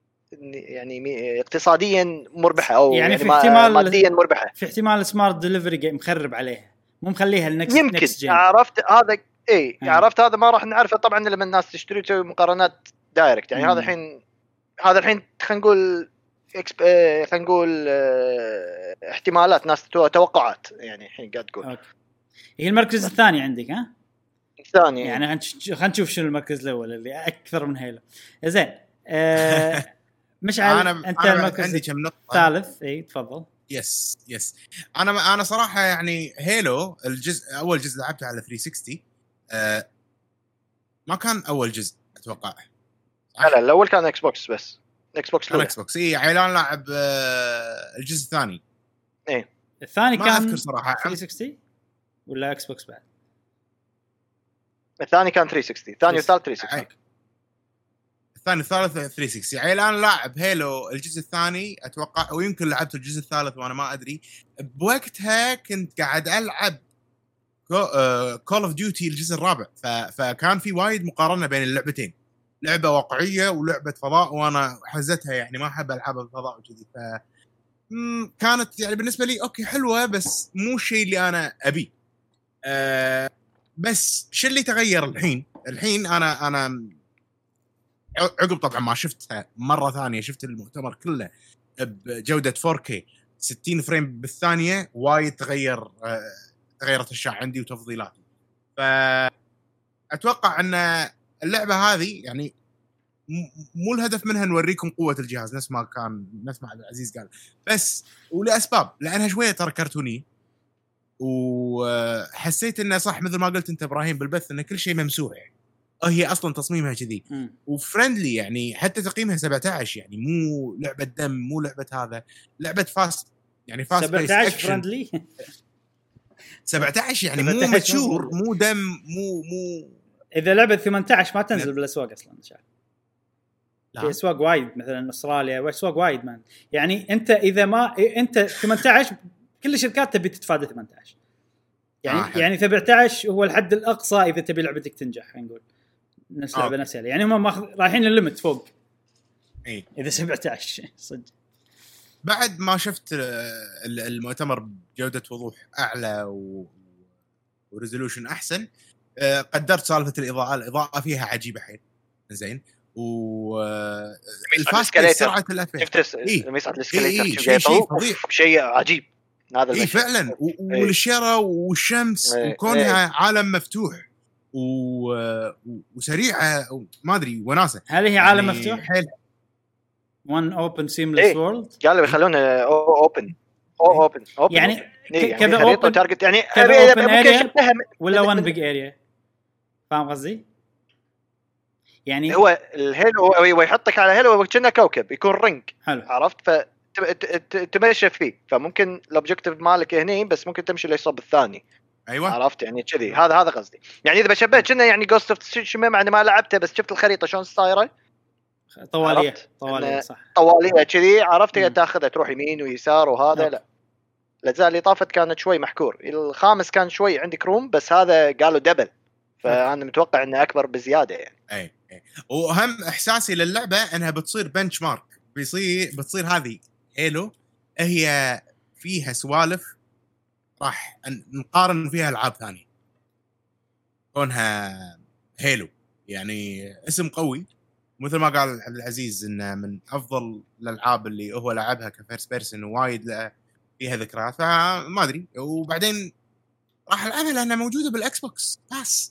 يعني اقتصاديا مربحه او يعني في احتمال ماديا مربحه، في احتمال السمارت ديليفري مخرب عليها مو مخليها النكست يمكن جين. عرفت هذا عرفت هذا ما راح نعرفه طبعا لما الناس تشتري تسوي مقارنات دايركت. يعني هذا الحين خلينا نقول احتمالات ناس توقعات يعني الحين قاعد تقول. هي المركز الثاني عندك الثاني يعني خلينا نشوف شنو المركز الاول اللي اكثر من هيلو. زين مشعل انت المركز عندي كم نقطه ثالث. اي تفضل. يس انا صراحه يعني هيلو اول جزء لعبته على 360 ما كان اول جزء اتوقع. لا الاول كان اكس بوكس، بس اكس بوكس الاكس بوكس عيلان لعب الجزء الثاني. الثاني كان اذكر صراحه 360 ولا اكس بوكس بعد. الثاني كان 360، الثاني والثالث 360. الثاني والثالث 360. عيلان لاعب هيلو الجزء الثاني اتوقع، ويمكن لعبت الجزء الثالث وانا ما ادري. بوقتها كنت قاعد العب كول اوف ديوتي الجزء الرابع، فكان في وايد مقارنه بين اللعبتين، لعبه واقعيه ولعبه فضاء، وانا حزتها يعني ما احب العاب الفضاء وكذي. كانت يعني بالنسبه لي اوكي حلوه، بس مو الشيء اللي انا ابي. بس شو اللي تغير الحين انا عقب طبعا ما شفتها مره ثانيه، شفت المؤتمر كله بجوده 4K 60 فريم بالثانيه، وايد تغيرت الاشياء عندي وتفضيلاتي. فأتوقع أن اللعبة هذه يعني مو الهدف منها نوريكم قوة الجهاز نفس ما عبد العزيز قال، بس ولأسباب، لأنها شوية ترى كرتوني، وحسيت إنه صح مثل ما قلت أنت إبراهيم بالبث إن كل شيء ممسوح يعني. هي أصلاً تصميمها كذي وفريندلي يعني، حتى تقييمها 17 يعني مو لعبة دم، مو لعبة هذا، لعبة فاست يعني فاست 17 فريندلي 17 يعني مو ماتشور، مو دم، مو إذا لعبة 18 ما تنزل بالأسواق أصلاً إن شاء الله. في أسواق وايد مثلاً أستراليا وأسواق وايد مان، يعني أنت إذا ما أنت 18 كل الشركات تبي تتفادى 18 يعني يعني 17 هو الحد الأقصى إذا تبي لعبتك تنجح نقول نفس لعبة نفسها يعني هم رايحين للليمت فوق إذا 17 صدق. بعد ما شفت المؤتمر بجودة وضوح أعلى وريزولوشن أحسن، قدرت سالفة الإضاءة فيها عجيبة حيل زين، والفاست سرعة الأفعال شفت مسعد الاسكاليتر شيء عجيب هذا فعلا، والشارع والشمس وكونها عالم مفتوح وسريعة ما أدري وناسة. هل هي عالم مفتوح؟ one open seamless world قالوا يخلونه open يعني كذا open تارجت يعني ممكن شبهها ولا one big area، فاهم قصدي؟ يعني هو الهيلو هو يحطك على هيلو وكأنه كوكب يكون رينج، عرفت؟ فتمشي فيه، فممكن الاوبجكتيف مالك هني بس ممكن تمشي للصوب الثاني. ايوه عرفت يعني كذي، هذا قصدي يعني. اذا بشبه كنا يعني جوست اوف تسوشيما مع ما لعبته بس شفت الخريطه شلون صايره طواليه صح طواليه كذي، عرفت تاخذها تروح يمين ويسار وهذا لا. الاجزاء اللي طافت كانت شوي محكور، الخامس كان شوي عندك روم بس هذا قالوا دبل، فانا متوقع انه اكبر بزياده يعني. اي واهم احساسي للعبه انها بتصير بنش مارك، بتصير هذه هيلو هي فيها سوالف راح نقارن فيها العاب ثانيه كونها هيلو يعني اسم قوي، مثل ما قال عبد العزيز انه من افضل الالعاب اللي هو لعبها كفيرست بيرسون ووايد فيها ذكريات، فما ادري. وبعدين راح العبها لانها موجوده بالاكس بوكس بس،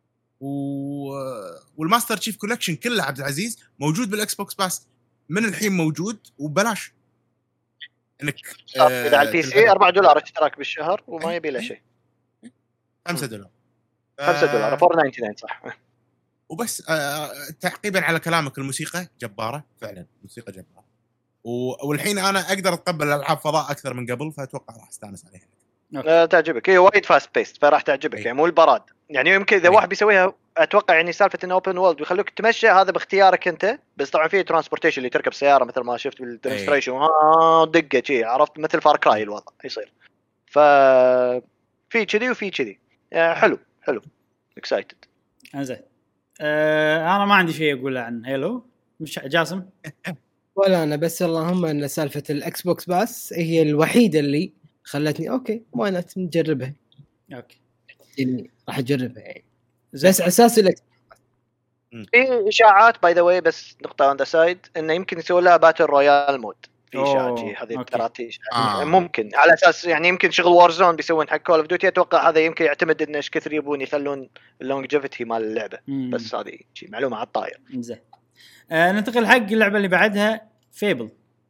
والماستر تشيف كولكشن كله عبد العزيز موجود بالاكس بوكس بس من الحين موجود وببلاش انك اذا على البي سي $4 اشتراك بالشهر وما يبي له شيء. $5 $5 $4.99 صح. وبس تعقيبا على كلامك، الموسيقى جباره فعلا، موسيقى جباره، والحين انا اقدر اتقبل العاب فضاء اكثر من قبل، فاتوقع راح استانس عليها. تعجبك هي وايد فاست بيست فراح تعجبك يعني مو البراد يعني. يمكن اذا واحد بيسويها اتوقع يعني سالفه ان اوبن وورلد ويخلوك تمشي هذا باختيارك انت، بس طبعا في ترانسبورتيشن اللي تركب سياره مثل ما شفت بالديمونستريشن دقه شيء، عرفت مثل فار كراي الوضع يصير. ف في كذي وفي كذي حلو اكسايتد. انزين انا ما عندي شيء اقوله عن هيلو. مش جاسم ولا انا، بس اللهم ان سالفه الاكس بوكس باس هي الوحيده اللي خلتني اوكي ما نجربها. اوكي يعني راح اجربها يعني بس اساس الاكس. في اشاعات باي ذا واي بس نقطه اون ذا سايد انه يمكن يسوي لها باتل رويال مود في اشاعات هذه الكراتيش ممكن على اساس يعني يمكن شغل وارزون بيسوون حق كول اوف ديوتي. اتوقع هذا يمكن يعتمد ان ايش كثر يبون يخلون اللونجيفيتي مال اللعبه. بس هذه شيء معلومه على الطاير. زين ننتقل حق اللعبه اللي بعدها فيبل.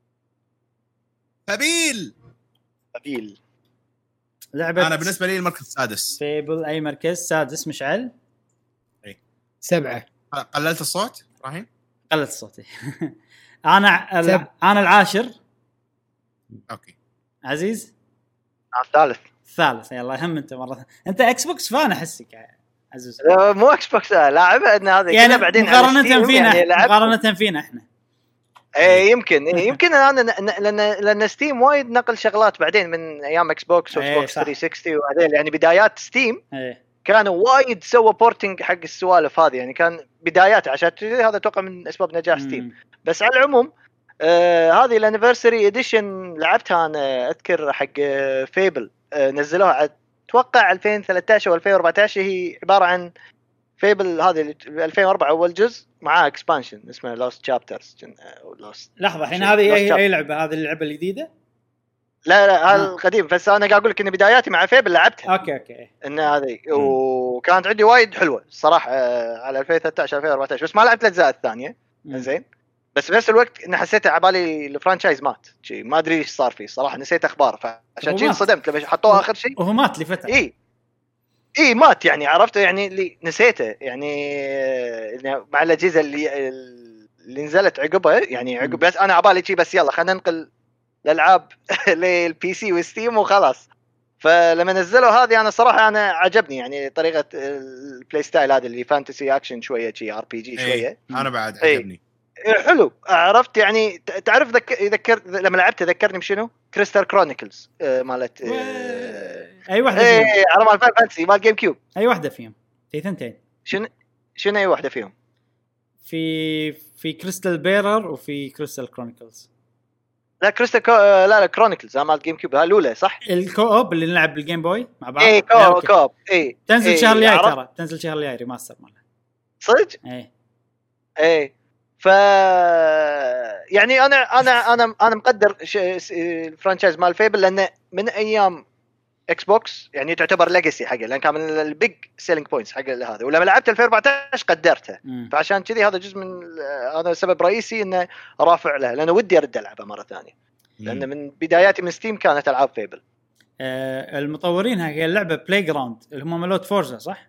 لعبه انا بالنسبه لي المركز السادس. فيبل اي مركز سادس مشعل؟ 7. قللت الصوت راهين؟ قللت صوتي. انا العاشر. اوكي عزيز الثالث. يلا هم انت مره انت اكس بوكس فان احسك عزيز. مو اكس بوكس لاعب ان هذا يعني بعدين مقارنه فينا يعني مقارنه فينا احنا يمكن انا لان ستيم وايد نقل شغلات بعدين من ايام اكس بوكس واكس بوكس 360 وهذول يعني بدايات ستيم كانوا وايد سووا بورتنج حق السوالف هذه يعني كان بدايات عشان هذا اتوقع من اسباب نجاح ستيم. بس على العموم هذه الانيفرساري اديشن لعبتها انا اذكر حق فيبل نزلوها اتوقع 2013 و 2014. هي عباره عن فيبل هذه 2004 اول جزء مع اكسبانشن اسمه لوست تشابترز او لوست. لحظه الحين هذه اي لعبه؟ هذه اللعبه الجديده لا هذا القديم، بس انا قاعد اقول لك ان بداياتي مع فيبل لعبتها. اوكي ان هذه وكانت عندي وايد حلوه الصراحه على 2013 2014، بس ما لعبت الاجزاء الثانيه. زين بس بنفس الوقت ان حسيت عبالي الفرانشايز مات شيء، ما ادري ايش صار فيه صراحه، نسيت اخبار، فعشان كذا صدمت لما حطوه اخر شيء. وهو مات لفتره. اي مات يعني، عرفته يعني اللي نسيته يعني مع الاجهزه اللي نزلت عقبها يعني عقب، بس انا عبالي شيء بس يلا خلينا ننقل الالعاب للبي سي وستيم وخلاص. فلما نزلوا هذه انا صراحه انا عجبني يعني طريقه البلاي ستايل هذا اللي فانتسي اكشن شويه شيء ار بي جي شويه. انا بعد عجبني حلو. عرفت يعني تعرف يذكر لما لعبت ذكرني بشنو؟ كريستال كرونيكلز مالت اي واحده فيهم على مال فانتسي مال جيم كيوب. اي واحده فيهم في ثنتين. شنو اي واحده فيهم؟ في كريستال بيرر وفي كريستال كرونيكلز. لا كريستال لا كرونيكلز مال جيم كيوب هالوله صح. الكوب اللي نلعب بالجيم بوي مع بعض. اي كوب اي تنزل شهر الجاي ترى، تنزل شهر الجاي ريماستر مالها صدق. اي ف يعني انا مقدر الفرانشايز مال فيبل لانه من ايام اكس بوكس يعني تعتبر ليجاسي حقه، لان كان من البيج سيلينج بوينتس حق هذا، ولما لعبت 2014 قدرته. فعشان كذي هذا جزء من هذا سبب رئيسي انه رافع له، لانه ودي ارد العبها مره ثانيه، لان من بداياتي من ستيم كانت العاب فيبل. المطورين هي اللعبه بلاي جراوند اللي هم مالوت فورزا صح؟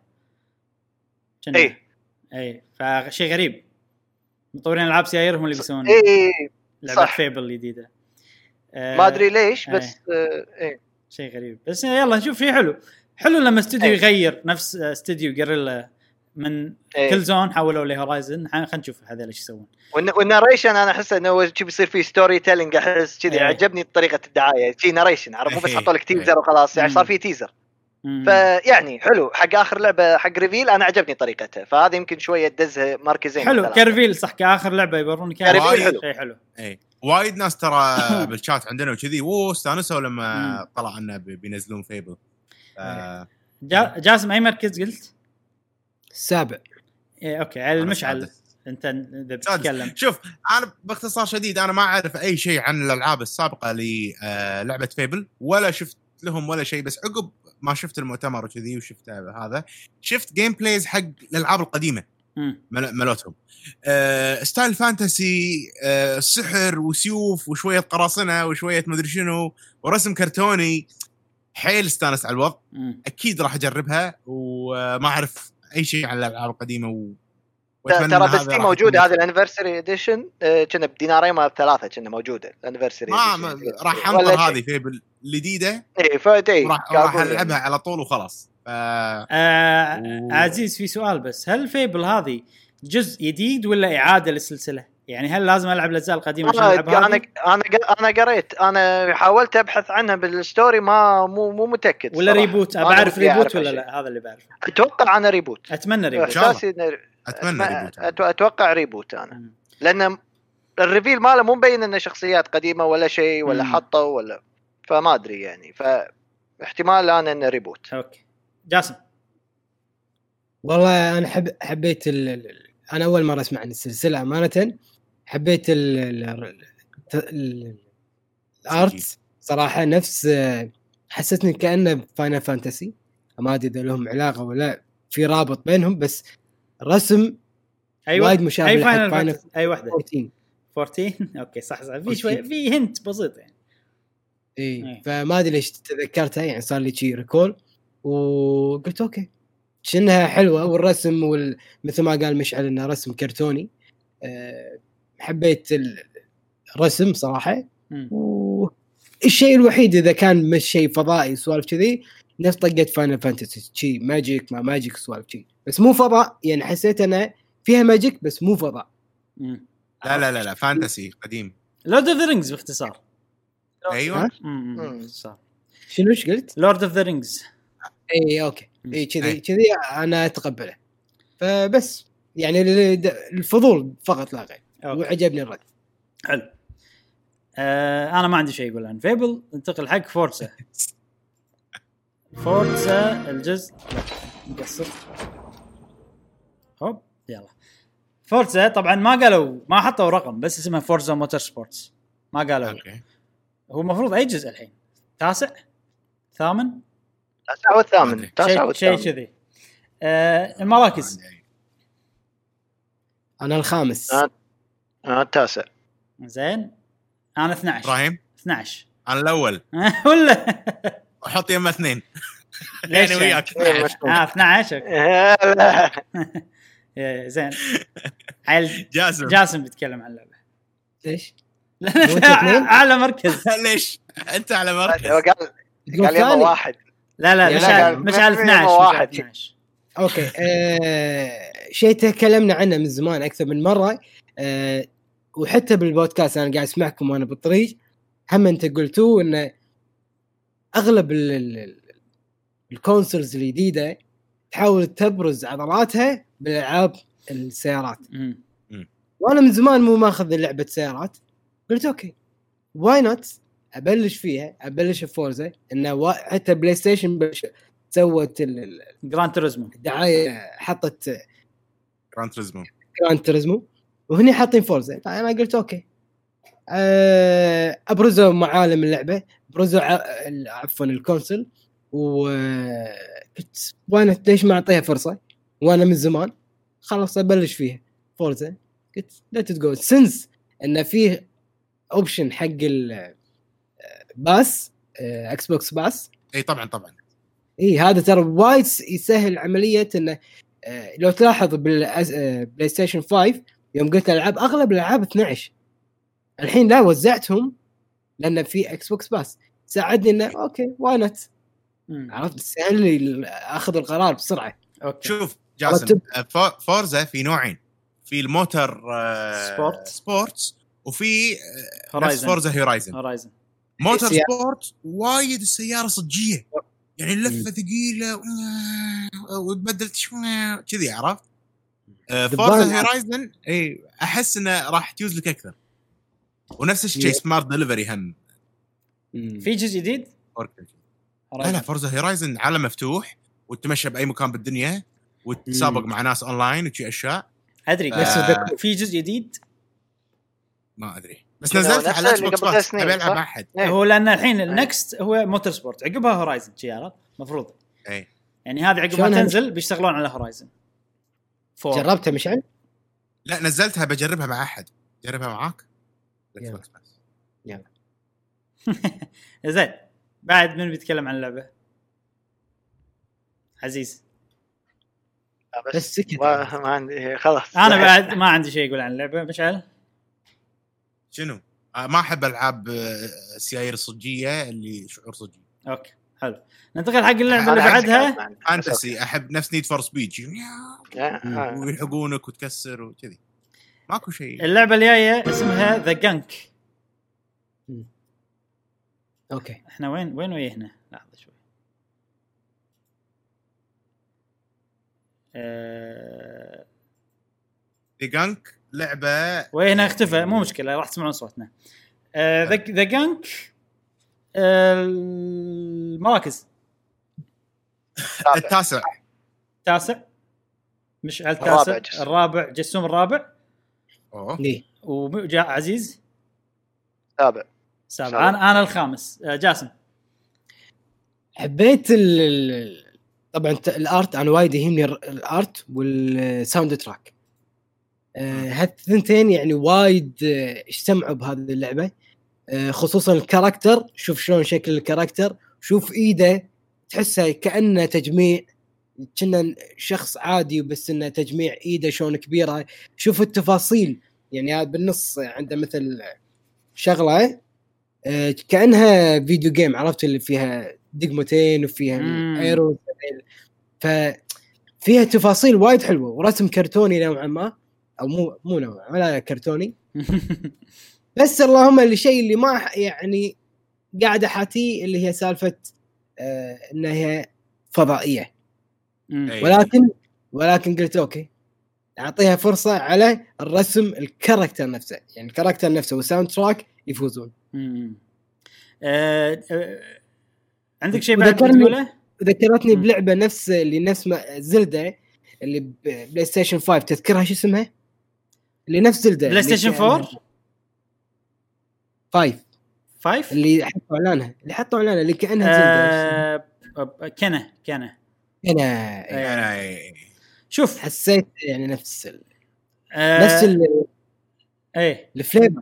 اي فشيء غريب، مطورين العاب سيايير هم اللي بيسوون لعبه فيبل الجديده. ما ادري ليش بس شيء غريب، بس يلا نشوف شيء حلو لما استوديو يغير نفس استوديو جوريلا من كل زون حولوا لهورايزن. خلينا نشوف هذول ايش يسوون. والناريشن انا احس انه شيء بيصير فيه ستوري تيلينج، احس كذي عجبني طريقه الدعايه شيء ناريشن، عرفوا بس حطوا لك تيزر وخلاص يعني صار فيه تيزر. فيعني حلو حق اخر لعبه حق ريفيل انا عجبني طريقتها، فهذا يمكن شويه تدزها مركزين حلو كرفيل صح كاخر لعبه يبروني كرفيل حلو. اي وايد ناس ترى بالشات عندنا وكذي استانسوا لما طلع لنا بينزلون فيبل. جاسم اي مركز قلت؟ السابع. اوكي على المشعل انت اذا بتتكلم. شوف انا باختصار شديد انا ما اعرف اي شيء عن الالعاب السابقه للعبه فيبل، ولا شفت لهم ولا شيء، بس عقب ما شفت المؤتمر وكذي وشفت هذا شفت جيم بلايز حق الالعاب القديمه ملوتهم. ستايل فانتسي، سحر وسيوف وشويه قراصنه وشويه مدري شنو ورسم كرتوني، حيل استانس على الوضع. اكيد راح اجربها وما اعرف اي شيء عن الالعاب القديمه ترى بس دي موجوده هذه الانيفرساري اديشن كنا بدينارين ما ثلاثه كنا موجوده الانيفرساري راح انطر هذه فيبل الجديده. اي فايتي راح العبها على طول وخلاص. عزيز في سؤال بس، هل فيبل هذه جزء جديد ولا اعاده للسلسله؟ يعني هل لازم العب الاجزاء القديمه عشان العبها؟ انا قريت، انا حاولت ابحث عنها بالستوري ما مو متاكد ولا ريبوت. بعرف ريبوت ولا لا، هذا اللي بعرفه. اتوقع انا ريبوت، اتمنى ريبوت اتوقع ريبوت انا لان الريفيل ماله مو مبين انه شخصيات قديمه ولا شيء ولا حطوا ولا، فما ادري يعني، فاحتمال انا انه ريبوت. اوكي جاسم. والله انا حبيت انا اول مره اسمع عن السلسله امانه، حبيت الارت صراحه، نفس حسيتني كانه فاينل فانتسي، ما ادري اذا لهم علاقه ولا في رابط بينهم، بس رسم وايد مشابه لحق فاينل. اي واحده 14 اوكي صح في شوي في هنت بسيط يعني. اي فما ادري ليش تذكرتها يعني، صار لي شيء ريكول وقلت اوكي شنها حلوه، والرسم مثل ما قال مشعل انه رسم كرتوني. حبيت الرسم صراحه. والشيء الوحيد اذا كان مش شيء فضائي سوالف كذي نفس طقه فاينل فانتسي شيء ماجيك ما ماجيك سوالف شيء، بس مو فضاء يعني، حسيت انا فيها ماجيك بس مو فضاء. لا فانتسي قديم. لورد اوف ذا رينجز باختصار. ايوه باختصار. شنو ايش قلت؟ لورد اوف ذا رينجز. اي اوكي اي كذي انا اتقبله، فبس يعني الفضول فقط لا غير، وعجبني الرد. حلو. انا ما عندي شيء اقول عن فيبل. انتقل حق فورتزا. فورتزا الجزء مقصر هوب يلا. فورتزا طبعا ما حطوا رقم، بس اسمها فورتزا موتور سبورتس، ما قالوا. هو مفروض اي جزء الحين تاسع ثامن تاسع والثامن شيء كذي. المراكز انا الخامس. انا التاسع. زين انا 12. ابراهيم 12. انا الاول ولا احط يمه 2 ليش يعني وياك 12 زين. عيل جاسم بيتكلم عن اللعبه. ليش اعلى مركز؟ ليش انت على مركز؟ قال يوم واحد. لا مش على 12. اوكي. شيء تكلمنا عنه من زمان اكثر من مره، وحتى بالبودكاست انا قاعد اسمعكم وانا بالطريق هم انت قلتوا ان اغلب الكونسولز الجديده تحاول تبرز عضلاتها بالالعاب السيارات. وانا من زمان مو ماخذ لعبه سيارات، قلت اوكي واي نوت ابلش فيها، ابلش فورزا. انه حتى بلاي ستيشن سوت جراند توريزمو دعايه، حطت جراند توريزمو وهني حاطين فورزا. فانا قلت اوكي ابرزوا معالم اللعبه، ابرزوا عفوا الكونسول، وقلت وانا ليش ما اعطيها فرصه وانا من زمان خلاص ابلش فيها فورزا. قلت ليت جو سنس ان فيه اوبشن حق الباس اكس بوكس باس. اي طبعا اي هذا ترى وايد يسهل عمليه انه لو تلاحظ بالبلاي ستيشن 5 يوم قلت العاب اغلب الالعاب 12 الحين لا وزعتهم لان في اكس بوكس باس، ساعدني انه اوكي واي نوت. عرفت سهل لي اخذ القرار بسرعه. اوكي شوف جاسم فورزا في نوعين، في الموتر سبورتس وفي فورزا هورايزن. موتور سبورت وايد السياره صجيه يعني اللفه ثقيله وتبدل كذي، عرفت؟ فورزا هورايزن اي احس انه راح تيوز لك اكثر. ونفس الشيء سمارت ديليفري هم في جزء جديد. لا فورزا هورايزن عالم مفتوح وتمشي باي مكان بالدنيا وتسابق مع ناس اونلاين وشي اشياء. ادري في جزء جديد ما ادري بس نزلت على اكس بوكس باس ابي العب مع احد. هو لان الحين النكست هو موتور سبورت، عقبها هورايزن سيارات مفروض. اي يعني هذه عقبها تنزل بيشتغلون على هورايزن. جربتها مشعل؟ لا نزلتها بجربها مع احد. جربها معاك اكس بوكس باس. يلا زين بعد من بيتكلم عن اللعبه؟ عزيز بس ما عندي خلاص. انا بعد ما عندي شيء اقول عن اللعبه. مشعل شنو؟ ما احب العاب السيايير الصجيه اللي شعور صجي. اوكي حلو. ننتقل حق اللعبه اللي بعدها. فانتسي. احب نفس نيد فور سبيد ويلحقونك وتكسر وكذي. ماكو شيء. اللعبه الجايه اسمها ذا جانك. اوكي احنا وين ويا هنا؟ لحظه شوي. ذا جانك لعبه وين اختفى؟ مو مشكله راح تسمعون صوتنا. ذا جانك المراكز التاسع مش التاسع الرابع. جسوم الرابع. ليه وجاء عزيز سابع. انا الخامس. جاسم حبيت طبعا الارت، انا وايد يهمني الارت والساوند تراك. هالثنتين يعني وايد اجتمعوا بهذه اللعبه، خصوصا الكاركتر. شوف شلون شكل الكاركتر، شوف ايده تحسها كأنه تجميع، كنا شخص عادي بس انه تجميع ايده شلون كبيره. شوف التفاصيل يعني هذا بالنص عنده مثل شغله كأنها فيديو جيم، عرفت اللي فيها دقمتين وفيها ايرو، ففيها تفاصيل وايد حلوه ورسم كرتوني نوعا ما، او مو نوعا ولا كرتوني بس اللهم الشيء اللي ما يعني قاعده حاتي اللي هي سالفه انها هي فضائيه. ولكن قلت اوكي اعطيها فرصه على الرسم الكاركتر نفسه، يعني الكاركتر نفسه والساوند تراك يفوزون. عندك شيء بعد تقوله؟ ذكرتني بلعبه نفس زلدة اللي بلاي ستيشن 5، تذكرها شو اسمها؟ اللي نفس زلدة بلاي ستيشن 4 5 5 اللي حطوا اعلانها اللي كانها كنا شوف حسيت يعني نفس الفليفر.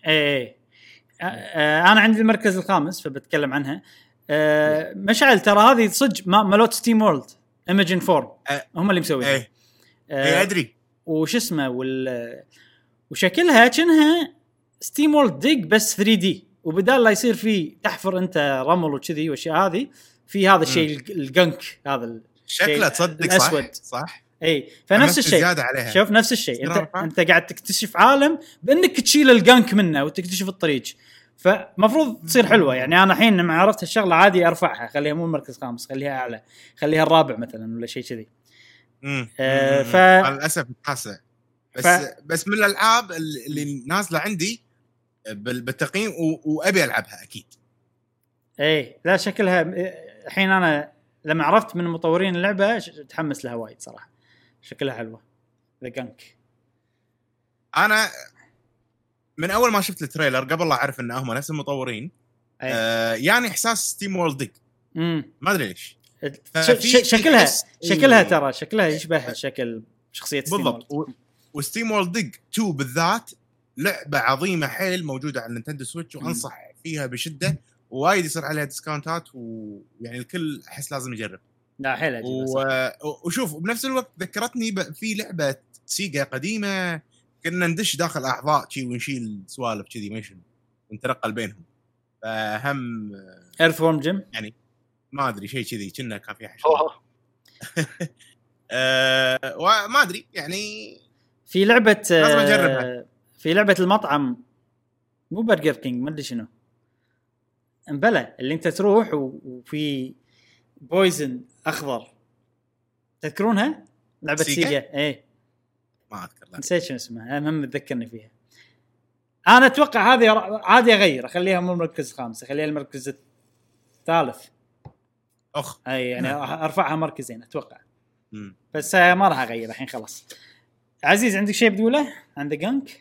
انا عندي المركز الخامس فبتكلم عنها. مشعل ترى هذه صدق مالوت ستيم وورلد ايماجين فورم هم اللي مسويها. ادري وش اسمه وشكلها كأنها ستيم وورلد ديج بس 3D، وبدال لا يصير فيه تحفر انت رمل وكذي والشيء هذه في هذا الشيء الجنك هذا شكله تصدق الأسود. صح اي فنفس الشيء شوف نفس الشيء انت قاعد تكتشف عالم بانك تشيل الجنك منه وتكتشف الطريق، فمفروض تصير حلوه. يعني انا الحين لما عرفت هالشغله عادي ارفعها، خليها مو المركز خامس، خليها اعلى، خليها الرابع مثلا ولا شيء كذي. للاسف التاسع بس من الالعاب اللي نازله عندي بالتقييم وابي العبها اكيد. اي لا شكلها الحين انا لما عرفت من مطورين اللعبه تحمس لها وايد صراحه، شكلها حلوه ذا جانك. انا من اول ما شفت التريلر قبل لا اعرف ان هم نفس المطورين يعني احساس ستيم وورلد ديج ما ادري ليش شكلها ترى شكلها يشبه شكل شخصيه ستيم بالضبط. وستيم وورلد ديج 2 بالذات لعبه عظيمه حيل موجوده على نينتندو سويتش وانصح فيها بشده، ووايد يصير عليها ديسكاونتات ويعني الكل احس لازم يجرب. لا حيل وشوف بنفس الوقت ذكرتني في لعبه سيجا قديمه كنا ندش داخل اعضاء شي ونشيل سوالف كذي ميشن ونتنقل بينهم، فهم ايرثورم جيم يعني ما ادري شيء كذي كنا كان فيها حشره وما ادري يعني في لعبه لازم اجربها. في لعبه المطعم مو برجر كينج ما ادري شنو امبلا اللي انت تروح وفي بويزن اخضر، تذكرونها لعبه سيجا؟ ايه ما اذكر نسيت شنو اسمها، المهم تذكرني فيها. انا اتوقع هذه عادي اغير اخليها مو المركز الخامس، اخليها المركز الثالث. اي يعني ارفعها مركزين اتوقع. بس ما راح اغير الحين خلاص. عزيز عندك شيء بتقوله عند جانك؟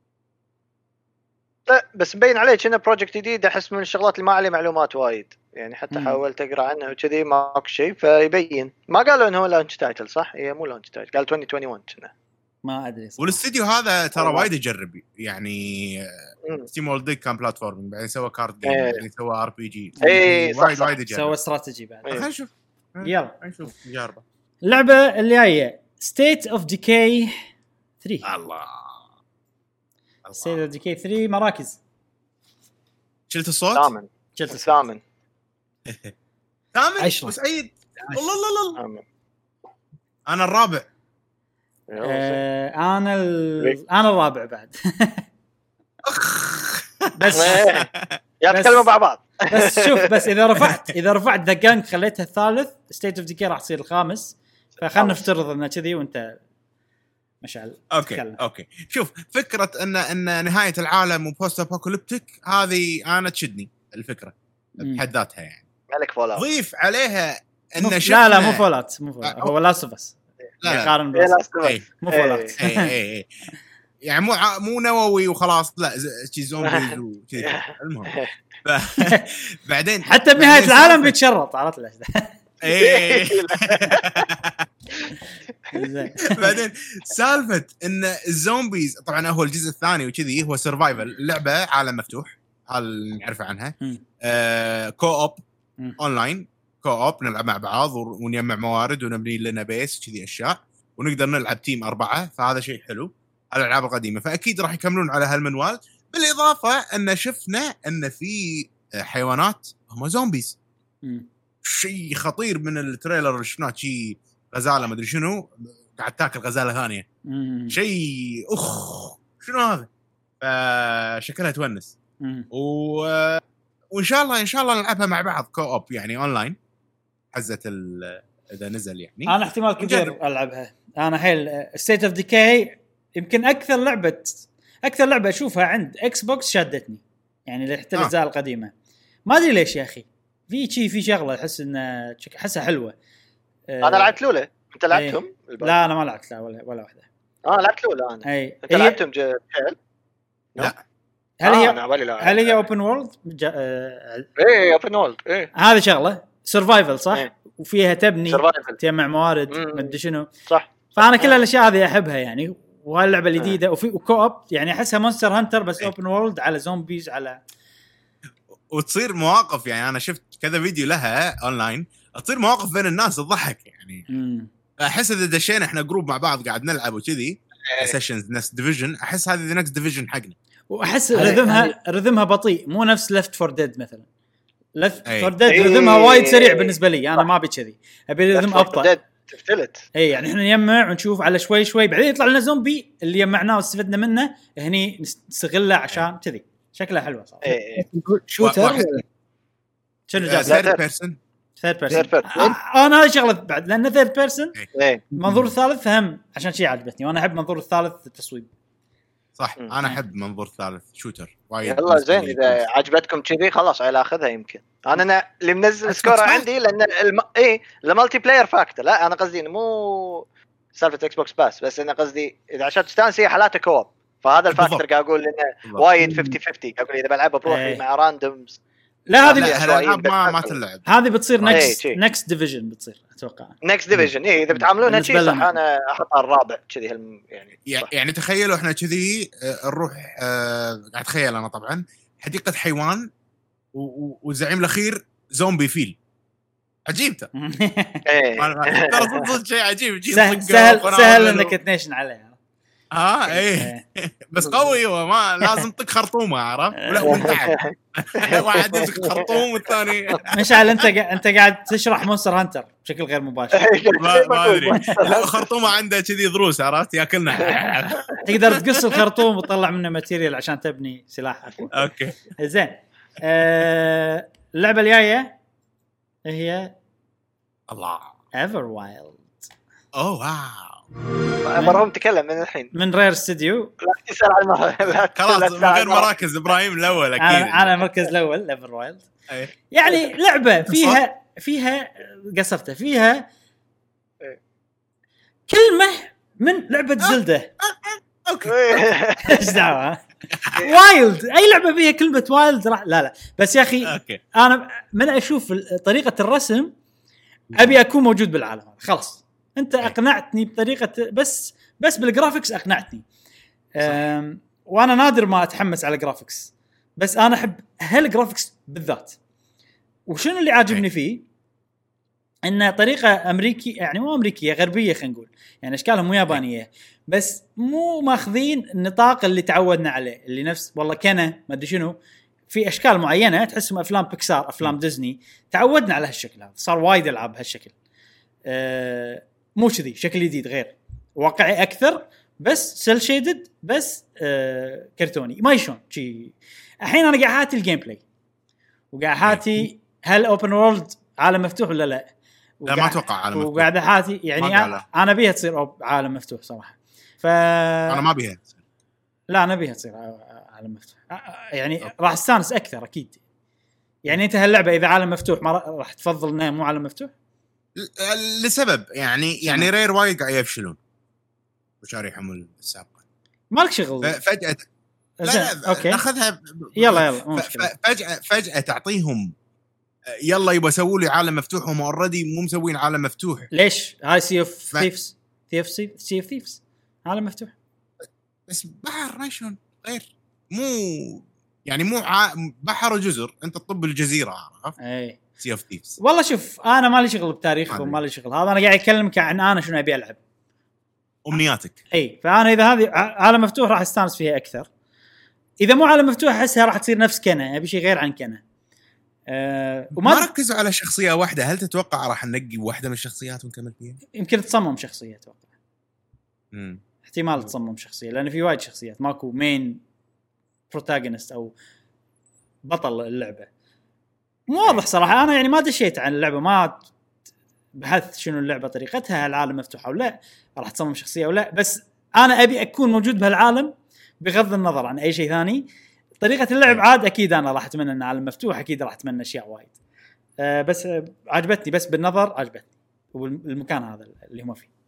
لا بس مبين عليك انه بروجكت جديد، احس من الشغلات اللي ما عليه معلومات وايد يعني، حتى حاولت اقرا عنه وكذي ماكو شيء فيبين. ما قالوا انه هو لانش تايتل صح؟ هي مو لانش تايتل، قال 2021 كنا ما ادري. والاستديو هذا ترى وايد يجرب يعني ستيم وورلد ديج كان بلاتفورم بعدين سوى كارد جيم بعدين سوى ار بي جي وايد يجرب سوى استراتيجي بعد. خلينا نشوف يلا نشوف نجربه. اللعبه اللي جايه ستيت اوف ديكاي 3. الله ستيت اوف ديكاي 3 مراكز. شلت الصوت؟ ثامن وسعيد والله انا الرابع. انا الرابع بعد. بس يتكلموا مع بعض. بس شوف بس اذا رفعت ذا جانك خليتها الثالث، ستيت اوف ديكاي راح تصير الخامس، فخلنا نفترض انه كذي وانت مشعل. اوكي شوف فكره ان نهايه العالم وبوست ابوكاليبتيك هذه انا تشدني الفكره بحد ذاتها يعني. مالك فولات ضيف عليها ان لا مو فولات هو لاست اوف اس يقارن مو فولات يعني مو نووي وخلاص، لا شي زومبيز وكذي. المهم بعدين حتى بنهايه العالم بيتشرط، عرفت ليش؟ بعدين سالفه ان الزومبيز طبعا هو الجزء الثاني وكذي هو سرفايفل، اللعبه عالم مفتوح هل نعرف عنها كو اوب اونلاين، كو اوب نلعب مع بعض ونجمع موارد ونبني لنا بيس كذي اشياء ونقدر نلعب تيم 4، فهذا شيء حلو على الالعاب القديمه، فاكيد راح يكملون على هالمنوال. بالاضافه ان شفنا ان في حيوانات هم زومبيز، شيء خطير من التريلر اللي شفناه، شيء غزاله ما ادري شنو قاعد تاكل غزاله ثانيه، شيء شنو هذا، فشكلها تونس. وان شاء الله نلعبها مع بعض كو اوب يعني اونلاين حزه اذا نزل يعني. انا احتمال كبير العبها. انا حيل ستيت اوف ديكاي يمكن اكثر لعبه اشوفها عند اكس بوكس شادتني يعني، حتى الاجزاء القديمه ما ادري ليش يا اخي، في شغله احس ان احسها حلوه. انا لعبت لوله، انت لعبتهم؟ لا انا ما لعبت ولا واحده. لعبت لوله انا. انت لعبتهم جيل؟ لا هل هي اوبن وورلد؟ ايه اوبن وورلد. ايه هذه شغله سرفايفل صح. إيه. وفيها تبني تجمع موارد ما ادري شنو صح. فانا كل الاشياء هذه احبها يعني. وهاللعبه الجديده وفي كوب يعني احسها مونستر هانتر بس اوبن وورلد على زومبيز على وتصير مواقف. يعني انا شفت كذا فيديو لها اونلاين تصير مواقف بين الناس تضحك يعني. احس اذا دشينا احنا جروب مع بعض قاعد نلعب وكذي سيشنز نفس ديفيجن احس هذه نكست ديفيجن حقنا. واحس رذمها بطيء مو نفس ليفت فور ديد مثلا. ليفت فور ديد رذمها وايد سريع بالنسبه لي انا ما ابي كذي ابي رذم ابطا. تفتلت اي يعني احنا نجمع ونشوف على شوي شوي بعدين يطلع لنا زومبي اللي جمعناه واستفدنا منه هني نستغله عشان كذي شكلها حلوه صراحه. شوتر شنو جاب ثيرد بيرسون انا هذه شغله بعد لان ثيرد بيرسون منظور الثالث هم عشان شيء عجبتني وانا احب منظور الثالث التصويب صح. انا احب منظور ثالث شوتر وايد. يلا زين اذا عجبتكم كذي خلاص عيل اخذها. يمكن انا اللي منزل سكور عندي لان المالتي بلاير فاكتور. لا انا قصدي مو سالفه اكس بوكس بس انا قصدي اذا عشان تستانس هي حالات كوب فهذا الفاكتور قاعد اقول انه وايد 50-50 اقول اذا بلعبها بروحي مع راندومز. لا هذه ما تلعب هذه بتصير نكست ديفيجن بتصير اتوقع نكست ديفيجن. اذا بتعاملونها شيء صح انا احطها الرابع كذي يعني تخيلوا احنا كذي نروح قاعد اتخيل انا طبعا حديقه حيوان والزعيم الاخير زومبي فيل عجيب ترى شيء عجيب. سهل انك تنيشن عليه ايه بس قوي هو ما لازم تطق خرطومه عرف ولا وانتعب واحد يمسك خرطوم والثاني مشعل انت قاعد تشرح مونستر هانتر بشكل غير مباشر. ما ادري لا خرطومه عنده كذي ضروس عرفت ياكلنا تقدر تقص الخرطوم وتطلع منه ماتيريال عشان تبني سلاح. اوكي زين اللعبه الجايه هي الله ايفر وايلد. اوه واو مرهم تكلم من الحين من رير استوديو. لا تسأل عن خلاص من غير مراكز ابراهيم الاول اكيد. انا المركز الاول ايفر وايلد. يعني لعبه فيها قصرتها فيها كلمه من لعبه زلدة. اوكي ايش دعوه وايلد اي لعبه فيها كلمه وايلد راح لا بس يا اخي انا من اشوف طريقه الرسم ابي اكون موجود بالعالم خلاص. انت اقنعتني بطريقه بس بالجرافيكس اقنعتني. وانا نادر ما اتحمس على جرافيكس بس انا احب هالجرافيكس بالذات. وشنو اللي عاجبني فيه انه طريقه امريكي يعني مو امريكيه غربيه خلينا نقول يعني اشكالهم مو يابانيه بس مو ماخذين النطاق اللي تعودنا عليه اللي نفس والله كنا ما ادري شنو في اشكال معينه تحسهم افلام بيكسار افلام ديزني تعودنا على هالشكل هذا. صار وايد العاب هالشكل مو كذي شكل جديد غير واقعي اكثر بس سيل شيدد بس كرتوني ما يشون شيء. الحين انا قاعد هاتي الجيم بلاي وقاعد هاتي هل اوبن وورلد عالم مفتوح ولا لا ما اتوقع عالم مفتوح وقاعد هاتي يعني انا بيها تصير عالم مفتوح صراحه انا ما بيها لا انا بيها تصير عالم مفتوح يعني راح استانس اكثر اكيد. يعني انت هاللعبه اذا عالم مفتوح ما راح تفضل انه مو عالم مفتوح لسبب يعني رير وايد قاعد يفشلون وشاريحهم السابقه مالك شغل فجاه لا اوكي ناخذها يلا فجاه تعطيهم يلا يبغى يسووا لي عالم مفتوح وهم اوريدي مو مسوين عالم مفتوح. ليش هاي سي اوف ثيفز سي اوف ثيفز عالم مفتوح بس بحر نيشون غير مو يعني مو بحر وجزر انت تطب الجزيره عرفت اي سي اوف ثيفز. والله شوف انا مالي شغل بالتاريخ وما لي شغل هذا انا قاعد اكلمك عن انا شنو ابي العب امنياتك. اي فانا اذا هذه عالم مفتوح راح استانس فيها اكثر. اذا مو عالم مفتوح احسها راح تصير نفس كنا ابي شيء غير عن كنا. وما ركزوا على شخصيه واحده. هل تتوقع راح ننقي واحده من الشخصيات ونكمل فيها؟ يمكن تصمم شخصيه اتوقع احتمال تصمم شخصيه لان في وايد شخصيات ماكو مين بروتاغونست او بطل اللعبه مو واضح صراحه. انا يعني ما دشيت عن اللعبه ما بحثت شنو اللعبه طريقتها العالم مفتوح او لا راح تصمم شخصيه او لا بس انا ابي اكون موجود بهالعالم بغض النظر عن اي شيء ثاني. طريقه اللعب عاد اكيد انا راح اتمنى ان العالم مفتوح اكيد راح اتمنى اشياء وايد بس عجبتني بس بالنظر عجبتني والمكان هذا اللي هم فيه.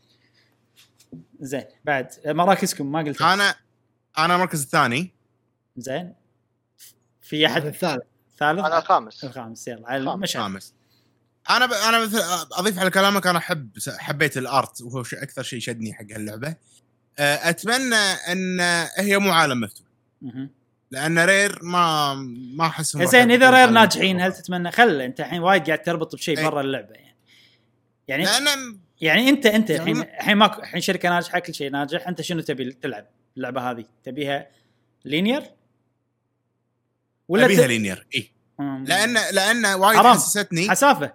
زين بعد مراكزكم ما قلت انا المركز الثاني زين في احد الثالث انا الخامس يلا مش خامس. انا مثل اضيف على كلامك، انا حبيت الارت وهو اكثر شيء شدني حق اللعبه. اتمنى ان هي مو عالم مفتوح، لان رير ما احسهم. زين اذا رير ناجحين هل تتمنى خل انت الحين وايد قاعد تربط بشيء برا اللعبه يعني يعني انت الحين ماكو الحين شركه ناجحه كل شيء ناجح، انت شنو تبي تلعب اللعبه هذه؟ تبيها لينير ولا تبيها لينير؟ اي لان وايد حسستني حسافه.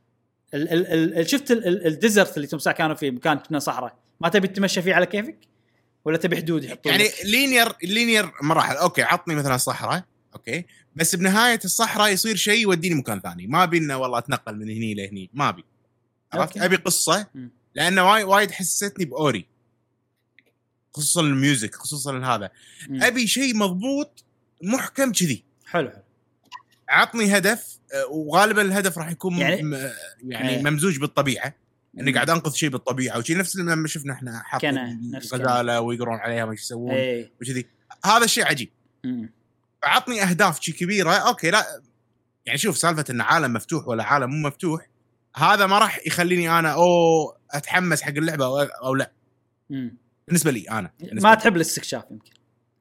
شفت الديزرت اللي تمسح كانوا فيه مكان كنا صحراء، ما تبي تتمشى فيه على كيفك ولا تبي حدود يحطون يعني لينير مراحل. اوكي عطني مثلا صحراء اوكي، بس بنهايه الصحراء يصير شيء يوديني مكان ثاني، ما بينا والله اتنقل من هني لهني، ما ابي. عرفت؟ ابي قصه، لانه وايد حسستني باوري، خصوصا الميوزك، خصوصا هذا. ابي شيء مضبوط محكم كذي. حلو عطني هدف، وغالبا الهدف راح يكون يعني ممزوج بالطبيعه، اني قاعد انقذ شيء بالطبيعه وشيء نفس لما شفنا احنا حاطين غزاله ويقرون عليها ما يسوون وكذي. هذا الشيء عجيب. فعطني اهداف شيء كبيره. اوكي لا يعني شوف سالفه ان عالم مفتوح ولا عالم مو مفتوح، هذا ما راح يخليني انا اتحمس حق اللعبه او لا. بالنسبه لي انا ما تحب الاستكشاف يمكن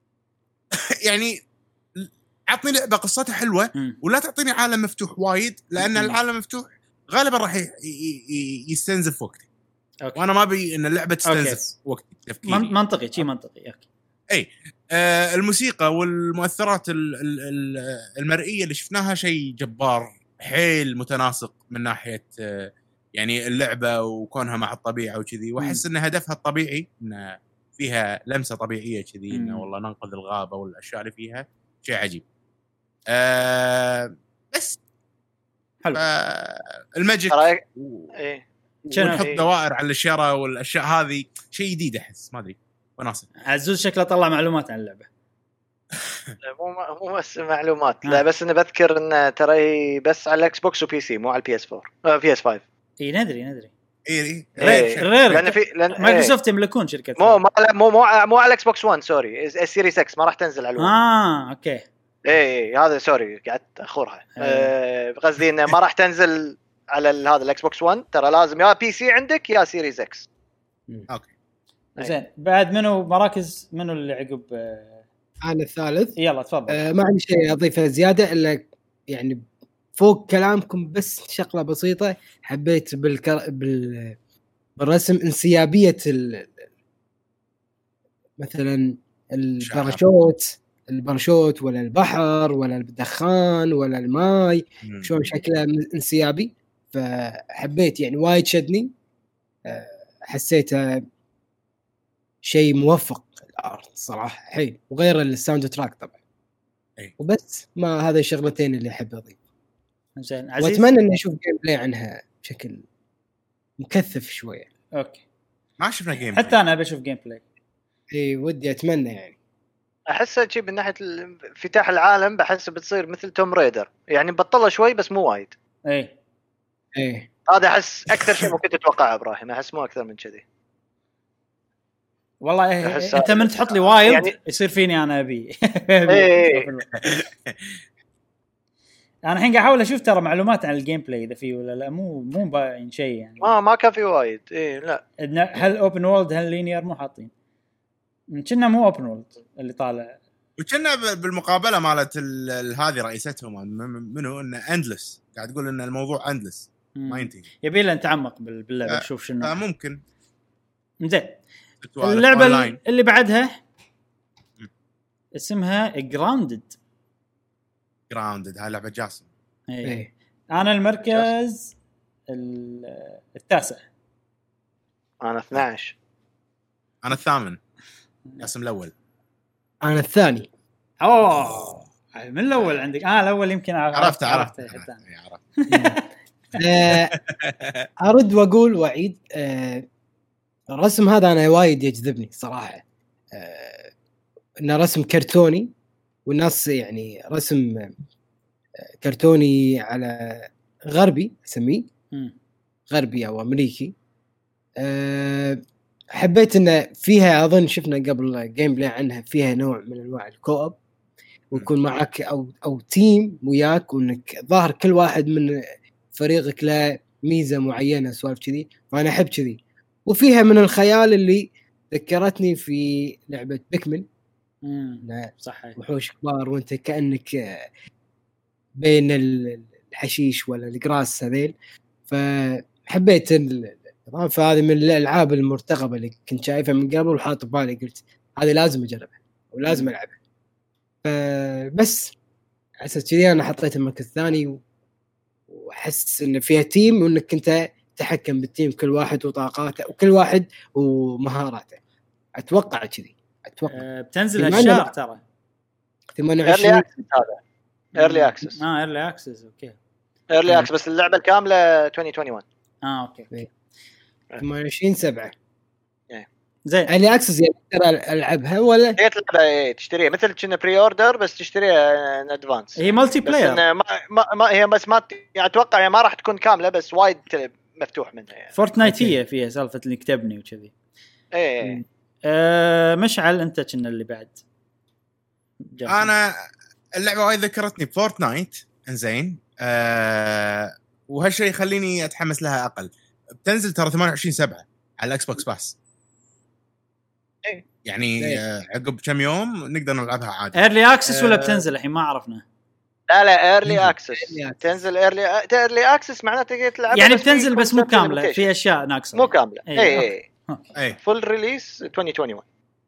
يعني عطني لعبه قصتها حلوه ولا تعطيني عالم مفتوح وايد، لان العالم مفتوح غالبا راح يستنزف وقتي. وانا ما ابي ان اللعبه تستنزف وقتي تفكيري. منطقي شيء منطقي. اوكي اي الموسيقى والمؤثرات المرئيه اللي شفناها شيء جبار، حيل متناسق من ناحيه يعني اللعبه وكونها مع الطبيعه وكذي، واحس ان هدفها الطبيعي ان فيها لمسه طبيعيه كذي، انه والله ننقذ الغابه والاشياء اللي فيها شيء عجيب. بس حلو. الماجيك ونحط دوائر على الشارع والاشياء هذه شيء جديد احس، ما ادري وناسب. عزوز شكله طلع معلومات عن اللعبه. مو بس معلومات لا، بس انا بذكر ان ترى بس على الاكس بوكس وبي سي، مو على البي اس 4 بي اس 5. اي ندري رير لان في مايكروسوفت يملكون شركه مو على الاكس بوكس 1 سوري، السيريس اكس ما راح تنزل على اوكي هذا سوري قعدت اخورها. قصدي انه ما راح تنزل على هذا الاكس بوكس 1، ترى لازم يا بي سي عندك يا سيريز اكس. اوكي زين بعد منو مراكز منو اللي عقب؟ انا الثالث. يلا تفضل. ما عندي شيء اضيفه زياده الا يعني فوق كلامكم بس شغله بسيطه. حبيت بالرسم انسيابيه مثلا الباراشوت ولا البحر ولا الدخان ولا الماي، شلون شكله انسيابي. فحبيت يعني وايد شدني، حسيته شيء موفق الارت صراحه حلو، وغير الساوند تراك طبعا. وبس ما هذا الشغلتين اللي احب اضيف. زين عزيز، واتمنى اني اشوف جيم بلاي عنها بشكل مكثف شويه. اوكي ما شفنا جيم حتى انا ابي اشوف جيم بلاي. اي ودي اتمنى يعني. احس شيء من ناحيه انفتاح العالم بحس بتصير مثل توم ريدر، يعني بطلها شوي بس مو وايد. اي هذا احس اكثر شيء ممكن تتوقعه ابراهيم، احس مو اكثر من كذي والله. انت من تحط لي وايد يعني يصير فيني انا ابي. انا الحين قاعد احاول اشوف ترى معلومات عن الجيم بلاي اذا فيه ولا لا. مو باين شيء يعني. ما كان في وايد. لا هل اوبن وورلد هل لينير مو حاطين. كنا مو اوبن وورلد اللي طالع، وكنا بالمقابله مالت هذه رئيستهم منو ان اندلس قاعد تقول ان الموضوع اندلس ما ينتهي. يبي له نتعمق باللعبه نشوف شنو ممكن. زين اللعبه اللي بعدها اسمها جراوندد. هاي لعبه جاسم. انا المركز التاسع. انا 12. انا الثامن. جاسم الاول. انا الثاني. من الاول عندك. الاول يمكن عرفت. ارد واقول واعيد. الرسم هذا انا وايد يجذبني صراحه. انه رسم كرتوني، والناس يعني رسم كرتوني على غربي اسميه غربي او امريكي. حبيت انه فيها اظن شفنا قبل جيم بلاي عنها، فيها نوع من انواع الكوب. ويكون معك او تيم وياك، وانك ظاهر كل واحد من فريقك له ميزه معينه سوالف كذي، وانا احب كذي. وفيها من الخيال اللي ذكرتني في لعبه بيكمن. صحيح، وحوش كبار وانت كانك بين الحشيش ولا الجراس هذيل. فحبيت فهذه من الالعاب المرتقبه اللي كنت شايفها من قبل وحاط بالي، قلت هذه لازم اجربها ولازم العبها. بس حسيت كذي انا حطيت المركز الثاني، واحس ان فيها تيم وانك انت تحكم بالتيم، كل واحد وطاقاته وكل واحد ومهاراته. اتوقع كذي، اتوقع بتنزل هالشهر ترى 28 هذا ايرلي اكسس. ايرلي اكسس اوكي، ايرلي اكسس بس اللعبه الكامله 2021. اوكي 28/7 زين. ايرلي اكسس يعني ترى العبها ولا هي تلعبها تشتريها مثل كنا بري اوردر بس تشتريها ان ادفانس. هي مالتي بلاير ما هي بس ما يعني اتوقع يعني ما راح تكون كامله بس وايد مفتوح منها يعني. فورتنايتيه فيها سالفه اللي كتبني وكذي. ايه مشعل انت كنا اللي بعد انا اللعبه وايد ذكرتني بفورتنايت. انزين وهالشيء يخليني اتحمس لها اقل. بتنزل ترى 28/7 على الاكس بوكس باس. يعني عقب كم يوم نقدر نلعبها عادي. ايرلي اكسس ولا بتنزل الحين ما عرفنا؟ لا ايرلي اكسس تنزل ايرلي اكسس معناته تقدر تلعبها يعني بتنزل بس مو كامله، في اشياء ناقصه مو كامله. اي فول ريليس 2021.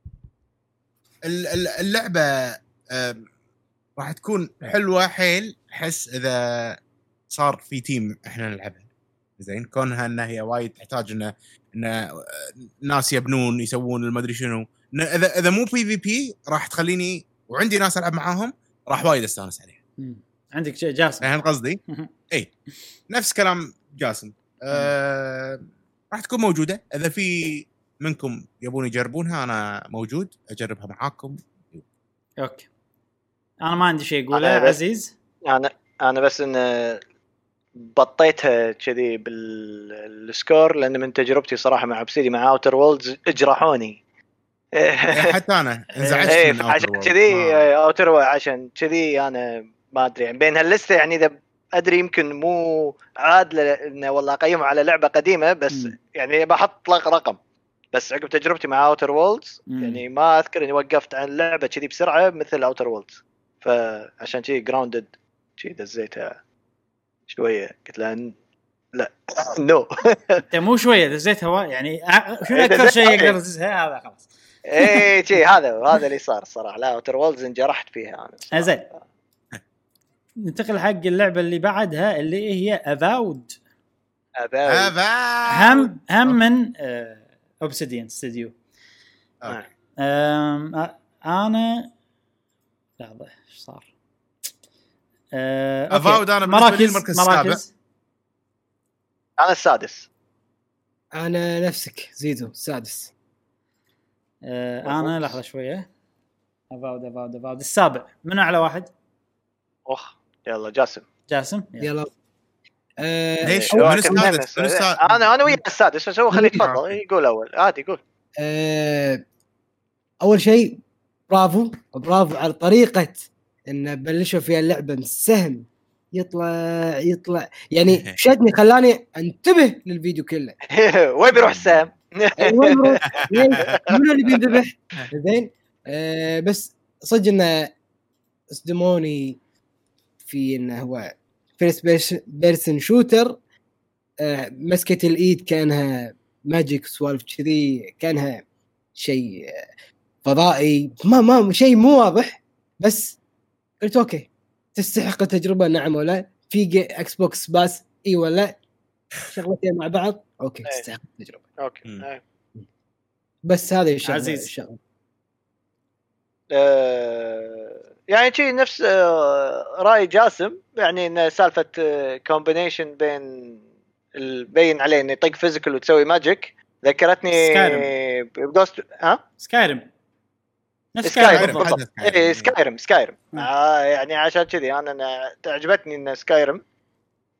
اللعبه راح تكون حلوه حيل. احس اذا صار في تيم احنا نلعبها زين، كونها انها هي وايد تحتاج ان ناس يبنون يسوون المدري شنو. اذا مو بي في بي راح تخليني وعندي ناس العب معاهم راح وايد استانس عليها. عندك شيء جاسم فاهم قصدي؟ اي نفس كلام جاسم. راح تكون موجوده. اذا في منكم يبون يجربونها انا موجود اجربها معاكم. اوكي انا ما عندي شيء اقوله عزيز. انا بس ان بطيتها كذي بالسكور لان من تجربتي صراحه مع بسيدي مع اوتر وولدز اجرحوني. حتى انا انزعجت من عشان كذي اوتر عشان كذي انا ما ادري يعني بين هاللسته يعني اذا ادري يمكن مو عادل انه والله اقيمه على لعبه قديمه بس يعني بحط لك رقم. بس عقب تجربتي مع اوتر وولدز يعني ما اذكر اني وقفت عن اللعبه كذي بسرعه مثل اوتر وولدز. فعشان كذي جراوندد كذي دزيتها شويه قلت له لا نو انت مو شويه دزيتها يعني شنو اكثر شيء يقدر يدزها هذا خلاص. ايه شيء هذا اللي صار الصراحه. لا اوتر وولدز انجرحت فيها انا. زين ننتقل حق اللعبه اللي بعدها اللي هي افاود. هم من اوبسيديان ستوديو. انا لحظه ايش صار؟ افاود انا مراكز انا السادس. انا نفسك زيزو السادس. انا لحظه شويه. افاود السابع. من اعلى واحد؟ يلا جاسم يلا. ليش من السادس؟ انا ويا السادس بس هو خليه يتفضل يقول اول عادي يقول. اول شيء برافو على طريقه ان بلشوا فيها اللعبه من السهم يطلع يعني شدني خلاني انتبه للفيديو كله. وين بيروح السهم؟ من اللي بينذبح زين. بس صدق انه صدموني في انه هو فيرست بيرسون شوتر. مسكة الايد كانها ماجيك سوالف كذي، كانها شيء فضائي ما شيء مو واضح. بس قلت اوكي تستحق التجربه نعم ولا في اكس بوكس باس اي ولا شغلتين مع بعض اوكي تستحق التجربه اوكي. بس هذا الشيء عزيز يعني شيء نفس راي جاسم يعني ان سالفه كومبينيشن بين عليه انه يطق فيزيكال وتسوي ماجيك ذكرتني بغوست سكايرم بالضبط. اي سكايرم يعني عشان كذي انا تعجبتني ان سكايرم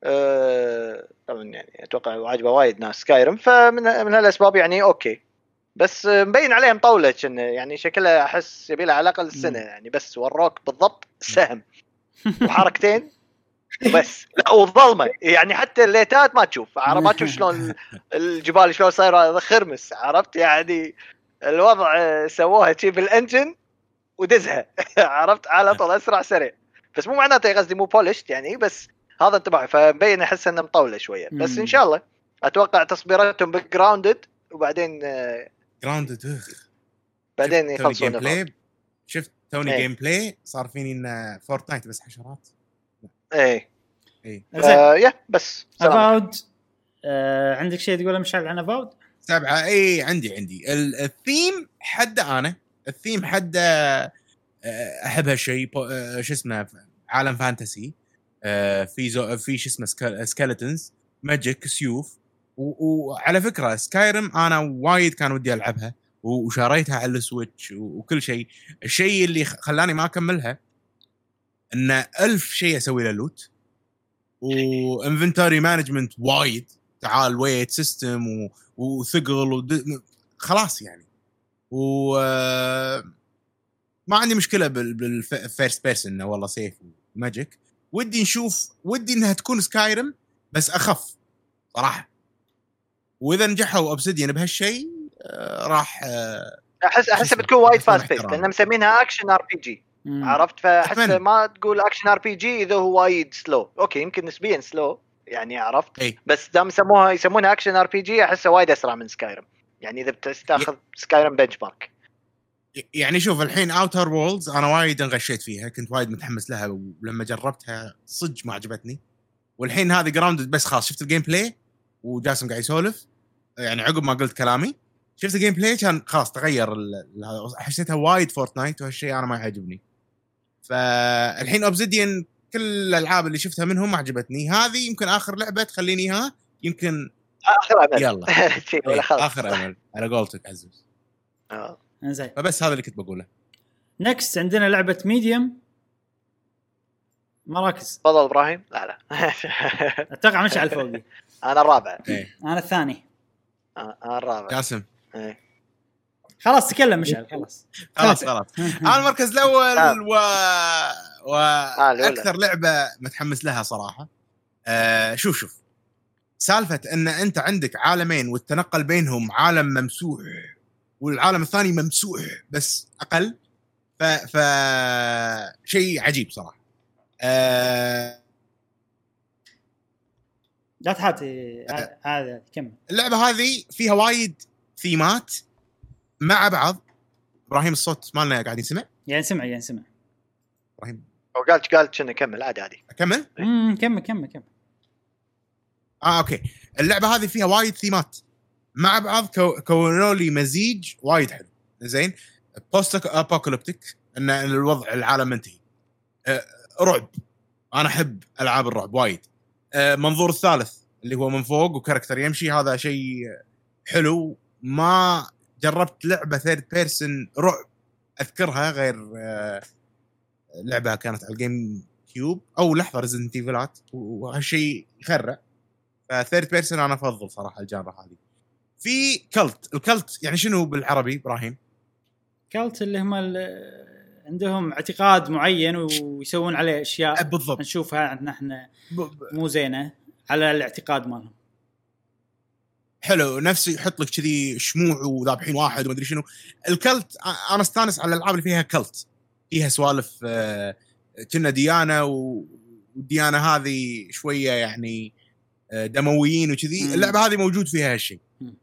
طبعا يعني اتوقع عجبه وايد ناس سكايرم فمن هالاسباب يعني اوكي بس مبين عليه مطوله يعني شكلها احس يبي له على الاقل السنه يعني، بس وروك بالضبط سهم وحركتين بس. لا وظلمه يعني حتى الليتات ما تشوف، عرفت؟ ما تشوف شلون الجبال شلون صايره خرمس، عرفت يعني الوضع سووها شيء بالانجن ودزها عرفت على طول اسرع سريع، بس مو معناته قصدي مو بولشت يعني، بس هذا انطباع. فمبين احس انه مطوله شويه، بس ان شاء الله اتوقع تصبيراتهم بالجراوندد وبعدين جراوندد بعدين يخلصون. شفت توني جيم بلاي صار فيني ان فورتنايت بس حشرات. ايه يا بس افاود عندك شيء تقوله مشعل عن افاود 7؟ اي عندي الثيم حده، انا الثيم حده احب هالشيء. شو اسمه عالم فانتسي، في شو اسمه سكيلتونز ماجيك سيوف. وعلى فكره سكايرم انا وايد كان ودي العبها وشاريتها على السويتش وكل شيء. الشيء اللي خلاني ما اكملها ان 1000 شيء اسوي له لوت وانفنتوري مانجمنت وايد، تعال ويت سيستم وثقل خلاص يعني. ما عندي مشكله بالفيرست بيرسون والله سيف وماجيك. ودي انها تكون سكايرم بس اخف صراحه. واذا نجحوا اوبسيديان بهالشيء راح احس بتكون وايد فاست بيس لان مسمينها اكشن ار بي جي، عرفت؟ فاحس ما تقول اكشن ار بي جي اذا هو وايد سلو. اوكي يمكن نسبيا سلو يعني، عرفت؟ بس دام يسمونها اكشن ار بي جي احسها وايد اسرع من سكايرم يعني، اذا بتاخذ سكايرم بنش مارك. يعني شوف الحين اوتر وولدز انا وايد انغشيت فيها، كنت وايد متحمس لها ولما جربتها صدق ما عجبتني. والحين هذه جراوندد بس خلاص شفت الجيم بلاي وجاسم قاعد يسولف يعني عقب ما قلت كلامي شفت الجيم بلاي كان خلاص تغير حسيتها وايد فورتنايت وهالشيء انا ما يعجبني. فالحين اوبسيديان كل الالعاب اللي شفتها منهم ما عجبتني، هذه يمكن اخر لعبه تخلينيها يمكن اخر امل. يلا اخر امل على قولتك عزوز. زين فبس هذا اللي كنت بقوله. نكست عندنا لعبه ميديوم مراكز. تفضل ابراهيم. لا اتوقع مش على فوقي. انا الرابع. انا الثاني. انا الرابع. جاسم خلاص تكلم مشعل. خلاص انا المركز الاول واكثر لعبه متحمس لها صراحه. شوف سالفه ان انت عندك عالمين والتنقل بينهم، عالم ممسوح والعالم الثاني ممسوح بس اقل. ف شيء عجيب صراحه. لا تحاتي هذا كمل. اللعبه هذه فيها وايد ثيمات مع بعض. ابراهيم الصوت مالنا قاعد يسمع؟ يعني سمع ابراهيم او قالت شنو كمل عادي اكمل. كمل. اوكي. اللعبه هذه فيها وايد ثيمات مع بعض كونوا لي مزيج وايد حلو. زين بوست ابوكاليبتيك ان الوضع العالم منتهي. رعب، انا احب العاب الرعب وايد. منظور الثالث اللي هو من فوق وكاركتر يمشي، هذا شيء حلو. ما جربت لعبه ثيرد بيرسون رعب اذكرها غير لعبه كانت على الجيم كيوب او لحظه ريزيدنت ايفلات، وهالشيء يخرع. فثيرد بيرسون انا افضل صراحه الجانرا هذه. في الكلت يعني شنو بالعربي ابراهيم؟ كلت اللي هم عندهم اعتقاد معين ويسوون عليه اشياء بالضبط نشوفها عندنا احنا مو زينه على الاعتقاد مالهم. حلو، نفسه يحط لك كذي شموع وذابحين واحد وما ادري شنو. الكلت انا استانس على الالعاب اللي فيها كلت، فيها سوالف كنا ديانه والديانه هذه شويه يعني دمويين وكذي. اللعبه هذه موجود فيها هالشيء.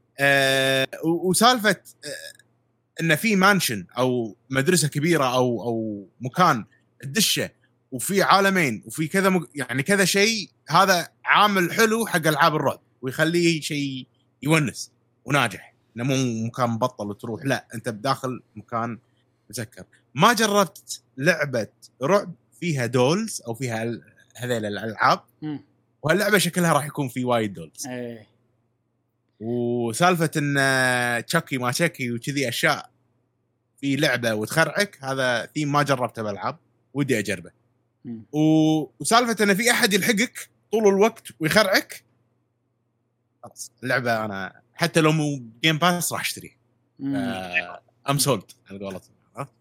وسالفه ان في مانشن او مدرسه كبيره او مكان الدشه وفي عالمين وفي كذا يعني كذا شيء. هذا عامل حلو حق العاب الرعب ويخليه شيء يونس وناجح، انه مو مكان مبطل وتروح، لا انت بداخل مكان مسكر. ما جربت لعبه رعب فيها دولز او فيها هذيل الالعاب، وهاللعبه شكلها راح يكون في وايد دولز. وسالفه ان تشكي ما تشكي وكذي اشياء في لعبه وتخرعك، هذا ثيم ما جربته بالالعاب ودي اجربه. وسالفه ان في احد يلحقك طول الوقت ويخرعك، خلاص اللعبه انا حتى لو مو جيم باس راح اشتريها. ام سولد على قولتهم.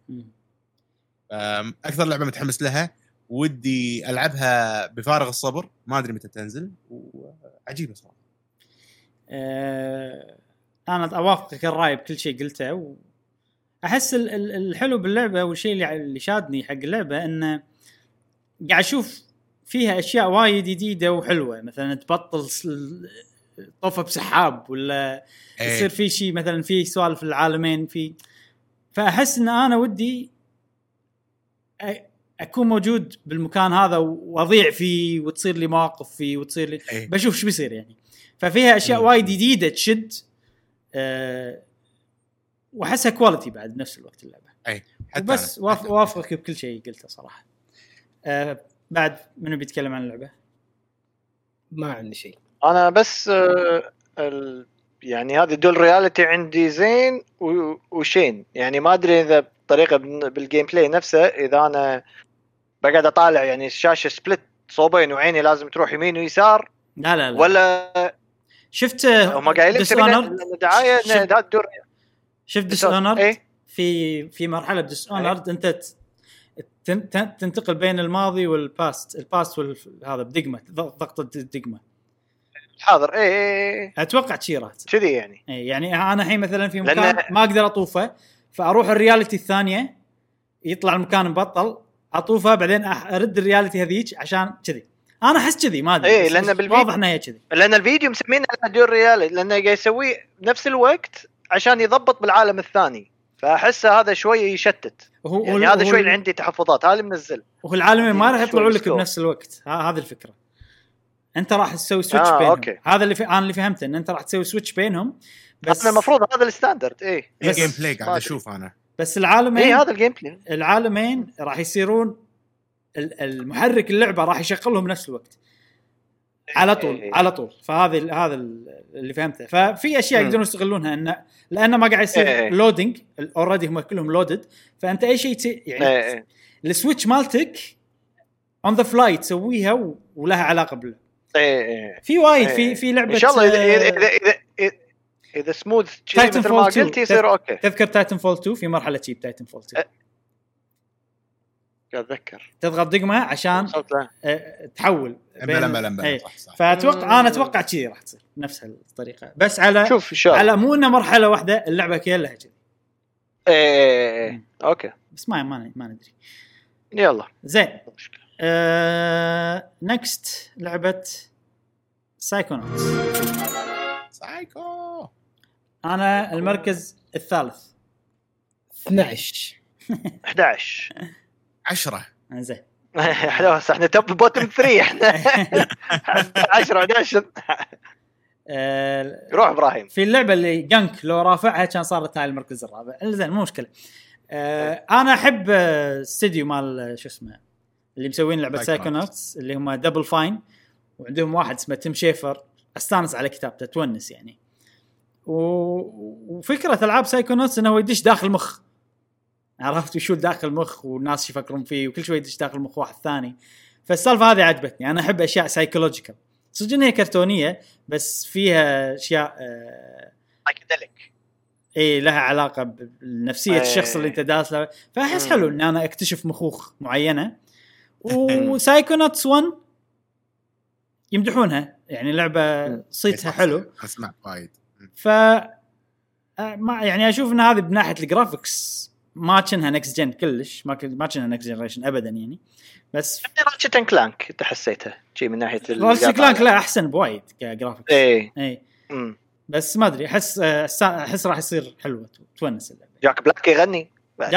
اكثر لعبه متحمس لها، ودي العبها بفارغ الصبر، ما ادري متى تنزل، وعجيبه صراحه. انا اوافقك الراي بكل شيء قلته، واحس الحلو باللعبه والشيء اللي شادني حق اللعبه انه قاعد اشوف فيها اشياء وايد جديده وحلوه، مثلا تبطل طوفه بسحاب، ولا يصير في شيء مثلا في سوالف العالمين في، فاحس ان انا ودي اكون موجود بالمكان هذا واضيع فيه وتصير لي مواقف فيه وتصير لي بشوف شو بيصير يعني. ففيها اشياء وايد جديده تشد، واحسها كواليتي بعد بنفس الوقت اللعبه. بس وافقك بكل شيء قلته صراحه. بعد منو بيتكلم عن اللعبه؟ ما عندي شيء انا بس يعني هذه دول رياليتي عندي زين وشين، يعني ما ادري اذا بطريقه بالجيم بلاي نفسه اذا انا بقعد اطالع يعني الشاشه سبلت صوبين وعيني لازم تروح يمين ويسار. لا ولا شفت هم قايلين الدعايه هذا الدور. شفت ديسونرد في مرحله ديسونرد انت تنتقل بين الماضي والباست، الباست هذا بدقمه ضغطه الدقمه حاضر. اتوقع شيرات كذي يعني. يعني انا الحين مثلا في مكان ما اقدر اطوفه، فاروح الرياليتي الثانيه يطلع المكان مبطل، اطوفه بعدين ارد الرياليتي هذيك عشان كذي. انا احس كذي ما ادري لان واضح انها كذي، لان الفيديو مسمينه دور رياليتي لانه قاعد يسوي بنفس الوقت عشان يضبط بالعالم الثاني، فاحس هذا شويه يشتت يعني. هذا شوي اللي عندي تحفظات هذا منزل، وهو العالمين ما راح يطلعوا لك بنفس الوقت. هذه الفكره، انت راح تسوي سويتش بينهم. أوكي. هذا انا اللي فهمته ان انت راح تسوي سويتش بينهم، بس المفروض هذا الستاندرد. الجيم بلاي قاعد اشوف انا، بس العالمين هذا الجيم بلاي، العالمين راح يصيرون المحرك اللعبه راح يشغلهم بنفس الوقت على طول. هذا اللي فهمته. ففي اشياء يقدرون يستغلونها لانه ما قاعد يصير لودينج اوريدي، هم كلهم لودد، فانت اي شيء يعني السويتش مالتك اون ذا فلاي تسويها ولها علاقه بال في وايد في لعبه ان شاء الله اذا سموث مثل ما قلت يصير اوكي. تذكر تايتن فول 2 في مرحله شيء تايتن فول 2 اتذكر تضغط دقمه عشان تحول بلا فاتوقع انا اتوقع كذي راح تصير نفس الطريقه، بس على مو انه مرحله واحده اللعبه كلها كذي. اوكي بس ما ندري. يلا زين. نكست لعبه سايكونوتس. انا المركز الثالث 12 11 10. زين احنا توب بوتم 3 احنا 10 11. روح ابراهيم في اللعبه اللي جانك لو رافعها كان صارت هاي المركز الرابع. زين مو مشكله. انا احب استديو مال شو اسمه اللي مسوين لعبه سايكونوتس اللي هم دبل فاين، وعندهم واحد اسمه تيم شيفر، استانس على كتابته تونس يعني. وفكره العاب سايكونوتس انه هو يدش داخل مخ، عرفت وشو داخل مخ والناس يفكرون فيه وكل شوي يدش داخل مخ واحد ثاني. فالسالفه هذه عجبتني، انا احب اشياء سايكولوجيكال، صدق انها كرتونيه بس فيها اشياء سايكيدليك لها علاقه بنفسيه الشخص اللي انت داس له. فاحس حلو ان انا اكتشف مخوخ معينه. وسايكونوتس 1 يمدحونها يعني، لعبه صيتها حلو، اسمع وايد. ما يعني اشوف ان هذه بناحيه الجرافيكس ما كانها نكست جن كلش، ما كانها نكست جنريشن ابدا يعني. بس راتشت اند كلانك انت حسيتها شيء من ناحيه راتشت كلانك لا احسن بوايد كجرافيكس. اي بس ما ادري احس راح يصير حلوه تونس اللعبه. جاك بلاك يغني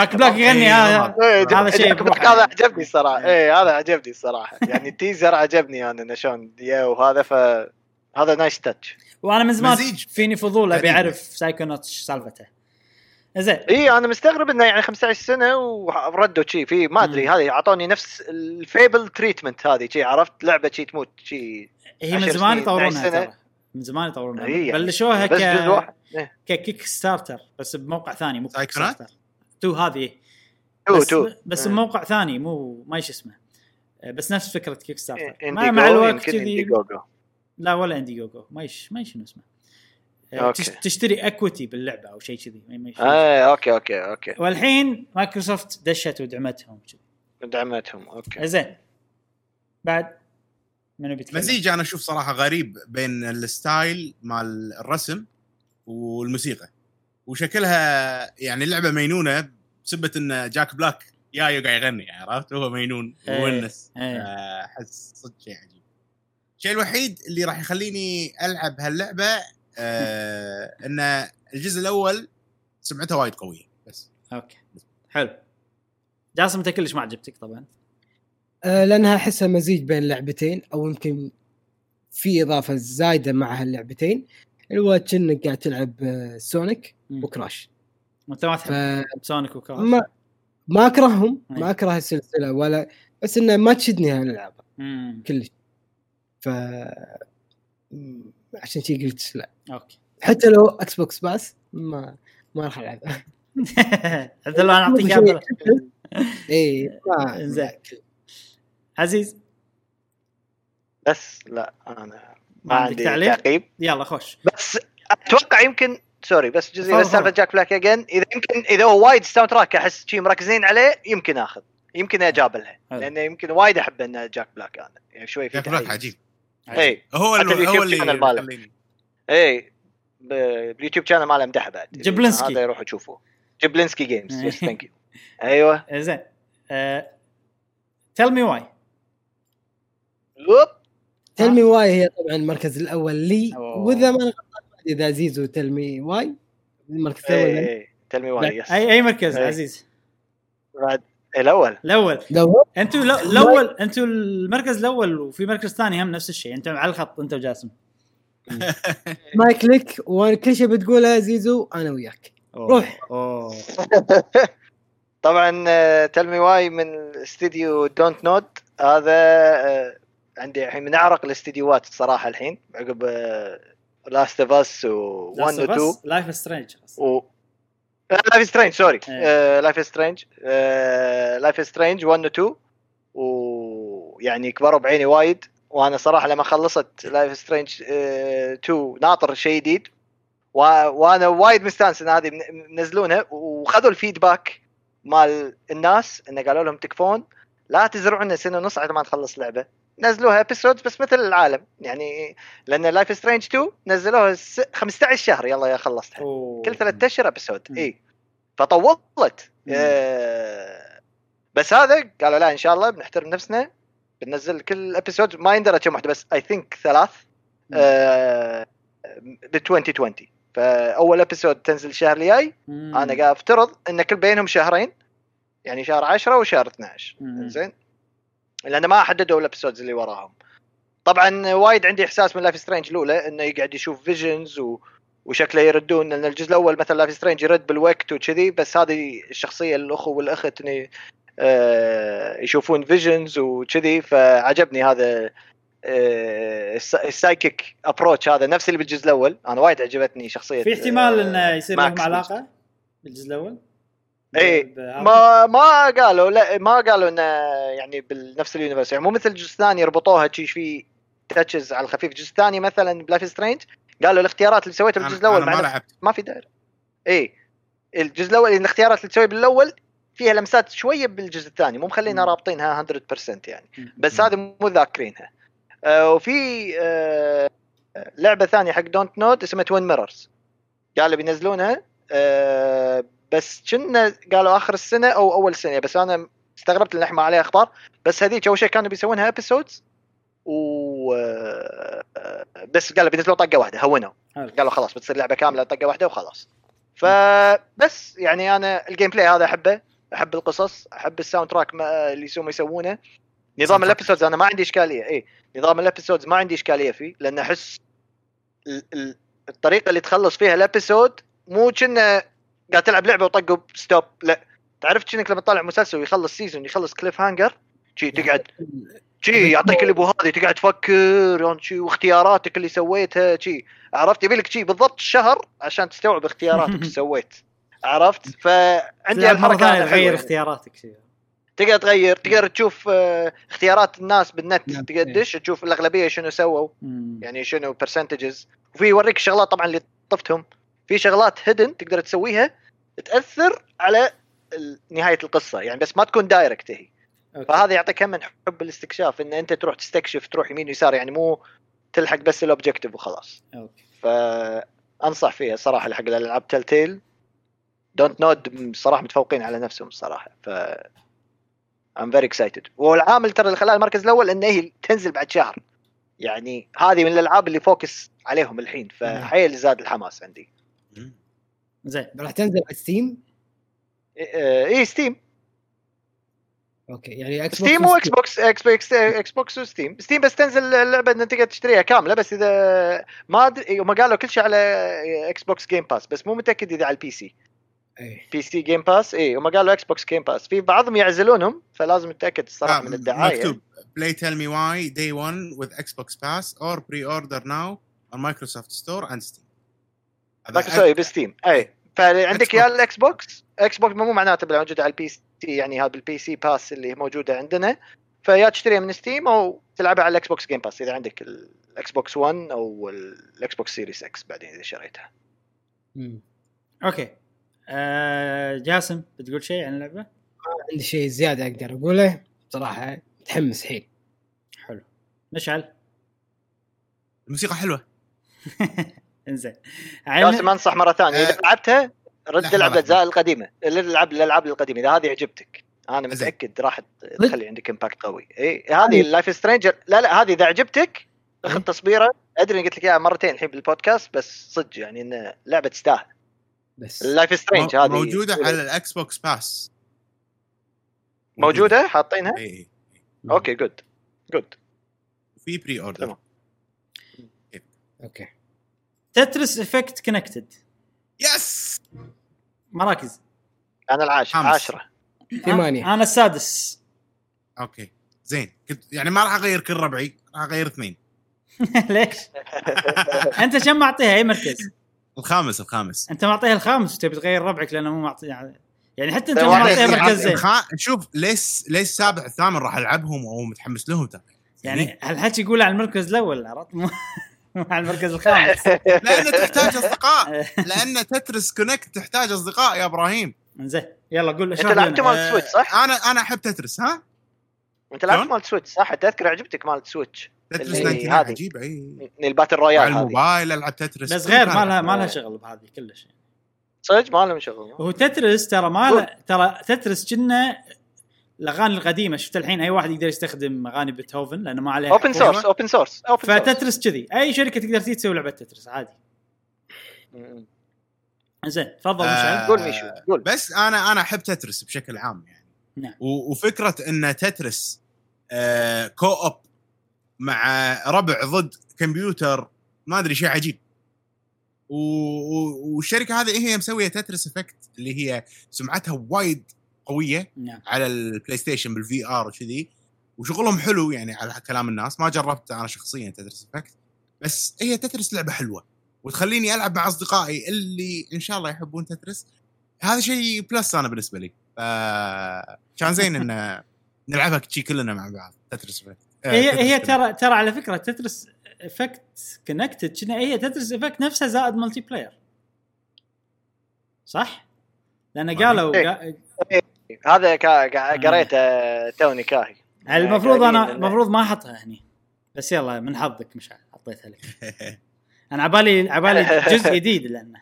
هذا شيء هذا عجبني صراحه. هذا عجبني صراحه يعني التيزر عجبني انا نشون ديا وهذا، فهذا نايس تاتش. وانا من زمان فيني فضول ابي اعرف سايكونوتس سالفته. زين انا مستغرب انه يعني 15 سنه وردوا شيء في ما ادري. هذه اعطوني نفس الفيبل تريتمنت هذه شيء، عرفت لعبه شيء تموت شيء. هي من زمان يطورونها من زمان يطورونها بلشوها كيك ستارتر بس بموقع ثاني مو كيك ستارتر 2 هذه بس بموقع ثاني مو ما ايش اسمه، بس نفس فكره كيك ستارتر. مع الوقت كذي لا ولا اندي جوجو ما ايش شنو اسمه. تشتري اكويتي باللعبه او شيء كذي. اوكي. والحين مايكروسوفت دشت ودعمتهم اوكي زين. بعد منو بيتكلم؟ مزيج انا اشوف صراحه غريب بين الستايل مال الرسم والموسيقى وشكلها، يعني اللعبه مينونه بسبه ان جاك بلاك قاعد يغني، عرفت؟ هو مينون وونس. احس صدق شيء عجيب. الشيء الوحيد اللي راح يخليني العب هاللعبه ان الجزء الاول سمعته وايد قويه بس. اوكي حلو. جاسم انت كلش ما عجبتك طبعا؟ لانها احسها مزيج بين لعبتين، او يمكن في اضافه زايده مع هاللعبتين، اللي هو كأنك قاعد تلعب سونيك وكراش. انت ما تحب سونيك وكراش؟ ما اكرههم، ما اكره السلسله ولا، بس انه ما تشدني هاللعبه كلش. عشان شي قلت لا. اوكي. حتى لو اكس بوكس باس ما راح العبها. حتى لو انا اعطيك اياها. اي زين. عزيز بس لا انا ما عندي تعقيب. يلا خوش. بس اتوقع يمكن سوري بس جزئيه سالفه جاك بلاك اجين، اذا هو وايد ساوند تراك احس شيء مركزين عليه يمكن اخذ، يمكن اجاب لها، لانه يمكن وايد احب ان جاك بلاك انا يعني شوي في جاك بلاك عجيب. اي هو اللي اي باليوتيوب شانل ماله مدح بعد جبلنسكي، هذا يروح تشوفه جبلنسكي جيمز. يس ثانك يو. ايوه زين. تيل مي واي. تيل مي واي هي طبعا المركز الاول لي، واذا ما غلطان اذا عزيز تيل مي واي المركز الاول. تيل مي واي يس. اي مركز عزيز بعد الاول انتوا الاول، انتوا المركز الاول، وفي مركز ثاني هم نفس الشيء، انتوا على الخط انت وجاسم. ما كليك وكل شيء بتقوله زيزو انا وياك. روح. طبعا تيل مي واي من استديو دونت نود. هذا عندي الحين من اعرق الاستديوهات الصراحه الحين عقب لاست اوف اس و 1 و 2 لايف سترينج لايف سترينج سوري لايف سترينج 1 و 2 ويعني كبروا بعيني وايد. وانا صراحه لما خلصت لايف سترينج 2 ناطر شيء جديد، وانا وايد مستانس ان هذه منزلونها، وخذوا الفيدباك مال الناس انه قالوا لهم تكفون لا تزرعون سنه ونص على ما نخلص لعبه. نزلوها ابيسودز بس مثل العالم يعني، لان لايف سترينج 2 نزلوها 15 شهر يلا يا خلصتها كل 3 اشهر ابيسود. اي فطولت. بس هذا قالوا لا ان شاء الله بنحترم نفسنا بننزل كل ابيسود ما يندرى كم واحده بس اي ثينك 3 ب 2020. فاول ابيسود تنزل الشهر الجاي. انا قاعد افترض ان كل بينهم شهرين، يعني شهر 10 وشهر 12. زين لأن ما حددوا الابيسودز اللي وراهم. طبعا وايد عندي إحساس من لايف سترينج الأولى إنه يقعد يشوف فيجنز وشكله يردون، لأن الجزء الأول مثلا لايف سترينج يرد بالوقت وكذي، بس هذه الشخصية الأخو والأخت إنه يشوفون فيجنز وكذي. فعجبني هذا السايكيك أبروتش، هذا نفس اللي بالجزء الأول. أنا وايد عجبتني شخصية. في احتمال إنه يصير لهم علاقة بالجزء الأول. ايه ما قالوا، لا ما قالوا انه يعني بالنفس اليونيفرس، يعني مو مثل الجزء الثاني يربطوها شيء في تاتشز على الخفيف. الجزء الثاني مثلا بلايف سترينج قالوا الاختيارات اللي سويتها بالجزء الاول ما في داعي. ايه الجزء الاول الاختيارات اللي تسوي بالاول فيها لمسات شويه بالجزء الثاني، مو مخلينا رابطينها 100% يعني، بس هذه مو ذاكرينها. وفي لعبه ثانيه حق دونت نود اسمها توين ميررز، قالوا بينزلونها بس كنا قالوا آخر السنة أو أول السنة، بس أنا استغربت لأن ما عليها أخبار. بس هذيك أول شيء كانوا بيسوونها episodes بس قالوا بينزلوا طقة واحدة، هونوا قالوا خلاص بتصير لعبة كاملة طقة واحدة وخلاص. فبس يعني أنا الجيم بلاي هذا أحبه، أحب القصص، أحب الساوند تراك اللي يسوونه. نظام الابيسودز أنا ما عندي إشكالية. إيه نظام الابيسودز ما عندي إشكالية فيه، لأن أحس الطريقة اللي تخلص فيها الابيسود مو كنا قاعد تلعب لعبه وطقوا ستوب، لا تعرف كأنك لما تطلع مسلسل ويخلص سيزون يخلص كليف هانجر شي تقعد شي يعطيك اللي بو هذه تقعد تفكر يعني شي واختياراتك اللي سويتها شي، عرفت؟ يبي لك شي بالضبط الشهر عشان تستوعب اختياراتك سويت، عرفت؟ فعندي الحركه ثانيه تغير اختياراتك شي تقدر تغير، تقدر تشوف اختيارات الناس بالنت، تقدر تشوف الاغلبيه شنو سووا يعني شنو برسنتجز، وفي يوريك شغلات طبعا اللي لطفتهم في شغلات هيدن تقدر تسويها تاثر على نهايه القصه يعني بس ما تكون دايركت هي. فهذا يعطيك من حب الاستكشاف ان انت تروح تستكشف تروح يمين ويسار يعني مو تلحق بس الاوبجيكتيف وخلاص. فانصح فيها صراحه حق الالعاب تلتيل دونت نود صراحه متفوقين على نفسهم الصراحه. ف I'm very excited. والعامل ترى اللي خلاه المركز الاول انه هي تنزل بعد شهر يعني هذه من الالعاب اللي فوكس عليهم الحين فحيل زاد الحماس عندي. زين راح تنزل على ستيم؟ ايه ستيم. اوكي يعني اكس ستيم واكس بوكس اكس بوكس وستيم. ستيم بس تنزل اللعبه انت تقدر تشتريها كامله بس اذا ما ادري هم قالوا كل شيء على اكس بوكس جيم باس بس مو متاكد اذا على البي سي. بي سي جيم باس اي هم قالوا اكس بوكس جيم باس. في بعضهم يعزلونهم فلازم نتاكد الصراحه من الدعايه. مكتوب play tell me why day one with Xbox Pass or pre-order now on Microsoft Store and Steam. هذا بستيم اي فعندك يا الاكس بوكس مو معناته موجوده على البي سي يعني هذا بالبي سي باس اللي موجوده عندنا فيا تشتريها من ستيم او تلعبها على الاكس بوكس جيم باس اذا عندك الاكس بوكس 1 او الاكس بوكس سيريس اكس بعدين اذا شريتها. اوكي جاسم بتقول شيء عن اللعبه؟ عندي شيء زياده اقدر اقوله بصراحه متحمس حيل. حلو. مشعل الموسيقى حلوه. انزين جاسم انصح مره ثانيه اذا لعبتها رد العب الاجزاء القديمه الالعاب القديمه اذا هذه عجبتك انا متاكد راح تخلي عندك امباكت قوي. اي هذه لايف سترينجر لا هذه اذا عجبتك اخذ تصبيره ادري قلت لك اياها مرتين الحين بالبودكاست بس صدق يعني ان لعبه تستاهل. بس اللايف سترينج هذه موجوده على الاكس بوكس باس موجوده حاطينها. اي اوكي جود في بري اوردر. اوكي تترس افكت كونكتد يس مراكز. انا العاشر 10 8 انا السادس. اوكي زين كنت يعني ما راح اغير كل ربعي راح اغير 2. ليش انت كم معطيها اي مركز؟ الخامس انت معطيها الخامس وتبي تغير ربعك لانه مو معطي يعني حتى انت ما معطيها مركز زين. شوف ليش السابع الثامن راح العبهم او متحمس لهم يعني هالحكي يقول على المركز الاول عرفت مو على المركز الخامس. لأنه تحتاج أصدقاء لأن تترس كونكت تحتاج أصدقاء يا إبراهيم. إنزين يلا قول أنت لعبت مال سويتش صح؟ أنا أحب تترس. ها أنت لعبت مال سويتش صح؟ أتذكر عجبتك مال سويتش تترس 99 عجيب. أي الباتل رويال على الموبايل ألعب تترس بس غير ما لها شغل بهذه كلش صدق ما لهم شغل. هو تترس ترى تترس كنا الاغاني القديمه شفت الحين اي واحد يقدر يستخدم اغاني بيتهوفن لانه ما عليها اوبن سورس فتترس كذي اي شركه تقدر تسوي لعبه تترس عادي. زين تفضل مشعل. قول ميشو قول. بس انا احب تترس بشكل عام يعني. نعم. وفكره ان تترس كو اوب مع ربع ضد كمبيوتر ما ادري شيء عجيب. والشركه هذه هي مسويه تترس افكت اللي هي سمعتها وايد قويه. نعم. على البلاي ستيشن بالفي ار وكذي وشغلهم حلو يعني على كلام الناس. ما جربت انا شخصيا تترس افكت بس هي تترس لعبه حلوه وتخليني العب مع اصدقائي اللي ان شاء الله يحبون تترس. هذا شيء بلس انا بالنسبه لي كان زين ان نلعبها كلنا مع بعض تترس افكت. هي ترى على فكره تترس افكت كونكتد كنا هي تترس افكت نفسها زائد ملتي بلاير صح لان قالوا هذا قريته توني كاهي. المفروض ما احطها هني بس يلا من حظك مش حطيتها لك. انا عبالي جزء جديد لانه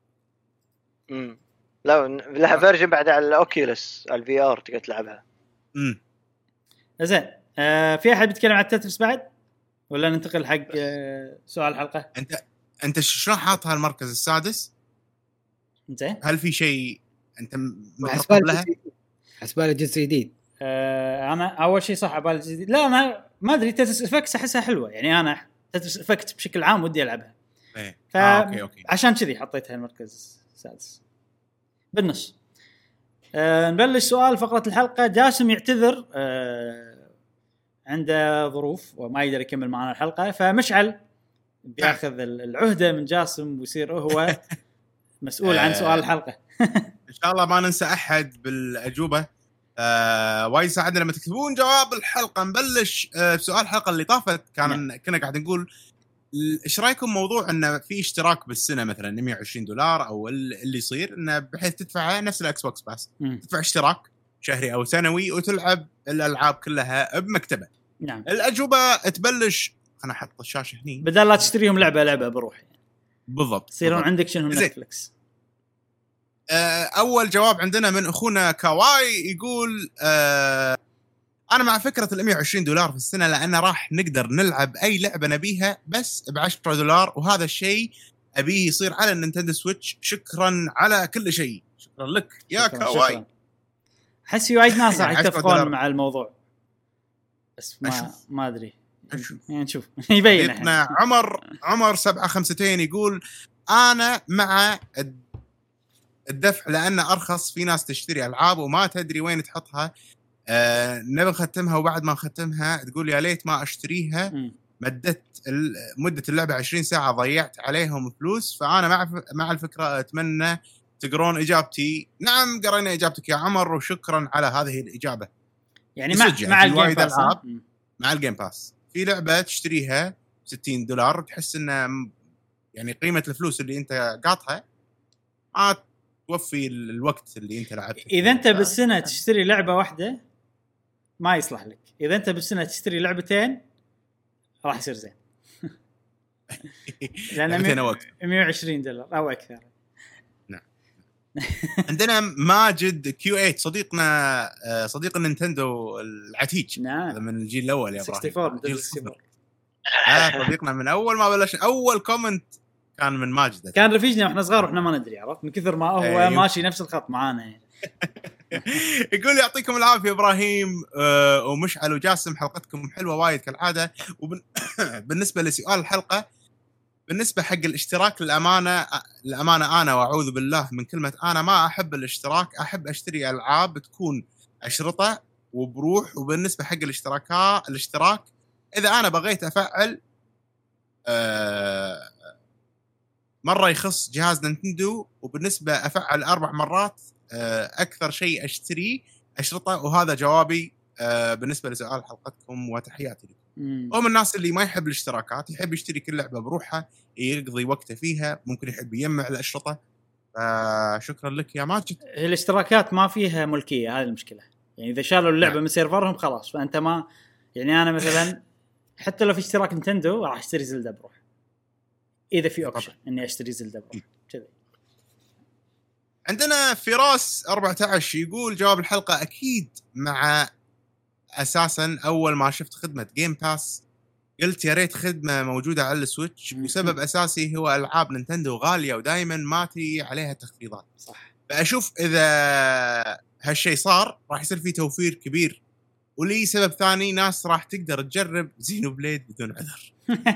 لها فيرجن بعد على الاوكيولس الفي ار تقدر تلعبها. زين في احد بيتكلم عن التترس بعد ولا ننتقل حق سؤال الحلقه؟ انت شلون حاطها المركز السادس؟ زين هل في شيء انت مرتب لها؟ حسبالي جزء جديد. انا اول شيء صح عبالي جديد. لا انا ما ادري تترس افكت احسها حلوه يعني انا تترس افكت بشكل عام ودي العبها. أوكي. عشان كذي حطيتها المركز السادس بالنص. نبلش سؤال فقرة الحلقة. جاسم يعتذر عنده ظروف وما يقدر يكمل معنا الحلقة فمشعل بياخذ العهدة من جاسم ويصير هو مسؤول عن سؤال الحلقة. إن شاء الله ما ننسى أحد بالأجوبة. وايد ساعدنا لما تكتبون جواب الحلقة. نبلش بسؤال الحلقة اللي طافت كنا قاعد نقول ايش رايكم موضوع انه في اشتراك بالسنه مثلا $120 او اللي يصير انه بحيث تدفع نفس الاكس بوكس باس، تدفع اشتراك شهري او سنوي وتلعب الالعاب كلها بمكتبه. نعم. الاجوبه تبلش، انا احط الشاشه هني بدل لا تشتريهم لعبه بروح يعني. بالضبط يصيرون عندك شنو نتفلكس. اول جواب عندنا من اخونا كاواي يقول انا مع فكره $120 في السنه لان راح نقدر نلعب اي لعبه نبيها بس $10 وهذا الشيء ابيه يصير على النينتندو سويتش. شكرا على كل شيء. شكرا لك يا كاواي. احس في وايد ناس راح يتفقون مع الموضوع بس ما ادري يعني نشوف يبين احنا. عمر 752 يقول انا مع الدفع لانه ارخص. في ناس تشتري العاب وما تدري وين تحطها. نبي نختمها وبعد ما نختمها تقول يا ليت ما اشتريها. مدة اللعبة 20 ساعة ضيعت عليهم فلوس. فأنا مع الفكرة. أتمنى تقرون إجابتي. نعم قرينا إجابتك يا عمر وشكرا على هذه الإجابة. يعني مع الجيم باس. مع الجيم باس في لعبة تشتريها $60 تحس إن يعني قيمة الفلوس اللي أنت قاطها ما توفي الوقت اللي أنت لعبته. إذا أنت بالسنة تشتري لعبة واحدة ما يصلح لك. إذا أنت بالسنة تشتري لعبتين راح يصير زين. لأن $120 أو أكثر. نعم. عندنا ماجد Q8 صديق النينتندو العتيج. نعم. من الجيل الأول يا إبراهيم. 64 صديقنا من أول ما بلش. أول كومنت كان من ماجد. كان رفيجنا وإحنا صغار وإحنا ما ندري عرفت من كثر ما هو ماشي نفس الخط معانا يعني. يقول يعطيكم العافية إبراهيم ومشعل وجاسم. حلقتكم حلوة وايد كالعادة. بالنسبة لسؤال الحلقة بالنسبة حق الاشتراك للأمانة أنا وأعوذ بالله من كلمة أنا ما أحب الاشتراك. أحب أشتري ألعاب تكون أشرطة وبروح. وبالنسبة حق الاشتراك إذا أنا بغيت أفعل مرة يخص جهاز نينتندو وبالنسبة أفعل 4 مرات أكثر شيء أشتري أشرطة. وهذا جوابي بالنسبة لسؤال حلقتكم وتحياتي لكم. ومن الناس اللي ما يحب الاشتراكات يحب يشتري كل لعبة بروحها يقضي وقته فيها. ممكن يحب يجمع الأشرطة. شكرا لك يا ماجد. الاشتراكات ما فيها ملكية. هذه المشكلة يعني إذا شالوا اللعبة من سيرفرهم خلاص. فأنت ما يعني أنا مثلا حتى لو في اشتراك نينتندو راح أشتري زلدة بروح إذا في أوبشن إني أشتري زلدة بروح كذا. عندنا فراس 14 يقول جواب الحلقة أكيد مع أساساً أول ما شفت خدمة جيم باس قلت يا ريت خدمة موجودة على السويتش. وسبب أساسي هو ألعاب نينتندو غالية ودائماً ما تي عليها تخفيضات. صح. فأشوف إذا هالشيء صار راح يصير فيه توفير كبير. ولي سبب ثاني ناس راح تقدر تجرب زينو بليد بدون عذر.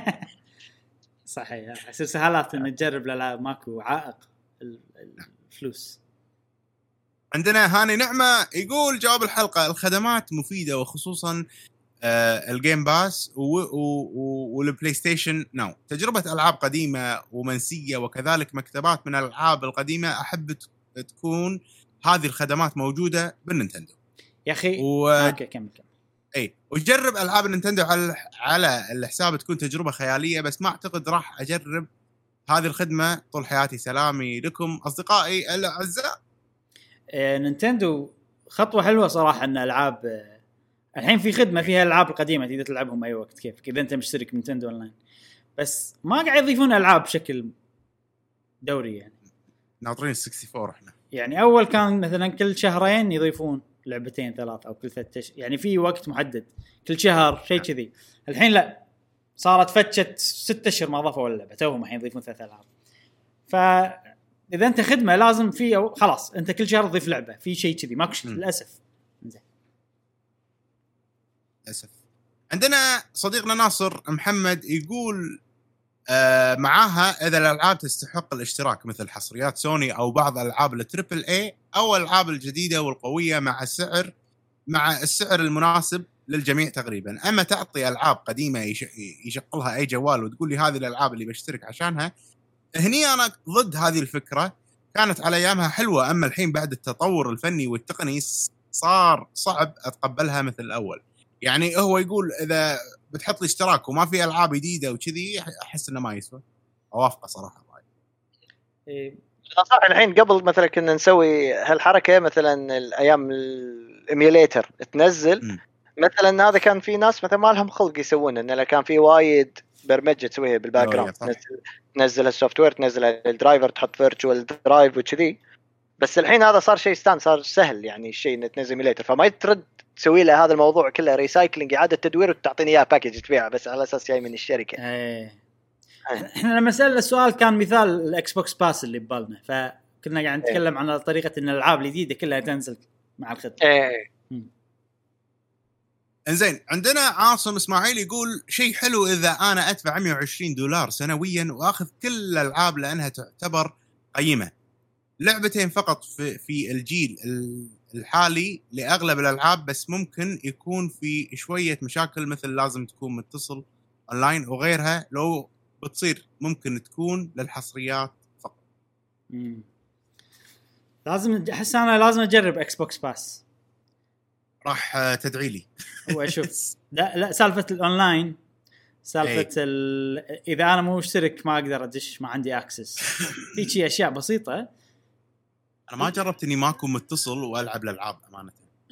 صحيح. يصير سهالات إن تجرب الألعاب ماكو عائق الفلوس. عندنا هاني نعمة يقول جواب الحلقة الخدمات مفيدة وخصوصا الجيم باس والبلاي ستيشن ناو. تجربة ألعاب قديمة ومنسية وكذلك مكتبات من الألعاب القديمة أحب تكون هذه الخدمات موجودة بالنينتندو يا أخي. أوكي كمل. أي وجرب ألعاب النينتندو على الحساب تكون تجربة خيالية بس ما أعتقد راح أجرب هذه الخدمة طول حياتي. سلامي لكم أصدقائي الأعزاء. نينتندو خطوة حلوة صراحة أن ألعاب الحين في خدمة فيها الألعاب القديمة تقدر تلعبهم أي وقت كيفك إذا أنت مشترك نينتندو أونلاين. بس ما قاعد يضيفون ألعاب بشكل دوري يعني. ناطرين 64 إحنا. يعني أول كان مثلا كل شهرين يضيفون لعبتين 3 أو كل 3 أشهر يعني في وقت محدد كل شهر شيء كذي. الحين لا صارت فتشت 6 أشهر ما ضافوا ولا لعبة توهم الحين يضيفون 3 ألعاب. إذا أنت خدمة لازم في خلاص أنت كل شهر تضيف لعبة في شيء كذي ماكو شيء للأسف. للأسف. عندنا صديقنا ناصر محمد يقول معاها إذا الألعاب تستحق الاشتراك مثل حصريات سوني أو بعض ألعاب التريبل اي أو الألعاب الجديدة والقوية مع السعر المناسب للجميع تقريبا. أما تعطي ألعاب قديمة يشغلها أي جوال وتقول لي هذه الألعاب اللي بشترك عشانها هني أنا ضد هذه الفكرة. كانت على أيامها حلوة أما الحين بعد التطور الفني والتقني صار صعب أتقبلها مثل الأول. يعني هو يقول إذا بتحط لي اشتراك وما في العاب جديده وكذي احس انه ما يسوى. اوافقه صراحه. صح. الحين قبل مثلا كنا نسوي هالحركه مثلا الايام الايميوليتر تنزل مثلا، هذا كان في ناس مثلا ما لهم خلق يسوونه، انه كان في وايد برمجه تسويها بالباك جراوند، تنزل السوفت وير، تنزل الدرايفر، تحط فيرتشوال درايف وكذي. بس الحين هذا صار شيء ستاند، صار سهل يعني الشيء انه تنزل ايميوليتر، فما ترد تسوي له هذا الموضوع كله ريسايكلينج اعاده تدوير وتعطيني اياه باكج تبيعه بس على اساس جاي من الشركه. احنا لما سألنا السؤال كان مثال الاكس بوكس باس اللي ببالنا، فكنا قاعد نتكلم عن طريقه ان الالعاب الجديده كلها تنزل مع الخدمه. انزين، عندنا عاصم اسماعيل يقول شيء حلو اذا انا ادفع $120 سنويا واخذ كل الالعاب لانها تعتبر قيمه. لعبتين فقط في الجيل الحالي لاغلب الالعاب، بس ممكن يكون في شويه مشاكل مثل لازم تكون متصل اونلاين وغيرها. لو بتصير ممكن تكون للحصريات فقط. لازم احس انا لازم اجرب اكس بوكس باس. راح تدعي لي. هو اشوف لا سالفه الاونلاين، سالفه اذا انا مو مشترك ما اقدر ادش، ما عندي اكسس في شيء اشياء بسيطه. انا ما جربت اني ما اكون متصل والعب الالعاب امانه.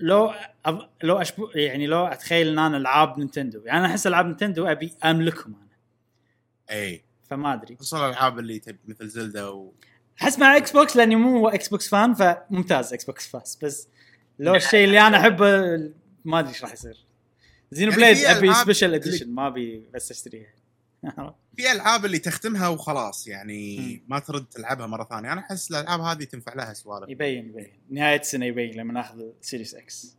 لو يعني لو اتخيل ان انا العاب نينتندو، يعني انا احس العاب نينتندو ابي املكهم انا. فما ادري خصوصا الالعاب اللي تبي مثل زلدا احس مع اكس بوكس لاني مو اكس بوكس فان فممتاز اكس بوكس باس. بس لو الشيء اللي انا احبه ما ادري ايش راح يصير. زينو يعني بليد ابي سبيشال اديشن، ما ابي بس اشتريها. في العاب اللي تختمها وخلاص يعني ما ترد تلعبها مره ثانيه. انا احس الالعاب هذه تنفع لها سوالف. يبين نهايه السنه يبين لما ناخذ سيريس اكس.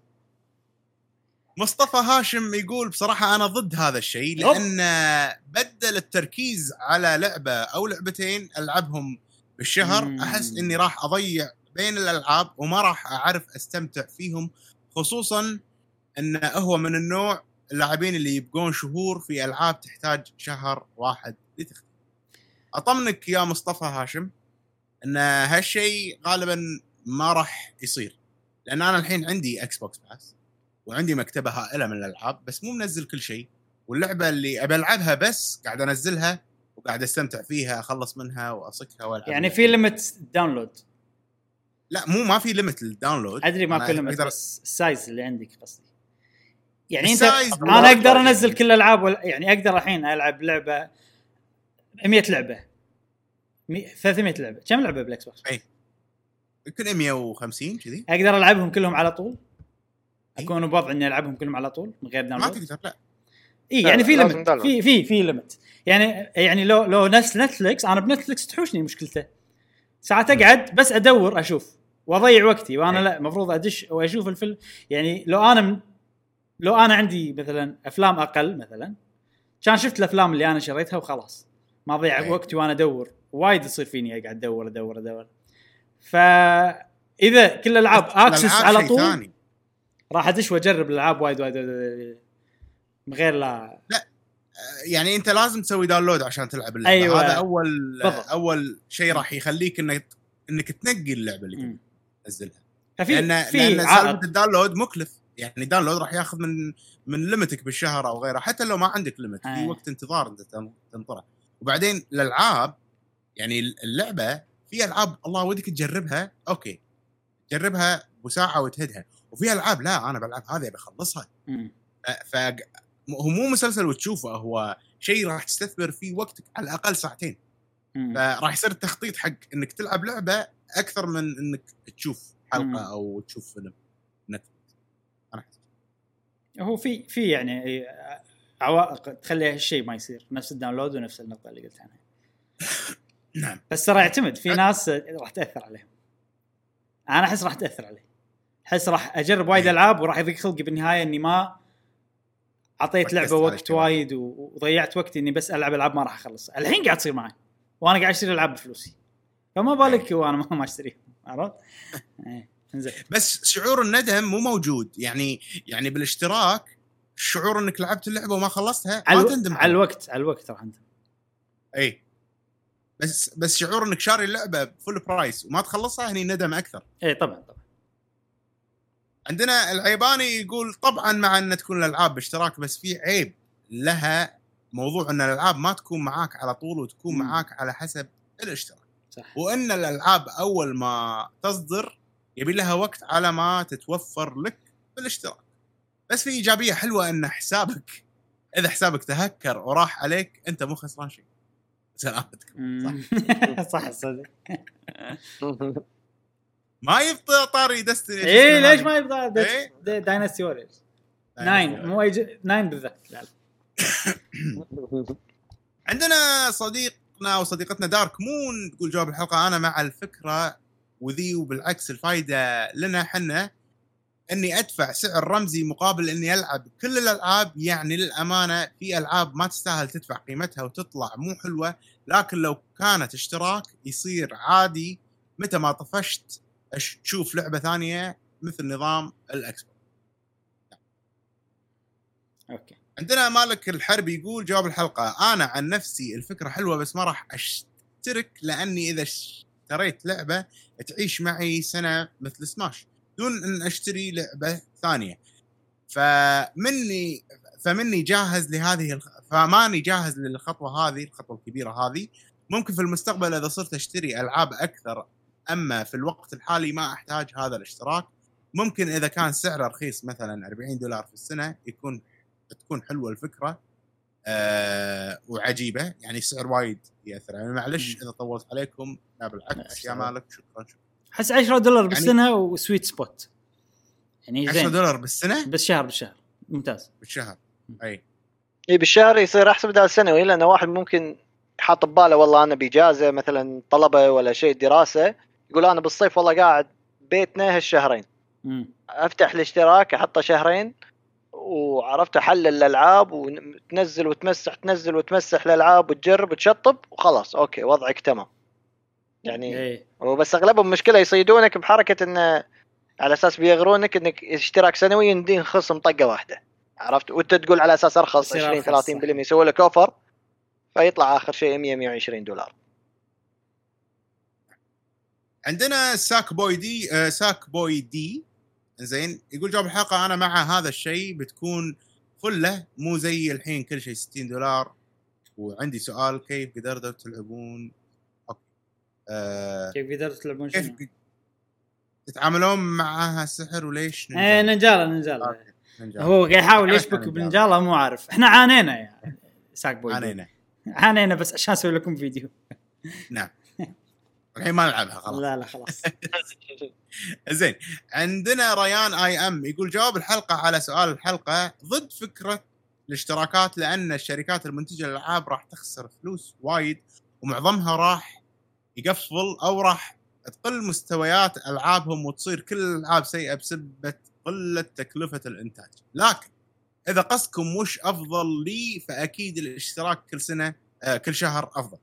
مصطفى هاشم يقول بصراحه انا ضد هذا الشيء، لان بدل التركيز على لعبه او لعبتين العبهم بالشهر احس اني راح اضيع بين الالعاب وما راح اعرف استمتع فيهم، خصوصا انه هو من النوع اللاعبين اللي يبقون شهور في العاب تحتاج شهر واحد لتختم. اطمنك يا مصطفى هاشم ان هالشيء غالبا ما راح يصير، لان انا الحين عندي اكس بوكس باس وعندي مكتبه هائله من الالعاب، بس مو منزل كل شيء، واللعبه اللي ابي العبها بس قاعد انزلها وقاعد استمتع فيها، اخلص منها واصكها والعب. يعني في ليميت داونلود؟ لا مو في ليميت للداونلود. ادري ما في ليميت، بس السايز اللي عندك قصدي. يعني انت انا اقدر انزل كل الالعاب يعني اقدر الحين العب لعبه 100 لعبه 300 لعبه. كم لعبه بالاكس بوكس؟ يمكن 150 كذي. اقدر العبهم كلهم على طول؟ اكون بوضع اني العبهم كلهم على طول من غير داونلود؟ ما تقدر. لا يعني في ليميت، في ليميت. يعني لو نتفليكس، انا بنتفليكس تحوشني مشكلته ساعات اقعد بس ادور اشوف واضيع وقتي، وانا لا مفروض ادش واشوف الفيلم. يعني لو انا عندي مثلا افلام اقل مثلا، كان شفت الافلام اللي انا شريتها وخلاص، ما اضيع وقتي وانا ادور. وايد يصير فيني اقعد ادور. فاذا كل الالعاب اكسس على طول راح ادش واجرب الالعاب وايد من غير لا يعني انت لازم تسوي داونلود عشان تلعب اللعبه. أيوة. هذا اول شيء راح يخليك انك تنقي اللعبه اللي تنزلها. لان سالفه الداونلود مكلف، يعني الداونلود راح ياخذ من ليمتك بالشهر او غيره، حتى لو ما عندك ليمت في وقت انتظار انت تنطره. وبعدين الالعاب يعني اللعبه في العاب الله ودك تجربها، اوكي جربها بساعه وتهدها، وفي العاب لا انا بلعب هذه بخلصها. هو مو مسلسل وتشوفه، هو شيء راح تستثمر فيه وقتك على الاقل ساعتين. فراح يصير التخطيط حق انك تلعب لعبه اكثر من انك تشوف حلقه او تشوف فيلم. انا هو في يعني عوائق تخلي هالشيء ما يصير، نفس الداونلود ونفس النقطه اللي قلت عنها. نعم، بس ترى يعتمد، في ناس راح تاثر عليهم. انا احس راح تاثر علي، احس راح اجرب وايد العاب وراح يضيق خلقي بالنهايه اني ما عطيت لعبه وقت وايد وضيعت وقتي اني بس العب العاب ما راح اخلصها. الحين قاعد تصير معي وانا قاعد اشتري العاب بفلوسي، فما بالك وانا ما اشتريها. عرفت؟ بس شعور الندم مو موجود. يعني بالاشتراك الشعور انك لعبت اللعبه وما خلصتها ما تندم على الوقت راح اندم. اي بس شعور انك شاري اللعبه فول برايس وما تخلصها هني ندم اكثر. اي طبعا. عندنا العيباني يقول طبعا مع ان تكون الالعاب باشتراك، بس في عيب لها موضوع ان الالعاب ما تكون معاك على طول وتكون معاك على حسب الاشتراك. صح. وان الالعاب اول ما تصدر يبي لها وقت على ما تتوفر لك بالاشتراك. بس في ايجابيه حلوه ان حسابك اذا حسابك تهكر وراح عليك انت مو خسران شيء. سلامتكم. صح صدق. ما يبطل طاري دستني. ايه ليش ما يبطل دايناستي ووريرز 9 مو 9 بالذات. لا عندنا صديقنا وصديقتنا دارك مون تقول جواب الحلقه انا مع الفكره وذي وبالعكس الفايده لنا حنا اني ادفع سعر رمزي مقابل اني العب كل الالعاب. يعني للامانه في العاب ما تستاهل تدفع قيمتها وتطلع مو حلوه، لكن لو كانت اشتراك يصير عادي متى ما طفشت تشوف لعبه ثانيه مثل نظام الاكس بوكس. اوكي. عندنا مالك الحربي يقول جواب الحلقه انا عن نفسي الفكره حلوه بس ما راح اشترك لاني اذا اشتريت لعبه تعيش معي سنه مثل سماش دون ان اشتري لعبه ثانيه فماني جاهز لهذه فماني جاهز للخطوه هذه الخطوه الكبيره هذه. ممكن في المستقبل اذا صرت اشتري العاب اكثر، اما في الوقت الحالي ما احتاج هذا الاشتراك. ممكن اذا كان سعره رخيص مثلا $40 في السنه تكون حلوه الفكره وعجيبه. يعني السعر وايد ياثر. يعني معلش اذا طولت عليكم. لا بالعكس يا مالك شكرا. حس $10 بالسنه وسويت سبوت. يعني $10 بالسنه بالشهر ممتاز بالشهر. اي بالشهر يصير احسن بدل السنوي، لان واحد ممكن حاط بباله والله انا باجازه مثلا طلبه ولا شيء دراسه، يقول انا بالصيف والله قاعد بيتنا هالشهرين افتح الاشتراك احطه شهرين وعرفت احلل الالعاب وتنزل وتمسح تنزل وتمسح الالعاب وتجرب وتشطب وخلاص اوكي وضعك تمام. يعني وبس اغلبهم مشكله يصيدونك بحركه انه على اساس بيغرونك انك اشتراك سنوي يندين خصم طقه واحده، عرفت؟ وانت تقول على اساس ارخص 20-30% يسوي لك اوفر فيطلع اخر شيء $100-$120. عندنا ساك بوي دي زين يقول جواب الحلقه انا مع هذا الشيء بتكون فله مو زي الحين كل شيء $60. وعندي سؤال كيف قدرتوا تلعبون كيف قدرتوا تلعبون كيف تتعاملون معها سحر وليش ننجالة هو قاعد يحاول يشبك بنجالة مو عارف. احنا عانينا يعني ساك بوي عانينا بس عشان اسوي لكم فيديو. نعم الحين ما نلعبها خلاص. لا خلاص. زين عندنا ريان اي ام يقول جواب الحلقه على سؤال الحلقه ضد فكره الاشتراكات لان الشركات المنتجه للالعاب راح تخسر فلوس وايد ومعظمها راح يقفل او راح تقل مستويات العابهم وتصير كل الالعاب سيئه بسبب قله تكلفه الانتاج. لكن اذا قصدكم وش افضل لي فاكيد الاشتراك كل سنه كل شهر افضل.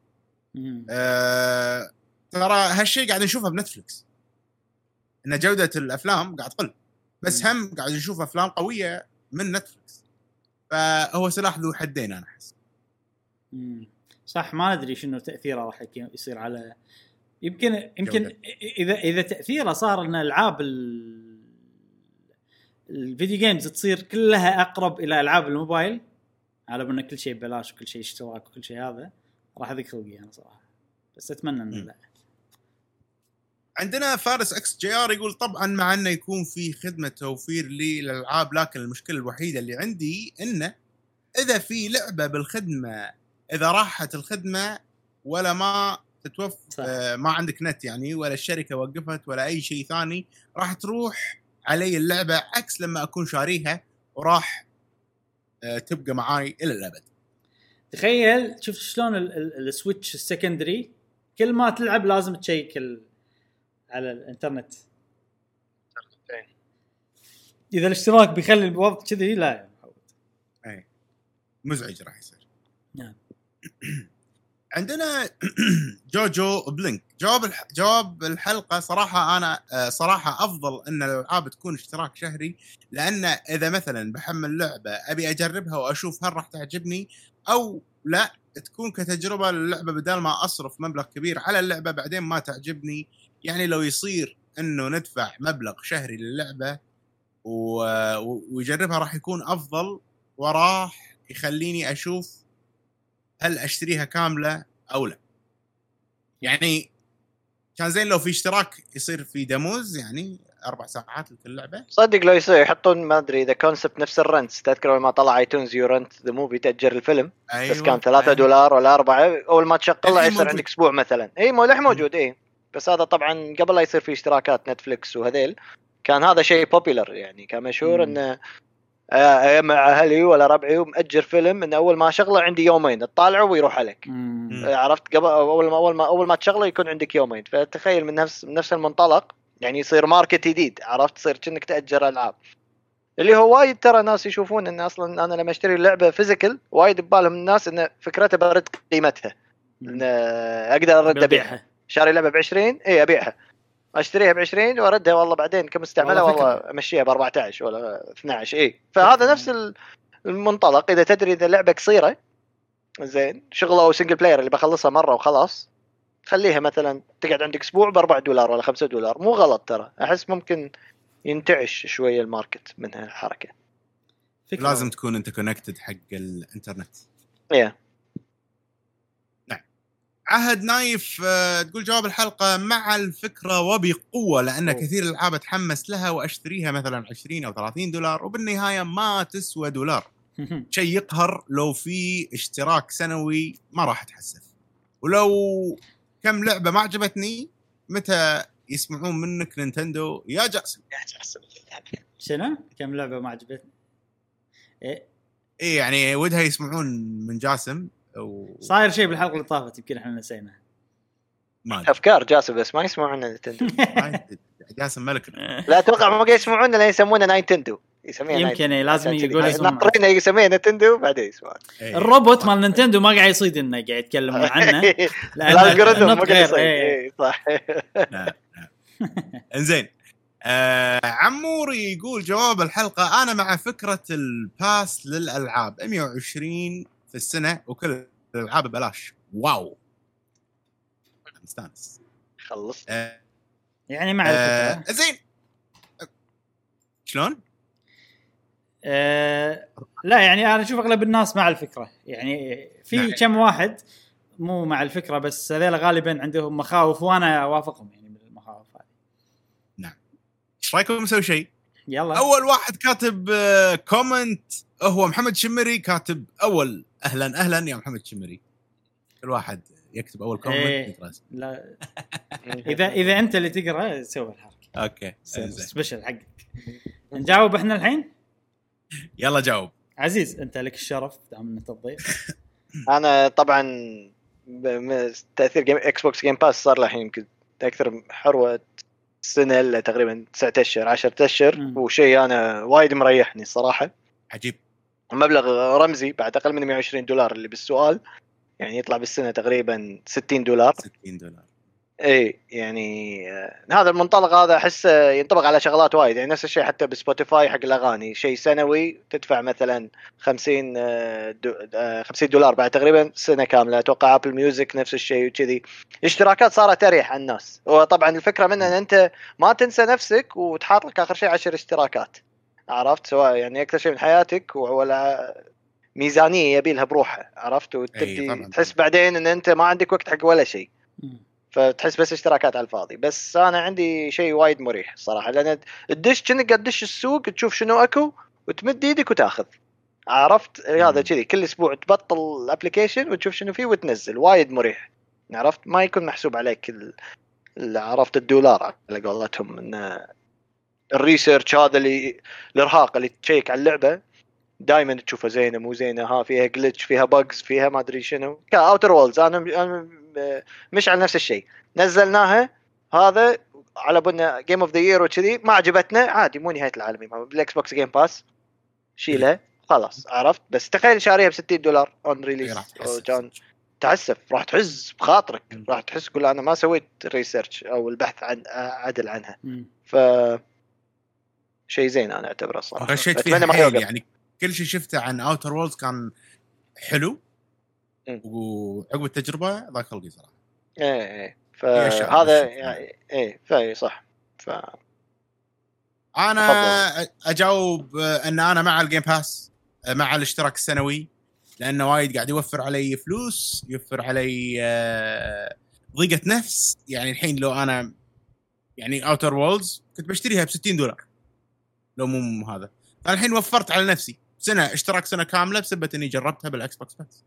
ترى هالشيء قاعد نشوفه بنتفليكس ان جوده الافلام قاعد تقل بس هم قاعد نشوف افلام قويه من نتفليكس. فهو سلاح ذو حدين انا احس. صح ما ادري شنو تاثيره راح يصير على يمكن اذا تاثيره صار ان العاب الفيديو جيمز تصير كلها اقرب الى العاب الموبايل على ان كل شيء ببلاش وكل شيء اشتراك وكل شيء هذا راح اذيك خلقي انا صراحه بس اتمنى انه لا. عندنا فارس اكس جي ار يقول طبعا مع انه يكون في خدمه توفير لي للالعاب لكن المشكله الوحيده اللي عندي انه اذا في لعبه بالخدمه اذا راحت الخدمه ولا ما تتوفر ما عندك نت يعني ولا الشركه وقفت ولا اي شيء ثاني راح تروح علي اللعبه عكس لما اكون شاريها وراح تبقى معاي الى الابد. تخيل شوف شلون السويتش السكندري كل ما تلعب لازم تشيك على الانترنت. اذا الاشتراك بيخلي الوضع كذي لا اي مزعج راح يصير. نعم. عندنا جوجو بلينك جواب الحلقه صراحه انا صراحه افضل ان الالعاب تكون اشتراك شهري لان اذا مثلا بحمل لعبه ابي اجربها واشوف هل راح تعجبني او لا تكون كتجربه للعبه بدل ما اصرف مبلغ كبير على اللعبه بعدين ما تعجبني. يعني لو يصير انه ندفع مبلغ شهري للعبه ويجربها راح يكون افضل وراح يخليني اشوف هل اشتريها كامله او لا. يعني كان زين لو في اشتراك يصير في دموز، يعني 4 ساعات لكل لعبه. صدق لو يصير يحطون ما ادري اذا كونسبت نفس الرنت. تذكر لما طلع ايتونز يو رنت ذا موفي تاجر الفيلم. أيوة. بس كان $3 ولا 4 اول ما تشغله يصير عندك اسبوع مثلا. اي مو لح موجود. اي بس هذا طبعا قبل لا يصير في اشتراكات نتفليكس وهذيل كان هذا شيء بوبيلر، يعني كان مشهور انه مع اهلي ولا ربعي ومأجر فيلم ان اول ما شغله عندي يومين تطالعه ويروح عليك. عرفت قبل اول ما تشغله يكون عندك يومين. فتخيل من نفس المنطلق يعني يصير ماركت جديد. عرفت تصير كأنك تأجر العاب، اللي هو وايد ترى ناس يشوفون ان اصلا انا لما اشتري اللعبه فيزيكال وايد ببالهم الناس ان فكرتها برد قيمتها، ان اقدر ارد ابيعها. شاري لعبه ب20 اي ابيعها، اشتريها ب20 واردها والله بعدين كم استعملها والله امشيها ب14 ولا 12. اي فهذا نفس المنطلق. اذا تدري اذا لعبه قصيره زين شغله او سنجل بلاير اللي بخلصها مره وخلاص، خليها مثلا تقعد عندك اسبوع $4 ولا $5. مو غلط ترى. احس ممكن ينتعش شويه الماركت من هالحركه. لازم تكون انت كونكتد حق الانترنت. نعم. عهد نايف تقول جواب الحلقه مع الفكره وبقوه، لان كثير الالعاب اتحمس لها واشتريها مثلا 20 أو $30 وبالنهايه ما تسوى $1. شيء يقهر. لو في اشتراك سنوي ما راح اتحسف. ولو كم لعبه ما عجبتني متى يسمعون منك نينتندو يا جاسم؟ شنو كم لعبه ما عجبتني؟ ايه يعني ودها يسمعون من جاسم. صاير شيء بالحلقه اللي طافت يمكن احنا نسينا. افكار جاسم بس ما يسمعون نينتندو. جاسم ملك. لا اتوقع ما قاعد يسمعون لا يسمونه نينتندو. يمكن لازم يقول ناطرين يسميه نينتندو بعدين يسمعون. الروبوت مال نينتندو ما قاعد يصيد لنا، قاعد يتكلم عنه لان الالجوريثم ما قاعد يصيد. صح. انزين عموري يقول جواب الحلقه انا مع فكره الباس للالعاب 120 في السنه وكل الالعاب ببلاش. واو مستانس. خلص يعني مع الفكره. زين شلون؟ لا يعني انا اشوف اغلب الناس مع الفكره. يعني في كم واحد مو مع الفكره، بس هذول غالبا عندهم مخاوف وانا اوافقهم يعني بالمخاوف هذه. نعم. ايش رايكم نسوي شيء؟ يلا. اول واحد كاتب كومنت هو محمد شمري، كاتب اول اهلا يا محمد شمري. كل واحد يكتب اول كومنت. لا اذا انت اللي تقرا سوي الحركه. اوكي سبيشل حقك. نجاوب احنا الحين. يلا جاوب عزيز انت لك الشرف دام انت الضيف. انا طبعا تاثير اكس بوكس جيم باس صار له الحين يمكن اكثر حروه سنه الا تقريبا 9 اشهر 10 اشهر، وشيء انا وايد مريحني الصراحه. عجيب. مبلغ رمزي بعد اقل من $120 اللي بالسؤال، يعني يطلع بالسنه تقريبا $60. اي يعني هذا المنطلق هذا احس ينطبق على شغلات وايد. يعني نفس الشيء حتى بسبوتيفاي حق الاغاني، شيء سنوي تدفع مثلا $50 بعد تقريبا سنه كامله. اتوقع ابل ميوزك نفس الشيء وكذي. اشتراكات صارت اريح على الناس. وطبعا الفكره منها ان انت ما تنسى نفسك وتحط لك اخر شيء 10 اشتراكات. عرفت؟ سواء يعني اكثر شيء من حياتك ولا ميزانيه يبي لها بروحها. عرفت؟ وتبدي تحس بعدين ان انت ما عندك وقت حق ولا شيء، فتحس بس اشتراكات على الفاضي. بس انا عندي شيء وايد مريح الصراحه، لان الدش كأنك قاعد تدش السوق تشوف شنو اكو وتمد ايدك وتاخذ. عرفت؟ هذا كذي كل اسبوع تبطل الابلكيشن وتشوف شنو فيه وتنزل. وايد مريح. عرفت؟ ما يكون محسوب عليك عرفت $1 على قولتهم. ان الريسيرش هذا اللي الارهاق اللي تشيك على اللعبه دائما تشوفها زينه مو زينه، فيها جلتش فيها باجز فيها ما ادري شنو. كاوتر وولز انا مش على نفس الشيء نزلناها هذا على بنا جيم اوف ذا يير وكذي ما عجبتنا عادي مو نهايه العالم. بالاكس بوكس جيم باس شيلها خلاص. عرفت؟ بس تخيل شاريها $60 اون ريليس جان تحسف، راح تحز بخاطرك، راح تحس كل انا ما سويت ريسيرش او البحث عن عدل عنها. ف شيء زين انا اعتبره صراحه. غشيت فيها يعني كل شيء شفته عن اوتر وولز كان حلو وعقب التجربه ضاق خلقي صراحه. ايه فهذا يعني ايه فاي صح. انا اجاوب ان انا مع الجيم باس، مع الاشتراك السنوي. لانه وايد قاعد يوفر علي فلوس، يوفر علي ضيقه نفس. يعني الحين لو انا يعني اوتر وولز كنت بشتريها $60 لو مو هذا، الحين وفرت على نفسي سنه اشتراك سنه كامله بسبب اني جربتها بالاكس بوكس بس.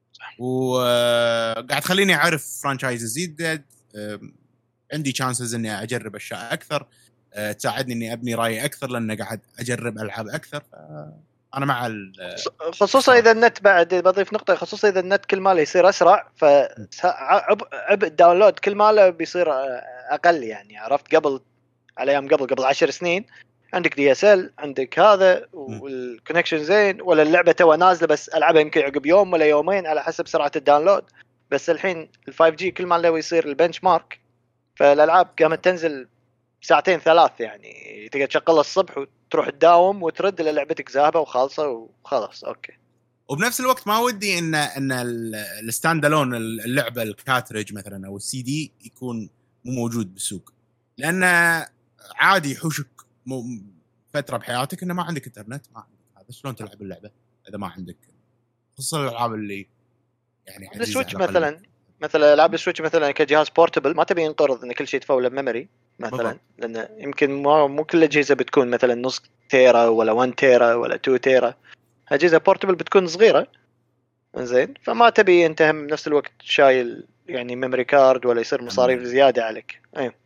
وقاعد تخليني اعرف فرانشايز جديد، عندي تشانسز اني اجرب اشياء اكثر، تساعدني اني ابني راي اكثر لان قاعد اجرب العاب اكثر. انا مع خصوصا اذا النت، بعد بضيف نقطه، خصوصا اذا النت كل ماله يصير اسرع، فعبء الداونلود كل ماله بيصير اقل. يعني عرفت قبل على ايام قبل 10 سنين عندك دي اس ال، عندك هذا والكونكشن زين، ولا اللعبه تو نازله بس العبها يمكن عقب يوم ولا يومين على حسب سرعه الداونلود. بس الحين ال5G كل ما له يصير البنش مارك، فالالعاب قامت تنزل ساعتين 3، يعني تقدر تشغلها الصبح وتروح تداوم وترد لعبتك ذاهبه وخالصه وخلاص اوكي. وبنفس الوقت ما ودي ان الستاند الون اللعبه الكاتريج مثلا او السي دي يكون مو موجود بالسوق، لان عادي يحوشك فتره بحياتك انه ما عندك انترنت، ما عندك هذا، شلون تلعب اللعبه اذا ما عندك؟ خصوصا الالعاب اللي يعني السويتش مثلا العاب السويتش مثلا كجهاز بورتبل ما تبي ينقرض ان كل شيء تفوله بميموري مثلا، لان يمكن مو كل الاجهزه بتكون مثلا نص تيرا ولا 1 تيرا ولا 2 تيرا، اجهزه بورتبل بتكون صغيره زين، فما تبي انت هم نفس الوقت شايل يعني ميموري كارد ولا يصير مصاريف زياده عليك.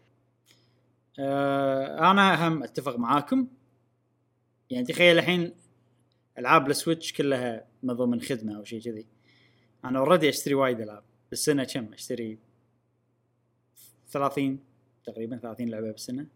انا هم اتفق معاكم. يعني تخيل الحين العاب السويتش كلها من ضمن خدمه او شيء كذي، انا اوريدي اشتري وايد العاب بالسنه، كم اشتري 30 تقريبا 30 لعبه بالسنه،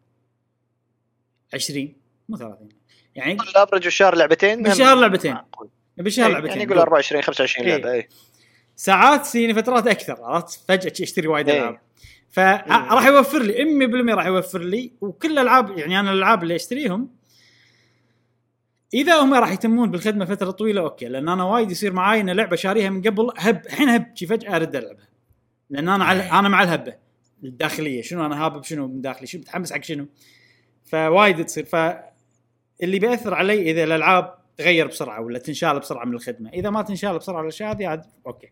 20 مو 30 يعني الافرج الشهر لعبتين بالشهر، لعبتين لعبتين يعني يقول 24 25 لعبه. ساعات يعني فترات اكثر، عرفت فجاه اشتري وايد العاب، فراح يوفر لي 100% راح يوفر لي. وكل الالعاب يعني انا الالعاب اللي اشتريهم اذا هم راح يتمون بالخدمه فتره طويله اوكي، لان انا وايد يصير معاي ان لعبه شاريها من قبل الحين هب فجاه ارد العبها، لان انا مع الهبه الداخليه، شنو انا هابب شنو من داخلي، شنو متحمس حق شنو، فوايد تصير. فاللي بيأثر علي اذا الالعاب تغير بسرعه ولا تنشال بسرعه من الخدمه، اذا ما تنشال بسرعه الاشياء هذه عاد اوكي.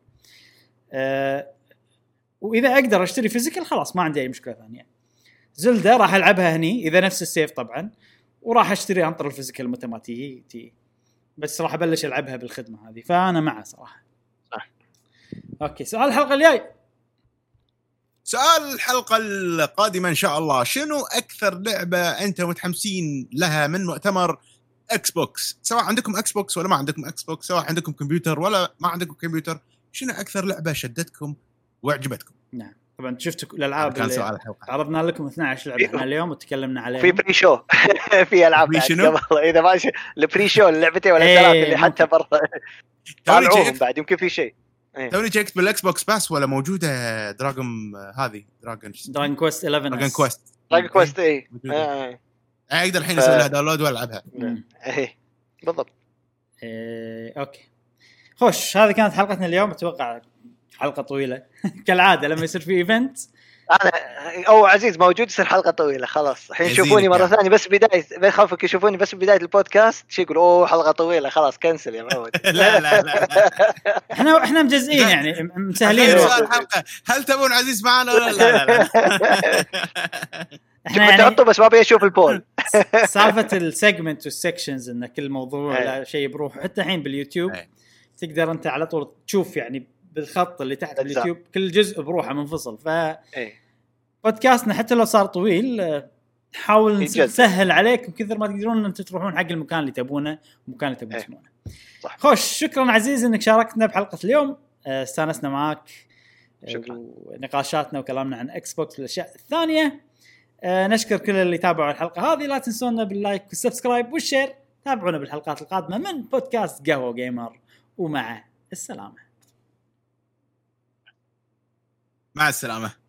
واذا اقدر اشتري فيزيكال خلاص ما عندي اي مشكله ثانيه. زلدة راح العبها هني اذا نفس السيف طبعا، وراح اشتري انطر الفيزيكال متى ما تي، بس راح ابلش العبها بالخدمه هذه، فانا معه صراحه. صح. اوكي، سؤال الحلقه الجاي، سؤال الحلقه القادمه ان شاء الله، شنو اكثر لعبه انتم متحمسين لها من مؤتمر اكس بوكس؟ سواء عندكم اكس بوكس ولا ما عندكم اكس بوكس، سواء عندكم كمبيوتر ولا ما عندكم كمبيوتر، شنو اكثر لعبه شدتكم وعجبتكم؟ نعم طبعا شفتوا الالعاب اللي عرضنا لكم 12 لعبه احنا اليوم وتكلمنا عليها في بري شو في العاب قبل اذا ماشي البري شو اللعبتين ولا ثلاث اللي حتى برا طالعوهم بعد يمكن في شيء. توني تشيكت بالاكس بوكس باس ولا موجوده دراجون هذه دراجون كويست 11 دراجون كويست اقدر الحين اسوي لها داونلود والعبها. بالضبط. اوكي خوش، هذه كانت حلقتنا اليوم. اتوقع حلقه طويله كالعاده لما يصير في ايفنت انا او عزيز موجود يصير حلقه طويله خلاص. الحين يشوفوني مره ثانيه بس بدايه، بخافك يشوفوني بس بدايه البودكاست شي يقول اوه حلقه طويله خلاص كنسل يا معود. لا احنا مجزئين يعني مسهلين الحلقه. هل تبون عزيز معنا ولا لا؟ احنا يعني تحطوا بس ما ابي اشوف البول. سالفه السيجمنت والسكشنز ان كل موضوع لا شيء بروح، حتى الحين باليوتيوب تقدر انت على طول تشوف يعني بالخط اللي تحت باليوتيوب كل جزء بروحه منفصل. بودكاستنا حتى لو صار طويل نحاول نسهل عليكم كثر ما تقدرون ان تروحون حق المكان اللي تبونه ومكان اللي تبون تسمعونه. خوش، شكرا عزيز انك شاركتنا بحلقه اليوم، استانسنا معك ونقاشاتنا وكلامنا عن اكس بوكس والاشياء الثانيه. نشكر كل اللي تابعوا الحلقه هذه، لا تنسونا باللايك والسبسكرايب والشير. تابعونا بالحلقات القادمه من بودكاست قهوه جيمر، ومع السلامه. مع السلامه.